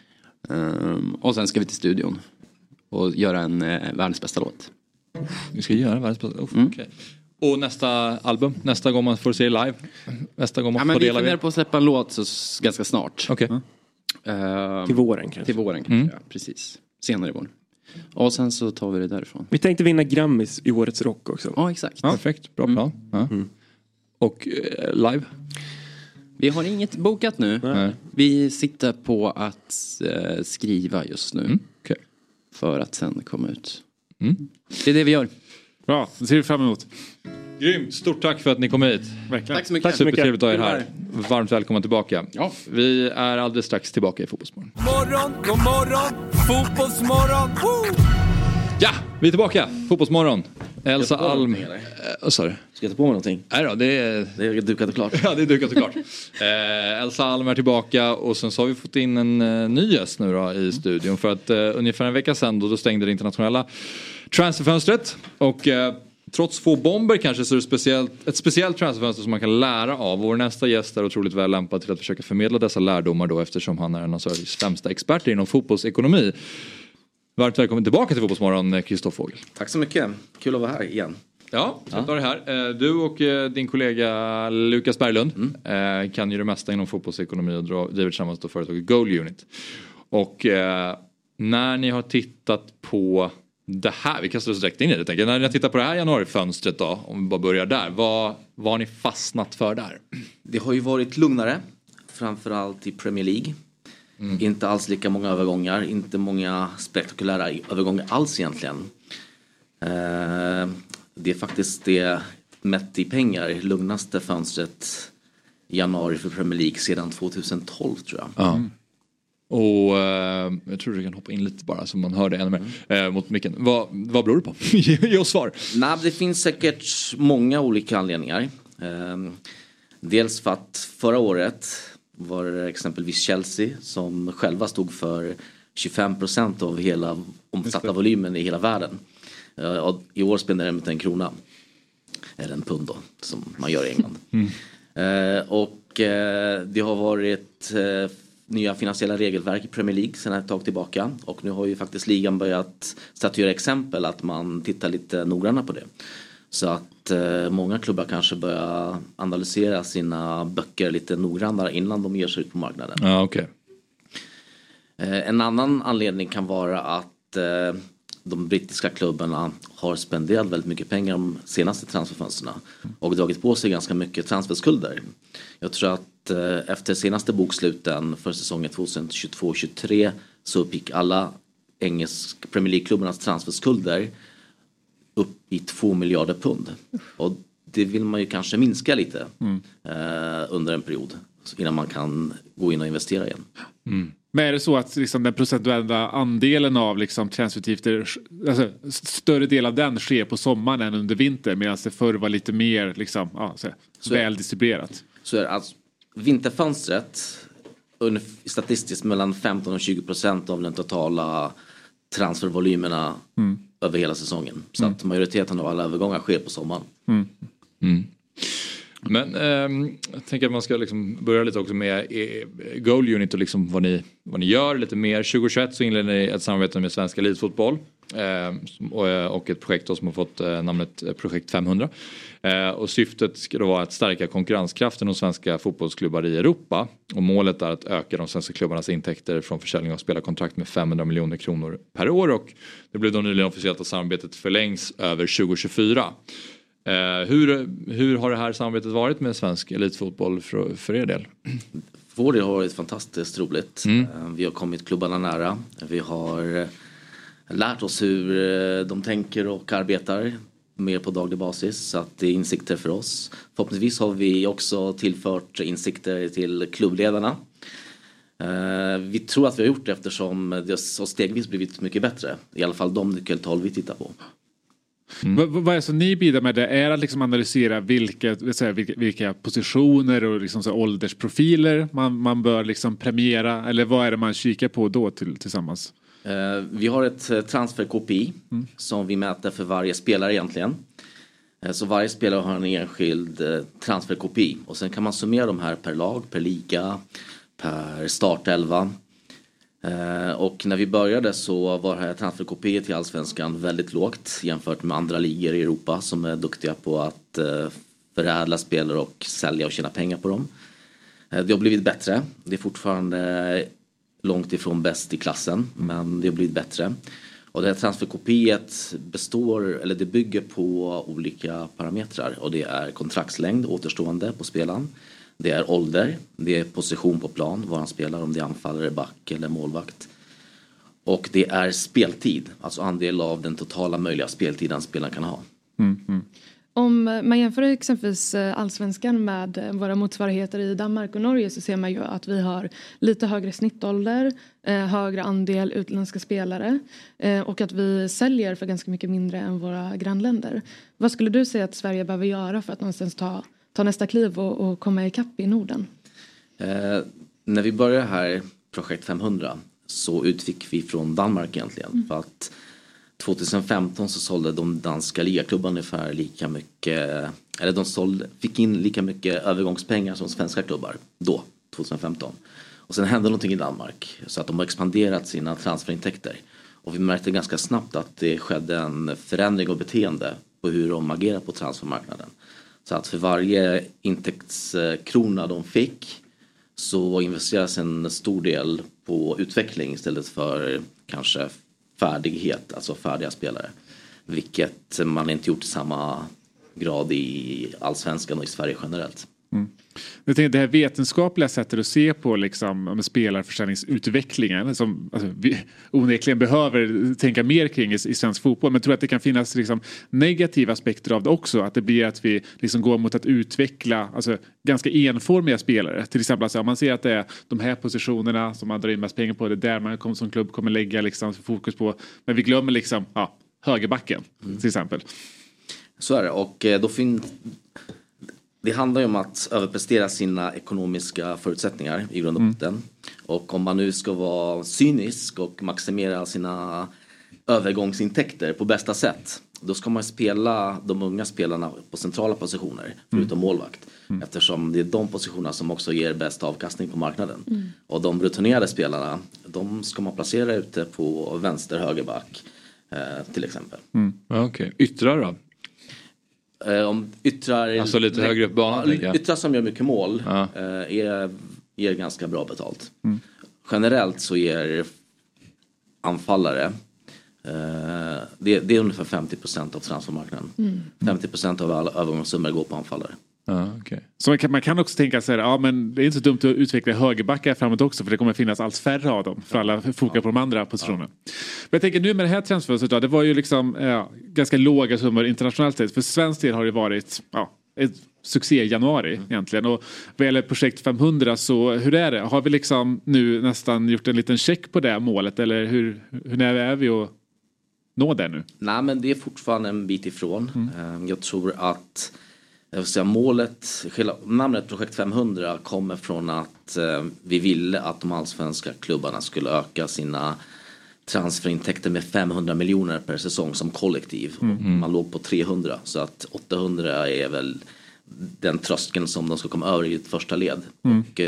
Och sen ska vi till studion. Och göra en världens bästa låt. Vi ska göra världens bästa låt? Okay. Och nästa album? Nästa gång man får se live? Nästa gång man får vi funderar på att släppa en låt ganska snart. Okay. Till våren kanske. Till våren kanske, ja, precis. Senare i våren. Och sen så tar vi det därifrån. Vi tänkte vinna Grammis i årets rock också. Ja, exakt. Ja, perfekt, bra plan. Ja. Och live? Vi har inget bokat nu. Nej. Vi sitter på att skriva just nu. Okay. För att sen komma ut. Det är det vi gör. Bra, det ser vi fram emot. Grymt, stort tack för att ni kom hit. Verkligen. Tack så mycket. Supertrevligt att ha er här. Varmt välkomna tillbaka. Ja. Vi är alldeles strax tillbaka i Fotbollsmorgon. God morgon, Fotbollsmorgon. Ja, vi är tillbaka. Fotbollsmorgon. Elsa Alm. Vad sa du? Ska jag ta på mig någonting? Nej då, det är dukat och klart. Ja, det är dukat och klart. Elsa Alm är tillbaka och sen så har vi fått in en ny gäst nu då i studion. För att ungefär en vecka sedan då stängde det internationella transferfönstret. Och trots få bomber kanske så är det ett speciellt transferfönster som man kan lära av. Vår nästa gäst är otroligt väl lämpad till att försöka förmedla dessa lärdomar då eftersom han är en av Sveriges främsta experter inom fotbollsekonomi. Varmt välkommen tillbaka till Fotbollsmorgon, Kristoffer Fogel. Tack så mycket. Kul att vara här igen. Ja, så tar det här. Du och din kollega Lukas Berglund kan ju det mesta inom fotbollsekonomi och driver tillsammans då företaget Goal Unit. Och när ni har tittat på det här, vi kastar oss direkt in i det. När ni har tittat på det här januarifönstret då, om vi bara börjar där. Vad har ni fastnat för där? Det har ju varit lugnare, framförallt i Premier League. Inte alls lika många övergångar, inte många spektakulära övergångar alls egentligen. Det är faktiskt det mätt i pengar lugnaste fönstret i januari för Premier League sedan 2012 tror jag. Ja. Och jag tror du kan hoppa in lite bara så man hör det ännu mer mot micken. Vad beror det på? Ge oss svar. Nej, det finns säkert många olika anledningar. Dels för att förra året var det exempelvis Chelsea som själva stod för 25% av hela omsatta volymen i hela världen. I år spenderar de inte en krona. Eller en pund då, som man gör i England. Det har varit nya finansiella regelverk i Premier League sedan ett tag tillbaka. Och nu har ju faktiskt ligan börjat statuera exempel att man tittar lite noggrannare på det. Så att många klubbar kanske börjar analysera sina böcker lite noggrannare innan de ger sig ut på marknaden. Ja, okej. En annan anledning kan vara att de brittiska klubbarna har spenderat väldigt mycket pengar de senaste transferfönsterna och dragit på sig ganska mycket transferskulder. Jag tror att efter senaste boksluten för säsongen 2022-23 så uppgick alla engelska Premier League-klubbarnas transferskulder upp i 2 miljarder pund. Och det vill man ju kanske minska lite under en period innan man kan gå in och investera igen. Men är det så att liksom den procentuella andelen av liksom transferutgifter, alltså större del av den sker på sommaren än under vinter medan det förr var lite mer liksom, väl distribuerat? Så är det, alltså, vinterfönstret statistiskt mellan 15 och 20% av den totala transfervolymerna över hela säsongen. Så att majoriteten av alla övergångar sker på sommaren. Men jag tänker att man ska liksom börja lite också med Goal Unit och liksom vad ni gör lite mer. 2021 så inledde ni ett samarbete med Svenska Elitfotboll och ett projekt som har fått namnet Projekt 500. Och syftet ska då vara att stärka konkurrenskraften hos svenska fotbollsklubbar i Europa. Och målet är att öka de svenska klubbarnas intäkter från försäljning av spelarkontrakt med 500 miljoner kronor per år. Och det blev då nyligen officiellt att samarbetet förlängs över 2024. Hur har det här samarbetet varit med svensk elitfotboll för er del? För vår del har varit fantastiskt roligt. Vi har kommit klubbarna nära. Vi har lärt oss hur de tänker och arbetar mer på daglig basis. Så att det är insikter för oss. Förhoppningsvis har vi också tillfört insikter till klubbledarna. Vi tror att vi har gjort det eftersom det har stegvis blivit mycket bättre. I alla fall de nyckeltal vi tittar på. Vad är det som ni bidrar med det? Är att liksom analysera vilka positioner och liksom så åldersprofiler man bör liksom premiera? Eller vad är det man kikar på då tillsammans? Vi har ett transfer-KPI som vi mäter för varje spelare egentligen. Så varje spelare har en enskild transfer-KPI. Och sen kan man summera de här per lag, per liga, per startelva. Och när vi började så var det här transfer-KPI till Allsvenskan väldigt lågt jämfört med andra ligor i Europa som är duktiga på att förädla spelare och sälja och tjäna pengar på dem. Det har blivit bättre. Det är fortfarande långt ifrån bäst i klassen, men det har blivit bättre. Och det här transfer-KPIet det bygger på olika parametrar. Och det är kontraktslängd återstående på spelaren. Det är ålder, det är position på plan, var han spelar, om det är anfallare, back eller målvakt. Och det är speltid, alltså andel av den totala möjliga speltiden spelaren kan ha. Om man jämför exempelvis Allsvenskan med våra motsvarigheter i Danmark och Norge så ser man ju att vi har lite högre snittålder, högre andel utländska spelare och att vi säljer för ganska mycket mindre än våra grannländer. Vad skulle du säga att Sverige behöver göra för att någonstans ta nästa kliv och komma ikapp i Norden? När vi började här projekt 500 så utfick vi från Danmark egentligen. För att 2015 så sålde de danska ligaklubbarna ungefär lika mycket, eller de fick in lika mycket övergångspengar som svenska klubbar då, 2015. Och sen hände någonting i Danmark så att de har expanderat sina transferintäkter. Och vi märkte ganska snabbt att det skedde en förändring av beteende på hur de agerar på transfermarknaden. Så att för varje intäktskrona de fick så investeras en stor del på utveckling istället för kanske färdighet, alltså färdiga spelare. Vilket man inte gjort i samma grad i Allsvenskan och i Sverige generellt. Jag tänker, det här vetenskapliga sättet att se på liksom, spelarförsäljningsutvecklingen som vi onekligen behöver tänka mer kring i svensk fotboll, men tror att det kan finnas liksom, negativa aspekter av det också, att det blir att vi liksom, går mot att utveckla ganska enformiga spelare, till exempel om man ser att det är de här positionerna som man drar in mest pengar på, det där man som klubb kommer lägga liksom, fokus på, men vi glömmer liksom, högerbacken till exempel. Så är det, och då det handlar ju om att överprestera sina ekonomiska förutsättningar i grund och botten. Och om man nu ska vara cynisk och maximera sina övergångsintäkter på bästa sätt, då ska man spela de unga spelarna på centrala positioner förutom målvakt. Eftersom det är de positionerna som också ger bäst avkastning på marknaden. Och de rutinerade spelarna, de ska man placera ute på vänster högerback till exempel. Okej. Yttrar då? Om yttrar, alltså lite högre upp banan, yttrar som gör mycket mål ger ganska bra betalt. Generellt så ger anfallare det är ungefär 50% av transfermarknaden. 50% av alla övergångssummor går på anfallare. Okay. Så man kan också tänka sig men det är inte så dumt att utveckla högerbackar framåt också, för det kommer finnas allt färre av dem för alla fokar på de andra positionerna. Men jag tänker nu med det här transferfönstret, det var ju liksom ganska låga summor internationellt sett. För svensk del har det varit ett succé i januari egentligen. Och vad gäller projekt 500, så hur är det? Har vi liksom nu nästan gjort en liten check på det målet, eller hur nära är vi att nå det nu? Nej, men det är fortfarande en bit ifrån. Jag tror att målet, namnet projekt 500 kommer från att vi ville att de allsvenska klubbarna skulle öka sina transferintäkter med 500 miljoner per säsong som kollektiv. Man låg på 300, så att 800 är väl den tröskeln som de ska komma över i ett första led. Och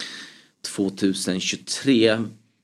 2023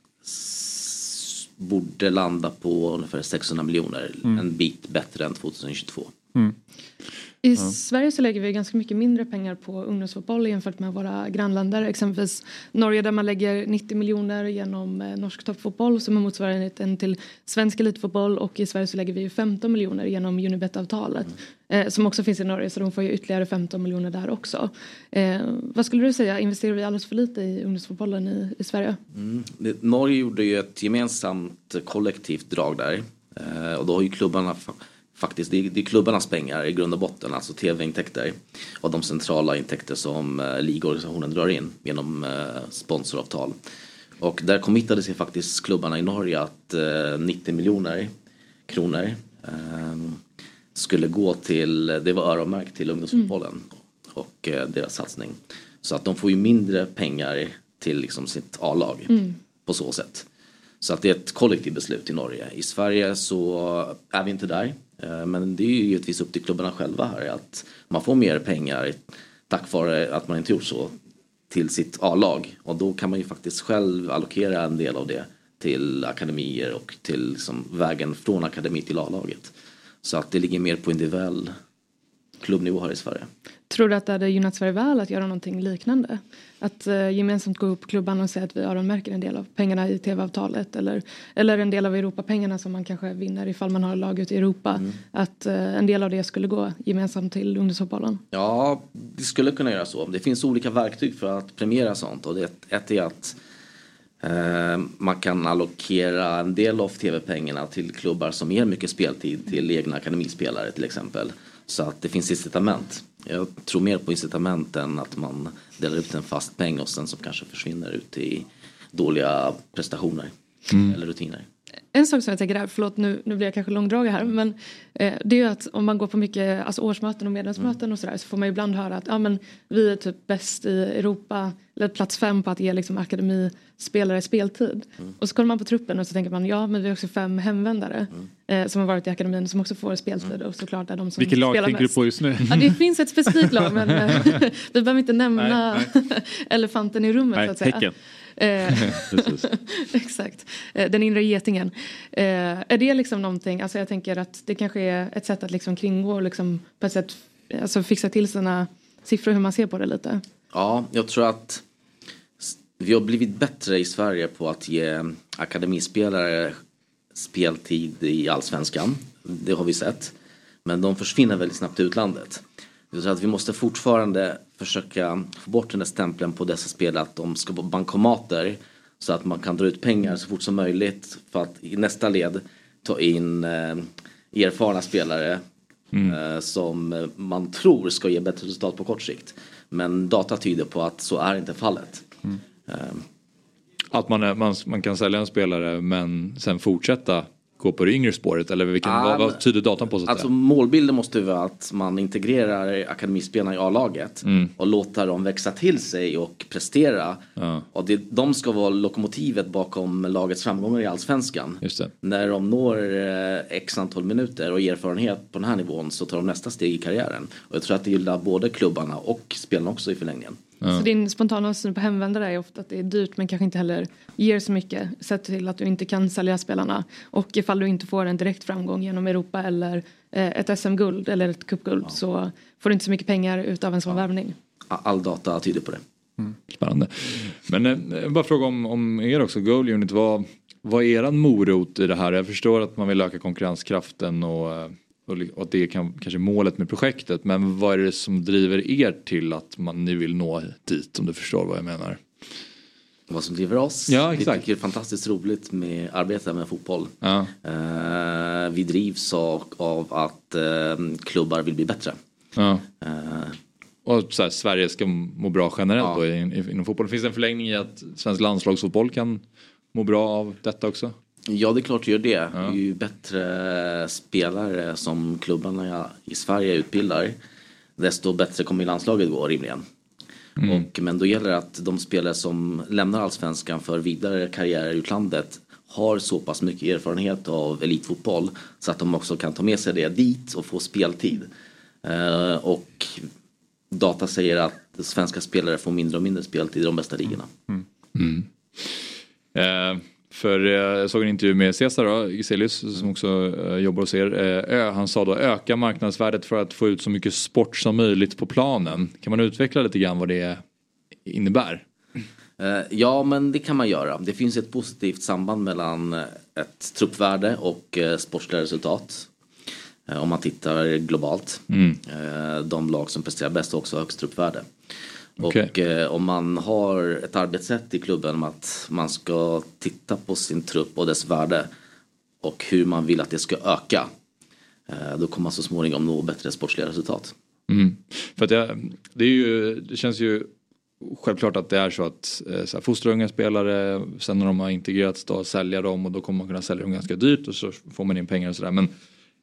borde landa på ungefär 600 miljoner, en bit bättre än 2022. I Sverige så lägger vi ganska mycket mindre pengar på ungdomsfotboll jämfört med våra grannländer. Exempelvis Norge, där man lägger 90 miljoner genom norsk toppfotboll som är motsvarigheten till svensk elitfotboll, och i Sverige så lägger vi 15 miljoner genom Unibet-avtalet som också finns i Norge, så de får ju ytterligare 15 miljoner där också. Vad skulle du säga, investerar vi alldeles för lite i ungdomsfotbollen i Sverige? Norge gjorde ju ett gemensamt kollektivt drag där, och då har ju klubbarna faktiskt, det är klubbarnas pengar i grund och botten, alltså tv-intäkter och de centrala intäkter som ligorganisationen drar in genom sponsoravtal. Och där committade sig faktiskt klubbarna i Norge att 90 miljoner kronor skulle gå till, det var öronmärkt till ungdomsfotbollen och deras satsning. Så att de får ju mindre pengar till liksom sitt A-lag på så sätt. Så att det är ett kollektivt beslut i Norge. I Sverige så är vi inte där. Men det är ju givetvis upp till klubbarna själva här. Att man får mer pengar tack vare att man inte gjort så till sitt A-lag. Och då kan man ju faktiskt själv allokera en del av det till akademier och till liksom vägen från akademi till A-laget. Så att det ligger mer på individuell klubbnivå här i Sverige. Tror du att det hade gynnat Sverige väl att göra någonting liknande? Att gemensamt gå upp klubban och säga att vi öronmärker en del av pengarna i tv-avtalet eller en del av Europapengarna som man kanske vinner ifall man har lag ute i Europa. Att en del av det skulle gå gemensamt till ungdomsfotbollen. Ja, det skulle kunna göra så. Det finns olika verktyg för att premiera sånt. Och ett är att man kan allokera en del av tv-pengarna till klubbar som ger mycket speltid till egna akademispelare till exempel. Så att det finns incitament. Jag tror mer på incitament än att man delar ut en fast peng och sen som kanske försvinner ut i dåliga prestationer eller rutiner. En sak som jag tänker här, förlåt nu blir jag kanske långdragig här, men det är ju att om man går på mycket alltså årsmöten och medlemsmöten och sådär så får man ju ibland höra att men vi är typ bäst i Europa eller plats 5 på att ge liksom akademispelare speltid. Och så kollar man på truppen och så tänker man men vi har också 5 hemvändare som har varit i akademin som också får speltid och såklart är de som vilket lag spelar tänker mest. Du på just nu? Ja, det finns ett specifikt lag men vi behöver inte nämna elefanten i rummet så att säga. Häcken. Exakt, den inre getingen. Är det liksom någonting, alltså jag tänker att det kanske är ett sätt att liksom kringgå liksom på ett sätt, alltså fixa till sina siffror hur man ser på det lite. Ja, jag tror att vi har blivit bättre i Sverige på att ge akademispelare speltid i allsvenskan. Det har vi sett. Men de försvinner väldigt snabbt i utlandet. Så att vi måste fortfarande försöka få bort den där stämpeln på dessa spelare att de ska vara bankomater så att man kan dra ut pengar så fort som möjligt för att i nästa led ta in erfarna spelare som man tror ska ge bättre resultat på kort sikt. Men data tyder på att så är inte fallet. Att man kan sälja en spelare men sen fortsätta gå på det yngre spåret eller vad tyder datan på? Alltså målbilden måste vara att man integrerar akademispelarna i A-laget och låter dem växa till sig och prestera. Och de ska vara lokomotivet bakom lagets framgångar i allsvenskan. Just det. När de når x antal minuter och erfarenhet på den här nivån så tar de nästa steg i karriären. Och jag tror att det gillar både klubbarna och spelarna också i förlängningen. Så din spontana syn på hemvändare är ofta att det är dyrt men kanske inte heller ger så mycket. Sett till att du inte kan sälja spelarna. Och ifall du inte får en direkt framgång genom Europa eller ett SM-guld eller ett cupguld så får du inte så mycket pengar utav en sån värvning. All data tyder på det. Spännande. Men bara fråga om er också. Goal Unit, vad är eran morot i det här? Jag förstår att man vill öka konkurrenskraften och att det är kanske målet med projektet. Men vad är det som driver er till att man nu vill nå dit, om du förstår vad jag menar? Vad som driver oss? Ja, exakt. Vi tycker det är fantastiskt roligt med arbeta med fotboll. Ja. Vi drivs av att klubbar vill bli bättre. Ja. Och så här, Sverige ska må bra generellt då, inom fotboll. Finns det en förlängning i att svensk landslagsfotboll kan må bra av detta också? Ja, det är klart det gör det. Ja. Ju bättre spelare som klubbarna i Sverige utbildar, desto bättre kommer landslaget gå rimligen. Men då gäller det att de spelare som lämnar allsvenskan för vidare karriärer i utlandet har så pass mycket erfarenhet av elitfotboll så att de också kan ta med sig det dit och få speltid. Och data säger att svenska spelare får mindre och mindre speltid i de bästa ligorna. För jag såg en intervju med Cesar Giselius som också jobbar hos er. Han sa då öka marknadsvärdet för att få ut så mycket sport som möjligt på planen. Kan man utveckla lite grann vad det innebär? Ja, men det kan man göra. Det finns ett positivt samband mellan ett truppvärde och sportsliga resultat. Om man tittar globalt. De lag som presterar bäst har också högst truppvärde. Okay. Och om man har ett arbetssätt i klubben om att man ska titta på sin trupp och dess värde och hur man vill att det ska öka, då kommer man så småningom nå bättre sportsliga resultat. För att det känns ju självklart att det är så att så här, fostra unga spelare, sen när de har integrerats då sälja dem och då kommer man kunna sälja dem ganska dyrt och så får man in pengar och sådär. Men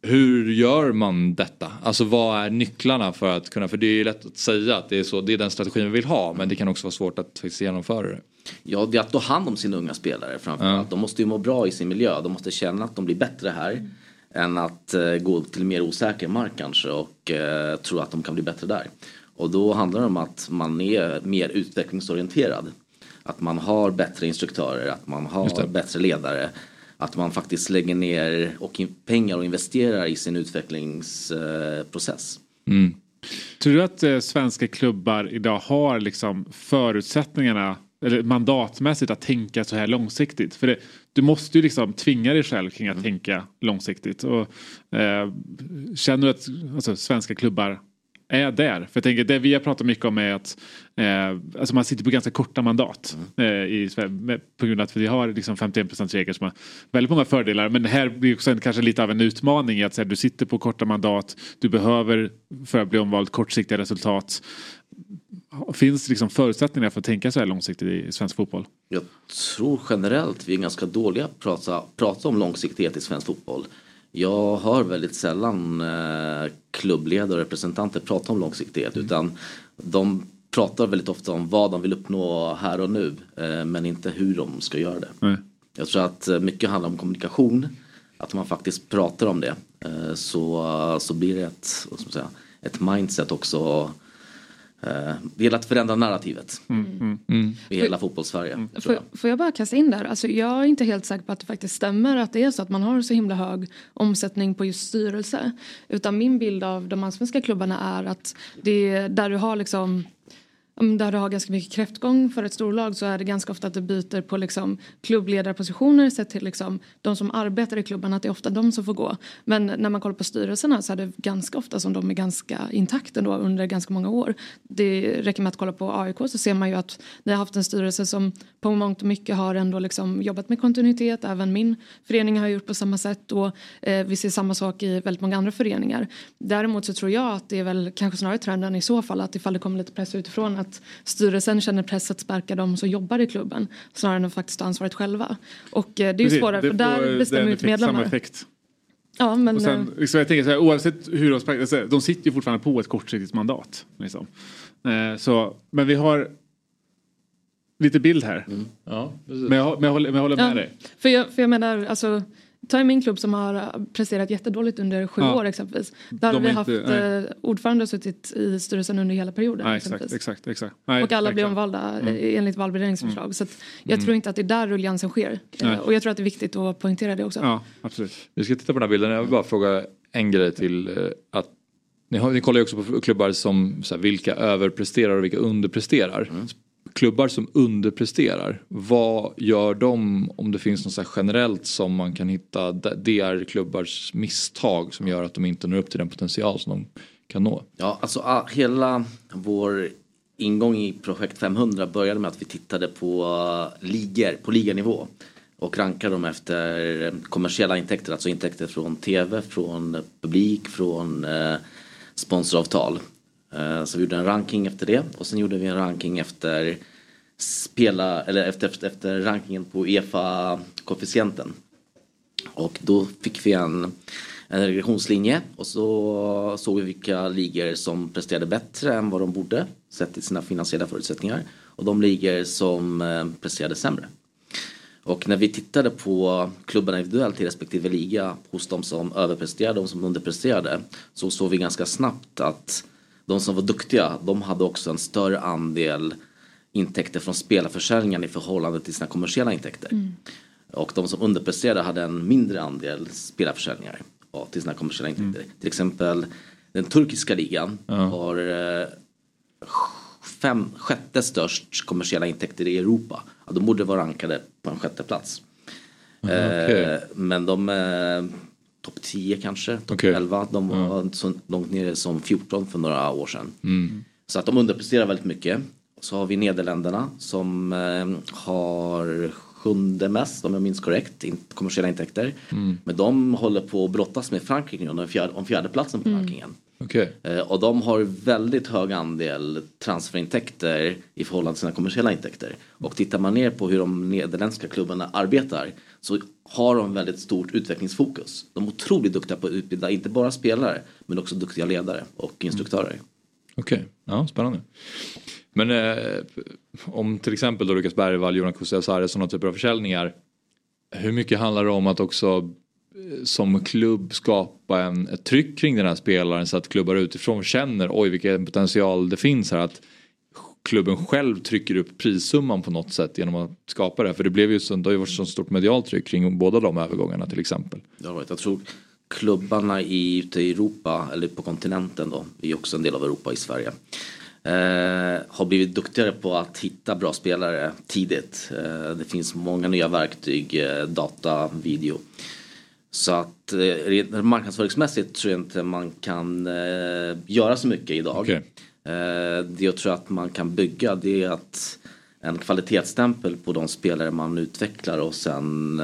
Hur gör man detta? Alltså vad är nycklarna för att kunna, för det är ju lätt att säga att det är så, det är den strategin vi vill ha, men det kan också vara svårt att faktiskt genomföra det. Ja, det är att ta hand om sina unga spelare framförallt. De måste ju må bra i sin miljö, de måste känna att de blir bättre här än att gå till mer osäker mark kanske och tro att de kan bli bättre där. Och då handlar det om att man är mer utvecklingsorienterad. Att man har bättre instruktörer, att man har bättre ledare. Att man faktiskt lägger ner pengar och investerar i sin utvecklingsprocess. Tror du att svenska klubbar idag har liksom förutsättningarna eller mandatmässigt att tänka så här långsiktigt? För du måste ju liksom tvinga dig själv kring att tänka långsiktigt. Och, känner du att alltså, svenska klubbar är där? För jag tänker, det vi har pratat mycket om är att alltså man sitter på ganska korta mandat i Sverige, på grund av att vi har liksom 51%-regler som har väldigt många fördelar, men det här blir också kanske lite av en utmaning i att du sitter på korta mandat, du behöver för att bli omvald kortsiktiga resultat. Finns liksom förutsättningar för att tänka så här långsiktigt i svensk fotboll? Jag tror generellt vi är ganska dåliga att prata om långsiktighet i svensk fotboll. Jag hör väldigt sällan klubbledare och representanter prata om långsiktighet, utan de pratar väldigt ofta om vad de vill uppnå här och nu, men inte hur de ska göra det. Jag tror att mycket handlar om kommunikation, att man faktiskt pratar om det, så blir det ett mindset också. Det gäller att förändra narrativet i hela fotbollssverige. Får jag bara kasta in där? Alltså, jag är inte helt säker på att det faktiskt stämmer att det är så att man har så himla hög omsättning på just styrelse. Utan min bild av de allsvenska klubbarna är att det är där du har liksom... Där du har ganska mycket kräftgång för ett storlag, så är det ganska ofta att det byter på liksom klubbledarpositioner sett till liksom de som arbetar i klubban, att det är ofta de som får gå. Men när man kollar på styrelserna så är det ganska ofta som de är ganska intakt ändå under ganska många år. Det räcker med att kolla på AIK, så ser man ju att ni har haft en styrelse som på mångt och mycket har ändå liksom jobbat med kontinuitet. Även min förening har gjort på samma sätt, och vi ser samma sak i väldigt många andra föreningar. Däremot så tror jag att det är väl kanske snarare trenden i så fall att ifall det kommer lite press utifrån att styrelsen känner press att sparka de som jobbar i klubben snarare än att faktiskt ta ansvaret själva. Och det är ju svårare, för där bestämmer ut medlemmar. Ja, men... Och sen, liksom, jag tänker så här, oavsett hur de sparkar, de sitter ju fortfarande på ett kortsiktigt mandat. Liksom. Men vi har lite bild här. Ja, men jag håller med dig. För jag menar, alltså... Ta min klubb som har presterat jättedåligt under 7 år exempelvis. Där har vi haft ordförande suttit i styrelsen under hela perioden. Nej, exakt. Och alla blir omvalda enligt valberedningsförslag. Så att jag tror inte att det är där rulliansen sker. Och jag tror att det är viktigt att poängtera det också. Ja, absolut. Vi ska titta på den här bilden. Jag vill bara fråga en grej till. Att ni kollar ju också på klubbar som så här, vilka överpresterar och vilka underpresterar. Klubbar som underpresterar, vad gör de om det finns något så här generellt som man kan hitta? Det är klubbars misstag som gör att de inte når upp till den potential som de kan nå. Ja, alltså hela vår ingång i projekt 500 började med att vi tittade på ligor, på liganivå. Och rankade dem efter kommersiella intäkter, alltså intäkter från tv, från publik, från sponsoravtal. Så vi gjorde en ranking efter det, och sen gjorde vi en ranking efter efter rankingen på UEFA-koefficienten. Och då fick vi en regressionslinje, och så såg vi vilka ligor som presterade bättre än vad de borde sett till sina finansiella förutsättningar, och de ligor som presterade sämre. Och när vi tittade på klubbarna individuellt i respektive liga hos de som överpresterade och de som underpresterade, så såg vi ganska snabbt att de som var duktiga, de hade också en större andel intäkter från spelarförsäljningen i förhållande till sina kommersiella intäkter. Och de som underpresterade hade en mindre andel spelarförsäljningar till sina kommersiella intäkter. Till exempel den turkiska ligan har 6:e störst kommersiella intäkter i Europa. Ja, de borde vara rankade på en 6:e plats. Men de topp 10 kanske, topp 11. De var så långt nere som 14 för några år sedan. Så att de underpresterar väldigt mycket. Så har vi Nederländerna som har 7:e mest, om jag minns korrekt, kommersiella intäkter. Men de håller på att brottas med Frankrike om fjärde platsen på rankingen. Okay. Och de har väldigt hög andel transferintäkter i förhållande till sina kommersiella intäkter. Och tittar man ner på hur de nederländska klubbarna arbetar så har de väldigt stort utvecklingsfokus. De är otroligt duktiga på att utbilda inte bara spelare men också duktiga ledare och instruktörer. Okej, ja, spännande. Men om till exempel då Lucas Bergvall, Jonas Kuster, sådana typer av försäljningar, hur mycket handlar det om att också som klubb skapa ett tryck kring den här spelaren så att klubbar utifrån känner vilken potential det finns här, att klubben själv trycker upp prissumman på något sätt genom att skapa det här? För det blev ju det har ju varit så stort medialt tryck kring båda de övergångarna till exempel. Jag tror klubbarna ute i Europa eller på kontinenten då, vi är också en del av Europa i Sverige, har blivit duktigare på att hitta bra spelare tidigt. Det finns många nya verktyg, data, video. Så att marknadsföringsmässigt tror jag inte man kan göra så mycket idag. Okay. Det jag tror att man kan bygga, det är att en kvalitetsstämpel på de spelare man utvecklar och sen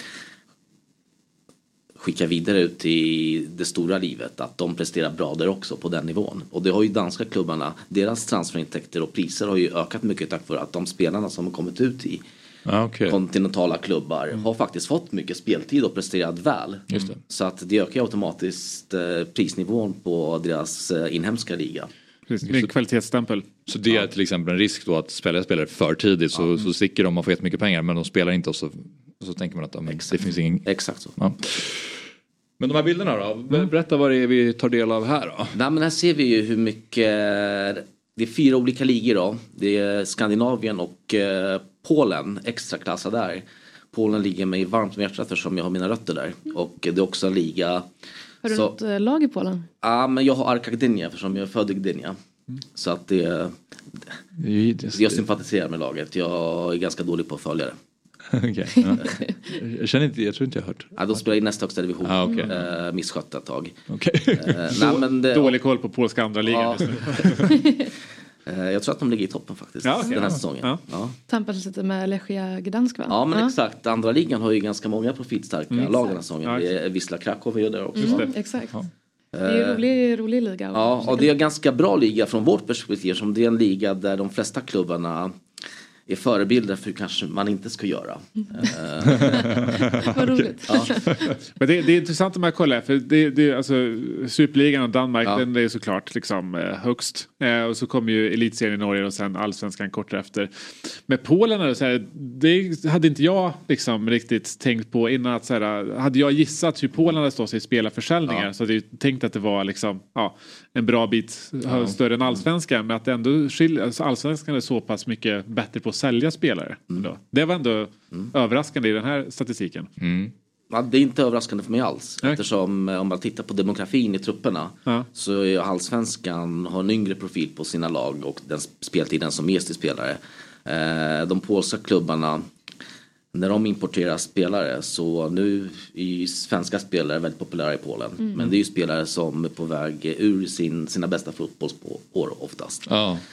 skicka vidare ut i det stora livet, att de presterar bra där också på den nivån. Och det har ju danska klubbarna, deras transferintäkter och priser har ju ökat mycket tack vare att de spelarna som har kommit ut i kontinentala klubbar har faktiskt fått mycket speltid och presterat väl. Just det. Så att det ökar automatiskt prisnivån på deras inhemska liga. Det är en kvalitetsstämpel. Så det är till exempel en risk då att spelare spelar för tidigt så sticker de och får jättemycket pengar men de spelar inte och så tänker man att det finns ingen... Exakt så. Ja. Men de här bilderna då? Berätta vad det är vi tar del av här då. Nej, men här ser vi ju hur mycket... Det är 4 olika ligor då. Det är Skandinavien och Polen, extra klassar där. Polen ligger mig varmt om hjärtat eftersom jag har mina rötter där. Och det är också en liga... Har du något lag i Polen? Ja, men jag har Arka Gdynia eftersom jag är född i Gdynia. Så att jag sympatiserar med laget. Jag är ganska dålig på att följa det. Okay, ja. Jag tror inte jag har hört. Ja, de spelar i nästa högsta division. Misskött ett tag. Okay. Dålig koll på polska andra ligan. Jag tror att de ligger i toppen faktiskt den här säsongen. Tampas lite med Lechia Gdansk, va? Ja, men exakt. Andra ligan har ju ganska många profilstarka lag den här säsongen. Det är Wisla Krakow är där också. Exakt. Det är en rolig liga. Ja, och det är en ganska bra liga från vårt perspektiv. Som det är en liga där de flesta klubbarna är förebilder för hur kanske man inte ska göra. Vad roligt. Ja. Men det är intressant om jag kollar. För det alltså, Superligan och Danmark, den är såklart liksom, högst. Och så kommer ju elitserien i Norge och sen allsvenskan kort efter. Med Polen är det så här, det hade inte jag liksom riktigt tänkt på innan. Att så här, hade jag gissat hur Polen hade stått sig i spelarförsäljningar så hade jag tänkt att det var liksom, en bra bit större än allsvenskan. Men att det ändå alltså, allsvenskan är så pass mycket bättre på att sälja spelare. Det var ändå överraskande i den här statistiken. Ja, det är inte överraskande för mig alls. Eftersom om man tittar på demografin i trupperna så är allsvenskan har en yngre profil på sina lag och den speltiden som ges till spelare. De polska klubbarna, när de importerar spelare så nu är ju svenska spelare väldigt populära i Polen. Men det är ju spelare som är på väg ur sina bästa fotbollsår oftast.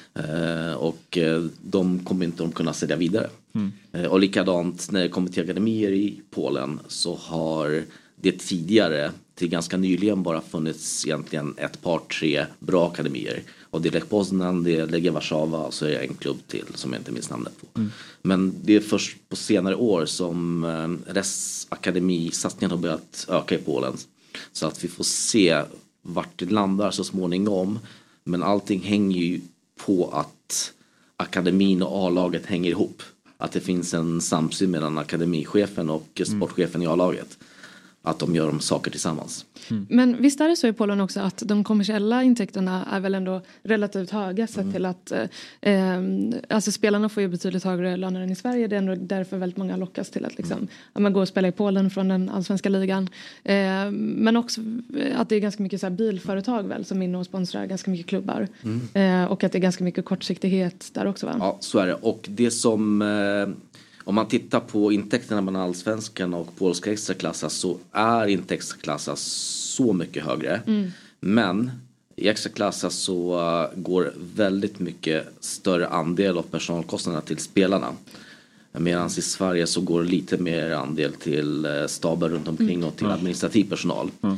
Och de kommer inte att kunna sälja vidare. Och likadant när det kommer till akademier i Polen så har det tidigare till ganska nyligen bara funnits egentligen 3 bra akademier. Och det är Lech Poznan, det är Legia Warszawa och så är det en klubb till som jag inte minns namnet på. Men det är först på senare år som akademisatsningen har börjat öka i Polen. Så att vi får se vart det landar så småningom. Men allting hänger ju på att akademin och A-laget hänger ihop. Att det finns en samsyn mellan akademichefen och sportchefen i A-laget. Att de gör saker tillsammans. Men visst är det så i Polen också att de kommersiella intäkterna är väl ändå relativt höga sett till att alltså spelarna får ju betydligt högre löner än i Sverige. Det är ändå därför väldigt många lockas till att liksom, man går och spela i Polen från den allsvenska ligan. Men också att det är ganska mycket så här bilföretag väl som inne och sponsrar ganska mycket klubbar. Och att det är ganska mycket kortsiktighet där också, va? Ja, så är det. Och det som... Om man tittar på intäkterna mellan allsvenskan och polska extraklassas så är inte extraklassas så mycket högre. Men i extraklassas så går väldigt mycket större andel av personalkostnaderna till spelarna. Medan i Sverige så går lite mer andel till staber runt omkring och till administrativ personal.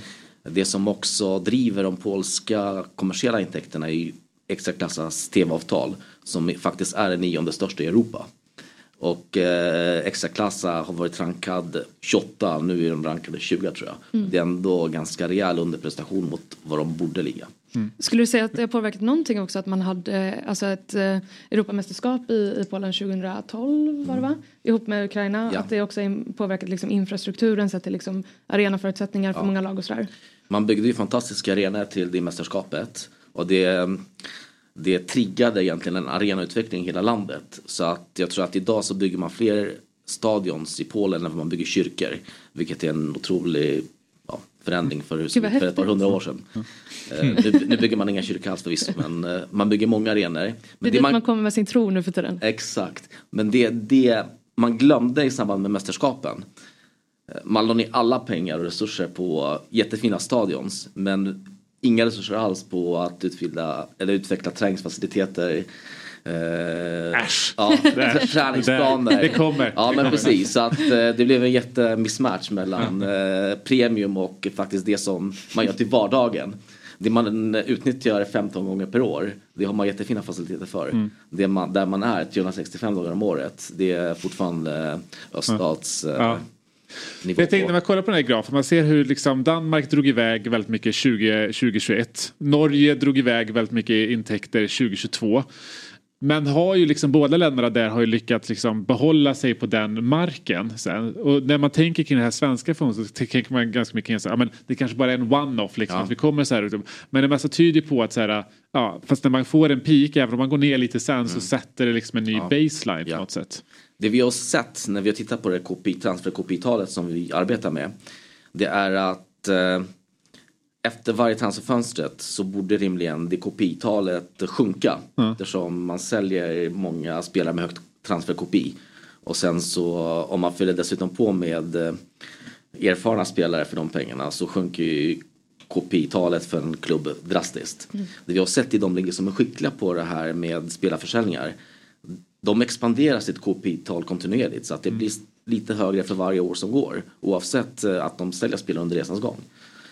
Det som också driver de polska kommersiella intäkterna är ju Ekstraklassas tv-avtal som faktiskt är den 9:e största i Europa. Och Ekstraklassa har varit rankad 28, nu är de rankade 20 tror jag. Det är ändå ganska rejäl underprestation mot vad de borde ligga. Skulle du säga att det har påverkat någonting också att man hade alltså ett Europamästerskap i Polen 2012 var det va? Ihop med Ukraina. Ja. Att det också påverkat liksom infrastrukturen sett till liksom arenaförutsättningar för många lag och sådär. Man byggde ju fantastiska arenor till det mästerskapet. Och det triggade egentligen en arenautveckling i hela landet. Så att jag tror att idag så bygger man fler stadions i Polen än man bygger kyrkor. Vilket är en otrolig förändring för ett par 100 år sedan. Nu bygger man inga kyrkor alls förvisso, men man bygger många arenor. Men det man kommer med sin tro nu för tiden. Exakt. Men det man glömde i samband med mästerskapen. Man la ner alla pengar och resurser på jättefina stadions. Men inga resurser alls på att utveckla träningsfaciliteter. Träningsplaner. Det kommer. Ja, men precis. Så att det blev en jättemismatch mellan premium och faktiskt det som man gör till vardagen. Det man utnyttjar 15 gånger per år, det har man jättefina faciliteter för. Där man är 365 dagar om året, det är fortfarande öststats nivå. Jag tänkte när man kollar på den här grafen, man ser hur liksom Danmark drog iväg väldigt mycket 2021. Norge drog iväg väldigt mycket intäkter 2022. Men har ju liksom båda länderna där har ju lyckats liksom behålla sig på den marken sen. Och när man tänker kring det här svenska fonden så tänker man ganska mycket så här, men det kanske bara är en one-off liksom, att vi kommer så här ut. Men det mesta tyder på att så här, fast när man får en peak, även om man går ner lite sen så sätter det liksom en ny baseline på något sätt. Det vi har sett när vi har tittat på det transfer-KPI-talet som vi arbetar med, det är att efter varje transferfönstret så borde rimligen det KPI-talet sjunka. Eftersom man säljer många spelare med högt transfer-KPI. Och sen så om man fyller dessutom på med erfarna spelare för de pengarna så sjunker ju KPI-talet för en klubb drastiskt. Det vi har sett i de ligger som är skickliga på det här med spelarförsäljningar. De expanderar sitt KPI-tal kontinuerligt så att det blir lite högre för varje år som går. Oavsett att de säljer spelare under resans gång.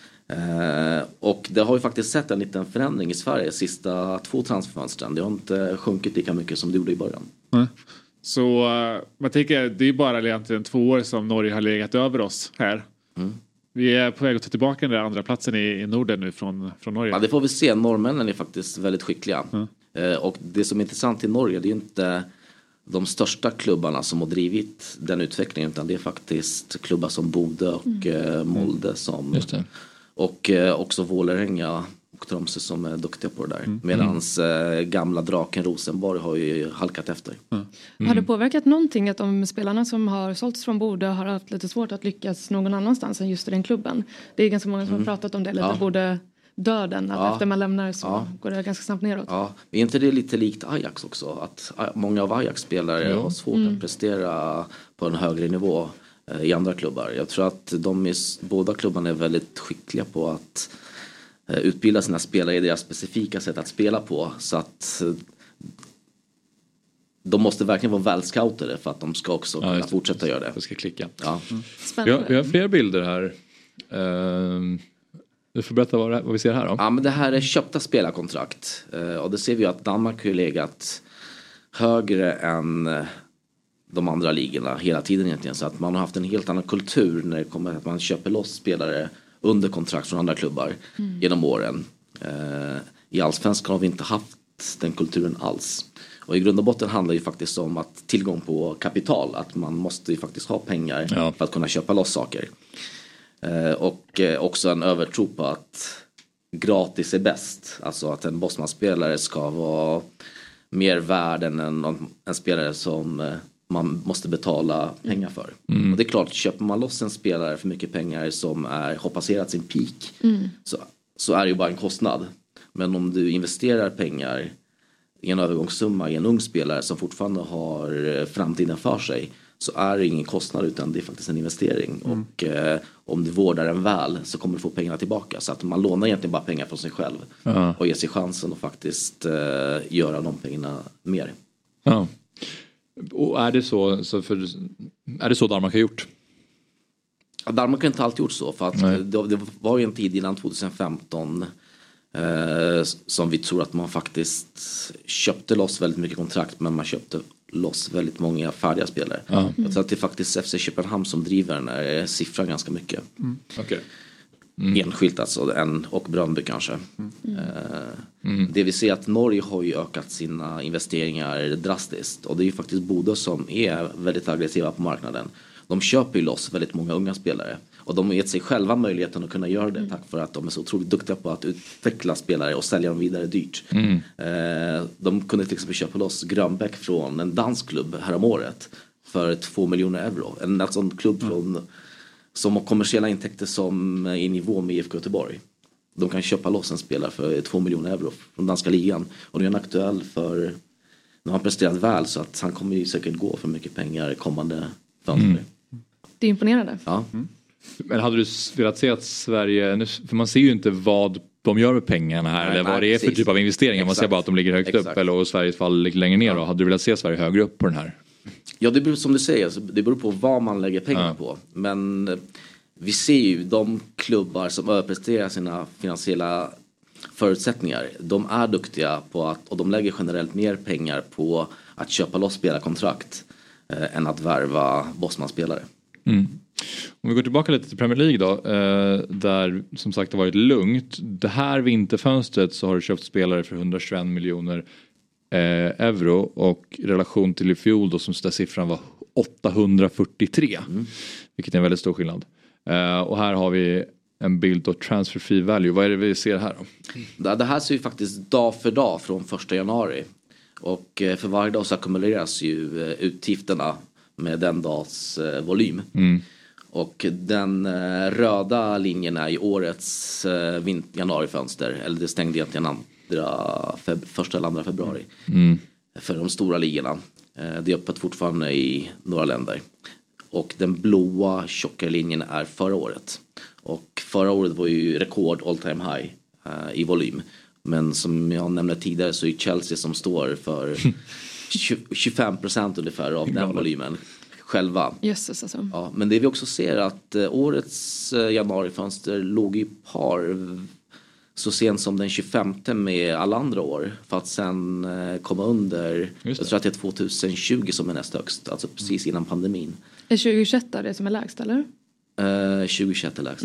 Och det har ju faktiskt sett en liten förändring i Sverige sista 2 transferfönstren. Det har inte sjunkit lika mycket som det gjorde i början. Så man tänker det är bara egentligen 2 år som Norge har legat över oss här. Vi är på väg att ta tillbaka den där andra platsen i Norden nu från Norge. Ja, det får vi se. Norrmännen är faktiskt väldigt skickliga. Och det som är intressant i Norge, det är ju inte de största klubbarna som har drivit den utvecklingen, utan det är faktiskt klubbar som Bodø och Molde som och också Vålerenga och Tromsø som är duktiga på det där. Medans gamla draken Rosenborg har ju halkat efter. Har det påverkat någonting att de spelarna som har sålts från Bodø har haft lite svårt att lyckas någon annanstans än just i den klubben? Det är ganska många som har pratat om det lite, borde döden att efter man lämnar så går det ganska snabbt neråt. Ja, är inte det lite likt Ajax också? Att många av Ajax-spelare har svårt att prestera på en högre nivå i andra klubbar. Jag tror att båda klubbarna är väldigt skickliga på att utbilda sina spelare i deras specifika sätt att spela på. Så att de måste verkligen vara välscoutade för att de ska också kunna fortsätta göra det. Det ska klicka. Ja. Vi har fler bilder här. Du får berätta vad vi ser här då. Ja, men det här är köpta spelarkontrakt. Och det ser vi att Danmark har legat högre än de andra ligorna hela tiden egentligen. Så att man har haft en helt annan kultur när det kommer att man köper loss spelare under kontrakt från andra klubbar genom åren. I Allsvenskan har vi inte haft den kulturen alls. Och i grund och botten handlar det ju faktiskt om att tillgång på kapital. Att man måste ju faktiskt ha pengar för att kunna köpa loss saker. Och också en övertro på att gratis är bäst. Alltså att en bossmanspelare ska vara mer värd än en spelare som man måste betala pengar för. Och det är klart, köper man loss en spelare för mycket pengar som har passerat sin peak så är det ju bara en kostnad. Men om du investerar pengar i en övergångssumma i en ung spelare som fortfarande har framtiden för sig, så är det ingen kostnad utan det är faktiskt en investering. Och om du vårdar den väl så kommer du få pengarna tillbaka. Så att man lånar egentligen bara pengar från sig själv och ger sig chansen att faktiskt göra de pengarna mer. Ja. Och är det så Danmark har gjort? Danmark har inte alltid gjort så. För att det var ju en tid innan 2015 som vi tror att man faktiskt köpte loss väldigt mycket kontrakt, men man köpte loss väldigt många färdiga spelare. Jag tror att det är faktiskt FC Köpenhamn som driver den här siffran ganska mycket. Enskilt alltså, och Brøndby kanske. Det vi ser att Norge har ju ökat sina investeringar drastiskt, och det är ju faktiskt Bodø som är väldigt aggressiva på marknaden. De köper ju loss väldigt många unga spelare, och de har gett sig själva möjligheten att kunna göra det tack för att de är så otroligt duktiga på att utveckla spelare och sälja dem vidare dyrt. De kunde till exempel köpa loss Grönbäck från en dansk klubb häromåret för 2 miljoner euro. En sån klubb som har kommersiella intäkter som är i nivå med IFK Göteborg. De kan köpa loss en spelare för 2 miljoner euro från danska ligan. Och nu är han aktuell för... Nu har han presterat väl, så att han kommer ju säkert gå för mycket pengar kommande fönster. Det är imponerande. Ja. Men hade du velat se att Sverige... För man ser ju inte vad de gör med pengarna här. Eller vad det är för typ av investeringar. Man ser bara att de ligger högt upp. Eller, och Sveriges fall lite längre ner. Hade du velat se Sverige högre upp på den här? Ja, det beror, som du säger, det beror på vad man lägger pengar på. Men vi ser ju de klubbar som överpresterar sina finansiella förutsättningar. De är duktiga på att, och de lägger generellt mer pengar på att köpa loss spelarkontrakt än att värva bossmanspelare. Om vi går tillbaka lite till Premier League då, där som sagt har varit lugnt. Det här vinterfönstret så har du köpt spelare för 121 miljoner euro, och i relation till i fjol då, som där siffran var 843, vilket är en väldigt stor skillnad. Och här har vi en bild av transfer fee value. Vad är det vi ser här då? Det här ser vi faktiskt dag för dag från 1 januari, och för varje dag så ackumuleras ju utgifterna med den dags volym. Och den röda linjen är i årets januarifönster, eller det stängde egentligen första eller andra februari för de stora ligorna. Det är öppet fortfarande i några länder. Och den blåa tjockare linjen är förra året. Och förra året var ju rekord all time high i volym. Men som jag nämnde tidigare så är Chelsea som står för 25% ungefär av den volymen själva. Jesus, alltså. Ja, men det vi också ser att årets januarifönster låg i par så sent som den 25 med alla andra år, för att sen komma under, jag tror att det är 2020 som är näst högst, alltså precis innan pandemin. Är 2021 det som är lägst, eller? 2021 är lägst.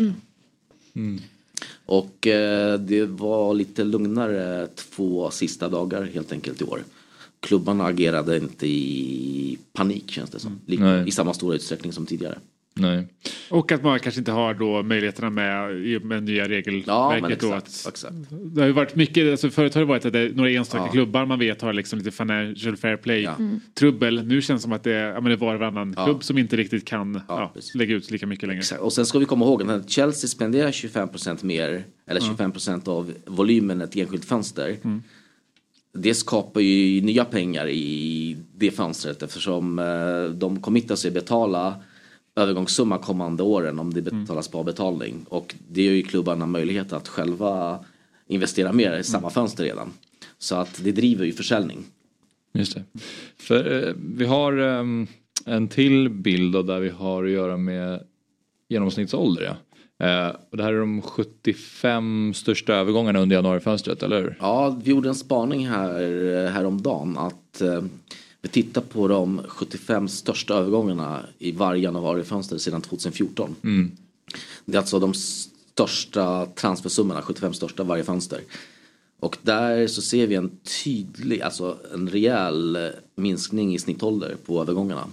Och det var lite lugnare 2 sista dagar helt enkelt i år. Klubbarna agerade inte i panik, känns det som. I samma stora utsträckning som tidigare. Nej. Och att man kanske inte har då möjligheterna med nya regelverket. Ja, men exakt. Det har ju varit mycket, alltså förut har det varit att det är några enstaka klubbar man vet har liksom lite financial fair play trubbel. Nu känns det som att det var varannan klubb som inte riktigt kan lägga ut lika mycket längre. Exakt. Och sen ska vi komma ihåg att Chelsea spenderar 25% mer, eller 25% av volymen ett enskilt fönster. Det skapar ju nya pengar i det fönstret, eftersom de committar sig betala övergångssumma kommande åren om det betalas på betalning. Och det ger ju klubbarna möjlighet att själva investera mer i samma fönster redan. Så att det driver ju försäljning. Just det. För vi har en till bild där vi har att göra med genomsnittsålder. Och det här är de 75 största övergångarna under januarifönstret, eller hur? Ja, vi gjorde en spaning häromdagen att vi tittar på de 75 största övergångarna i varje januarifönster sedan 2014. Det är alltså de största transfersummorna, 75 största varje fönster. Och där så ser vi en tydlig, alltså en rejäl minskning i snittålder på övergångarna.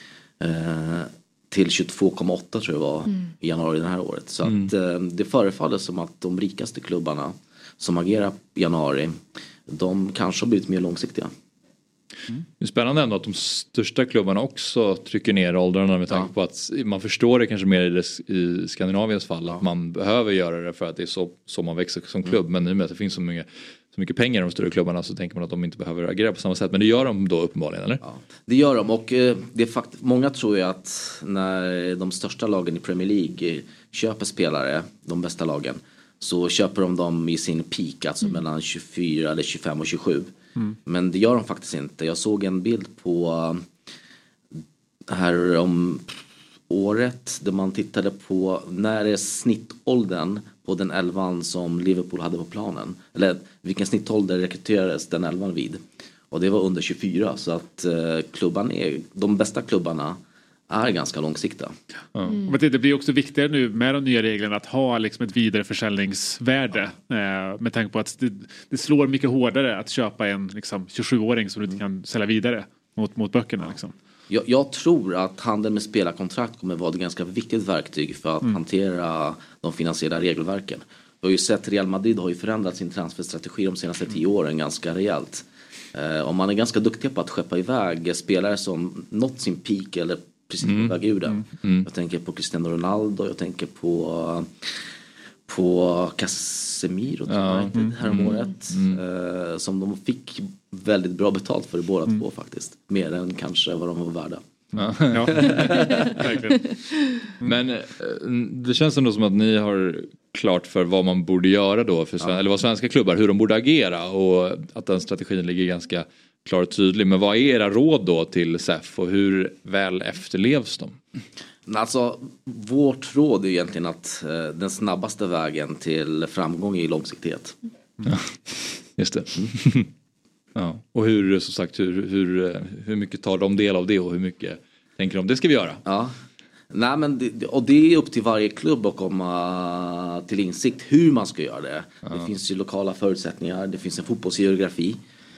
Till 22,8 tror jag var i januari det här året. Så att det förefaller som att de rikaste klubbarna som agerar i januari, de kanske har blivit mer långsiktiga. Det är spännande ändå att de största klubbarna också trycker ner åldrarna med tanke på att man förstår det kanske mer i Skandinaviens fall att man behöver göra det för att det är så man växer som klubb. Men i och med att det finns så mycket pengar i de större klubbarna så tänker man att de inte behöver agera på samma sätt. Men det gör de då uppenbarligen, eller? Ja, det gör de, och det är många tror ju att när de största lagen i Premier League köper spelare, de bästa lagen, så köper de dem i sin peak, alltså mellan 24 eller 25 och 27. Men det gör de faktiskt inte. Jag såg en bild på här om året där man tittade på när är snittåldern på den 11 som Liverpool hade på planen. Eller vilken snittålder rekryterades den 11 vid. Och det var under 24, så att de bästa klubbarna är ganska långsiktiga. Men det blir också viktigare nu med de nya reglerna att ha liksom ett vidare försäljningsvärde. Med tanke på att det slår mycket hårdare att köpa en liksom 27-åring som du inte kan sälja vidare mot böckerna. Liksom. Jag tror att handeln med spelarkontrakt kommer vara ett ganska viktigt verktyg för att hantera de finansiella regelverken. Vi har ju sett Real Madrid har ju förändrat sin transferstrategi de senaste 10 åren ganska rejält. Om man är ganska duktig på att skeppa iväg spelare som nått sin peak eller precis på väg ur den. Jag tänker på Cristiano Ronaldo, jag tänker på Casemiro häromåret. Som de fick väldigt bra betalt för båda två faktiskt. Mer än kanske vad de var värda. Ja. Men det känns ändå som att ni har klart för vad man borde göra då för eller vad svenska klubbar, hur de borde agera, och att den strategin ligger ganska klar och tydlig. Men vad är era råd då till SEF och hur väl efterlevs de? Alltså, vårt råd är egentligen att den snabbaste vägen till framgång är långsiktighet. Ja, just det. Ja. Och hur, som sagt, hur mycket tar de del av det och hur mycket tänker de det ska vi göra? Ja. Nej, men det är upp till varje klubb att komma till insikt hur man ska göra det. Det finns ju lokala förutsättningar, det finns en fotbollsgeografi.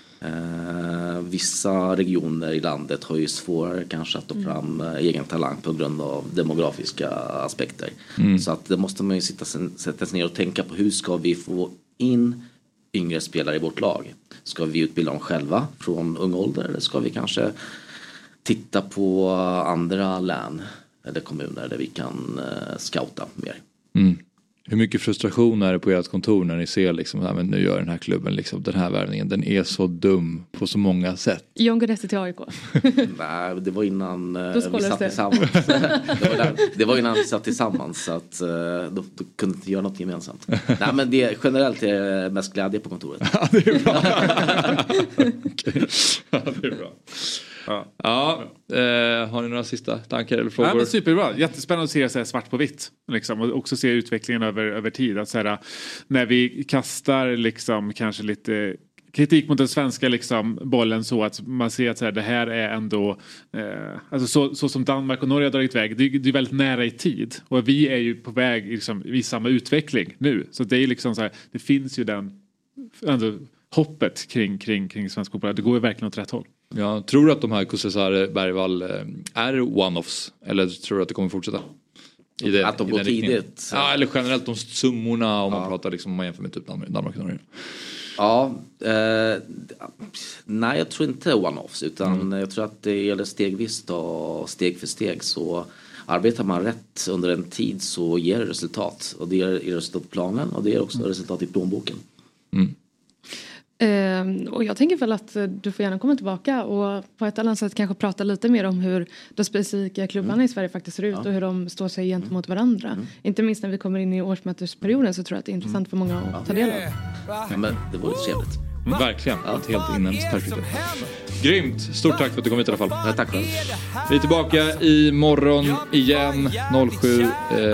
Vissa regioner i landet har ju svårare kanske att ta fram egen talang på grund av demografiska aspekter. Så att det måste man ju sätta sig ner och tänka på, hur ska vi få in yngre spelare i vårt lag? Ska vi utbilda dem själva från ung ålder, eller ska vi kanske titta på andra län eller kommuner där vi kan scouta mer? Hur mycket frustration är det på ert kontor när ni ser liksom, men nu gör den här klubben liksom, den här värvningen, den är så dum på så många sätt? John Guidetti till AIK. Nej, det var innan vi satt tillsammans. Det var innan vi satt tillsammans, så att då kunde inte göra något gemensamt. Nej, men generellt är det mest glädje på kontoret. Ja, det är bra. Okay. Ja, det är bra. Har ni några sista tankar eller frågor? Ja, men superbra, jättespännande att se så här svart på vitt liksom, och också se utvecklingen över tid, att så här, när vi kastar liksom kanske lite kritik mot den svenska liksom, bollen, så att man ser att så här, det här är ändå alltså så som Danmark och Norge har dragit iväg, det är väldigt nära i tid, och vi är ju på väg liksom, i samma utveckling nu, så det är liksom så här, det finns ju den ändå hoppet kring svensk fotboll, det går ju verkligen åt rätt håll. Ja, tror du att de här Kussesar Bergvall är one-offs? Eller tror du att det kommer fortsätta? Att de går tidigt? Ja, eller generellt de summorna, om man pratar liksom, om man jämför med typ Danmark och Norge. Ja, nej, jag tror inte one-offs, utan jag tror att det gäller stegvis och steg för steg, så arbetar man rätt under en tid så ger det resultat, och det ger resultat på planen och det ger också resultat i plånboken. Och jag tänker väl att du får gärna komma tillbaka och på ett eller annat sätt kanske prata lite mer om hur de specifika klubbarna i Sverige faktiskt ser ut och hur de står sig gentemot varandra. Inte minst när vi kommer in i årsmötesperioden, så tror jag att det är intressant för många att ta del av. Ja, men det vore trevligt. Verkligen, ett helt inhemskt perspektiv. Grymt, stort tack för att du kom hit i alla fall. Ja, tack själv. Vi är tillbaka i morgon igen 07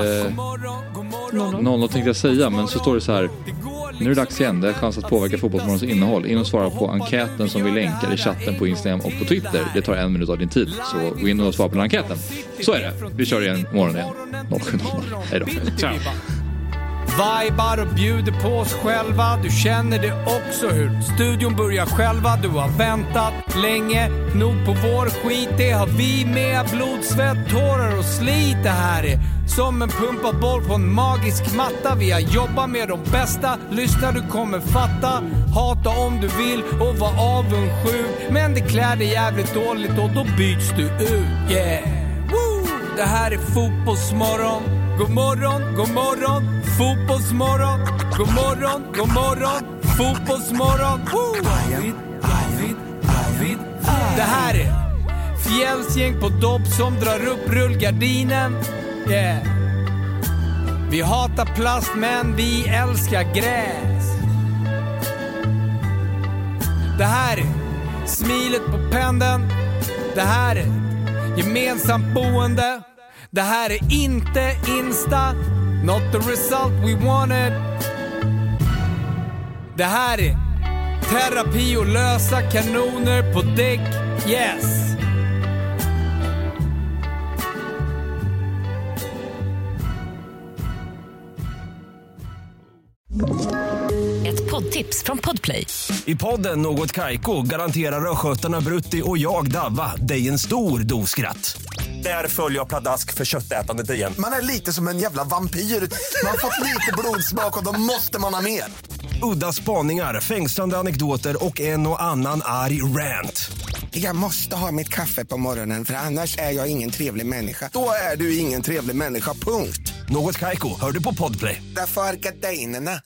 00 tänkte jag säga, men så står det så här: nu är det dags igen, det är chans att påverka Fotbollsmorgons innehåll. In och svara på enkäten som vi länkar i chatten på Instagram och på Twitter. Det tar 1 minut av din tid, så gå in och svara på den enkäten. Så är det, vi kör igen imorgon igen 07:00. Hej då. Ciao. Vibar och bjuder på oss själva. Du känner det också, hur studion börjar själva. Du har väntat länge nog på vår skit. Det har vi med, blod, svett, tårar och slit. Det här är som en pumpad boll på en magisk matta. Vi har jobbat med de bästa, lyssna du kommer fatta. Hata om du vill och var avundsjuk, men det klär dig jävligt dåligt och då byts du ut. Yeah, woo! Det här är Fotbollsmorgon. God morgon, god morgon, Fotbollsmorgon. God morgon, god morgon, Fotbollsmorgon. Det här är Fjällsgäng på dopp som drar upp rullgardinen. Yeah. Vi hatar plast men vi älskar gräs. Det här är smilet på pendeln. Det här är gemensamt boende. Det här är inte Insta, not the result we wanted. Det här är terapi och lösa kanoner på däck, yes. Ett poddtips från Podplay. I podden Något Kaiko garanterar röskötarna Brutti och jag Davva dig en stor doskratt. Där följer jag pladask för köttätandet igen. Man är lite som en jävla vampyr. Man har fått lite blodsmak och då måste man ha mer. Udda spaningar, fängslande anekdoter och en och annan arg rant. Jag måste ha mitt kaffe på morgonen för annars är jag ingen trevlig människa. Då är du ingen trevlig människa, punkt. Något Kaiko, hör du på Podplay. Därför är gardinerna.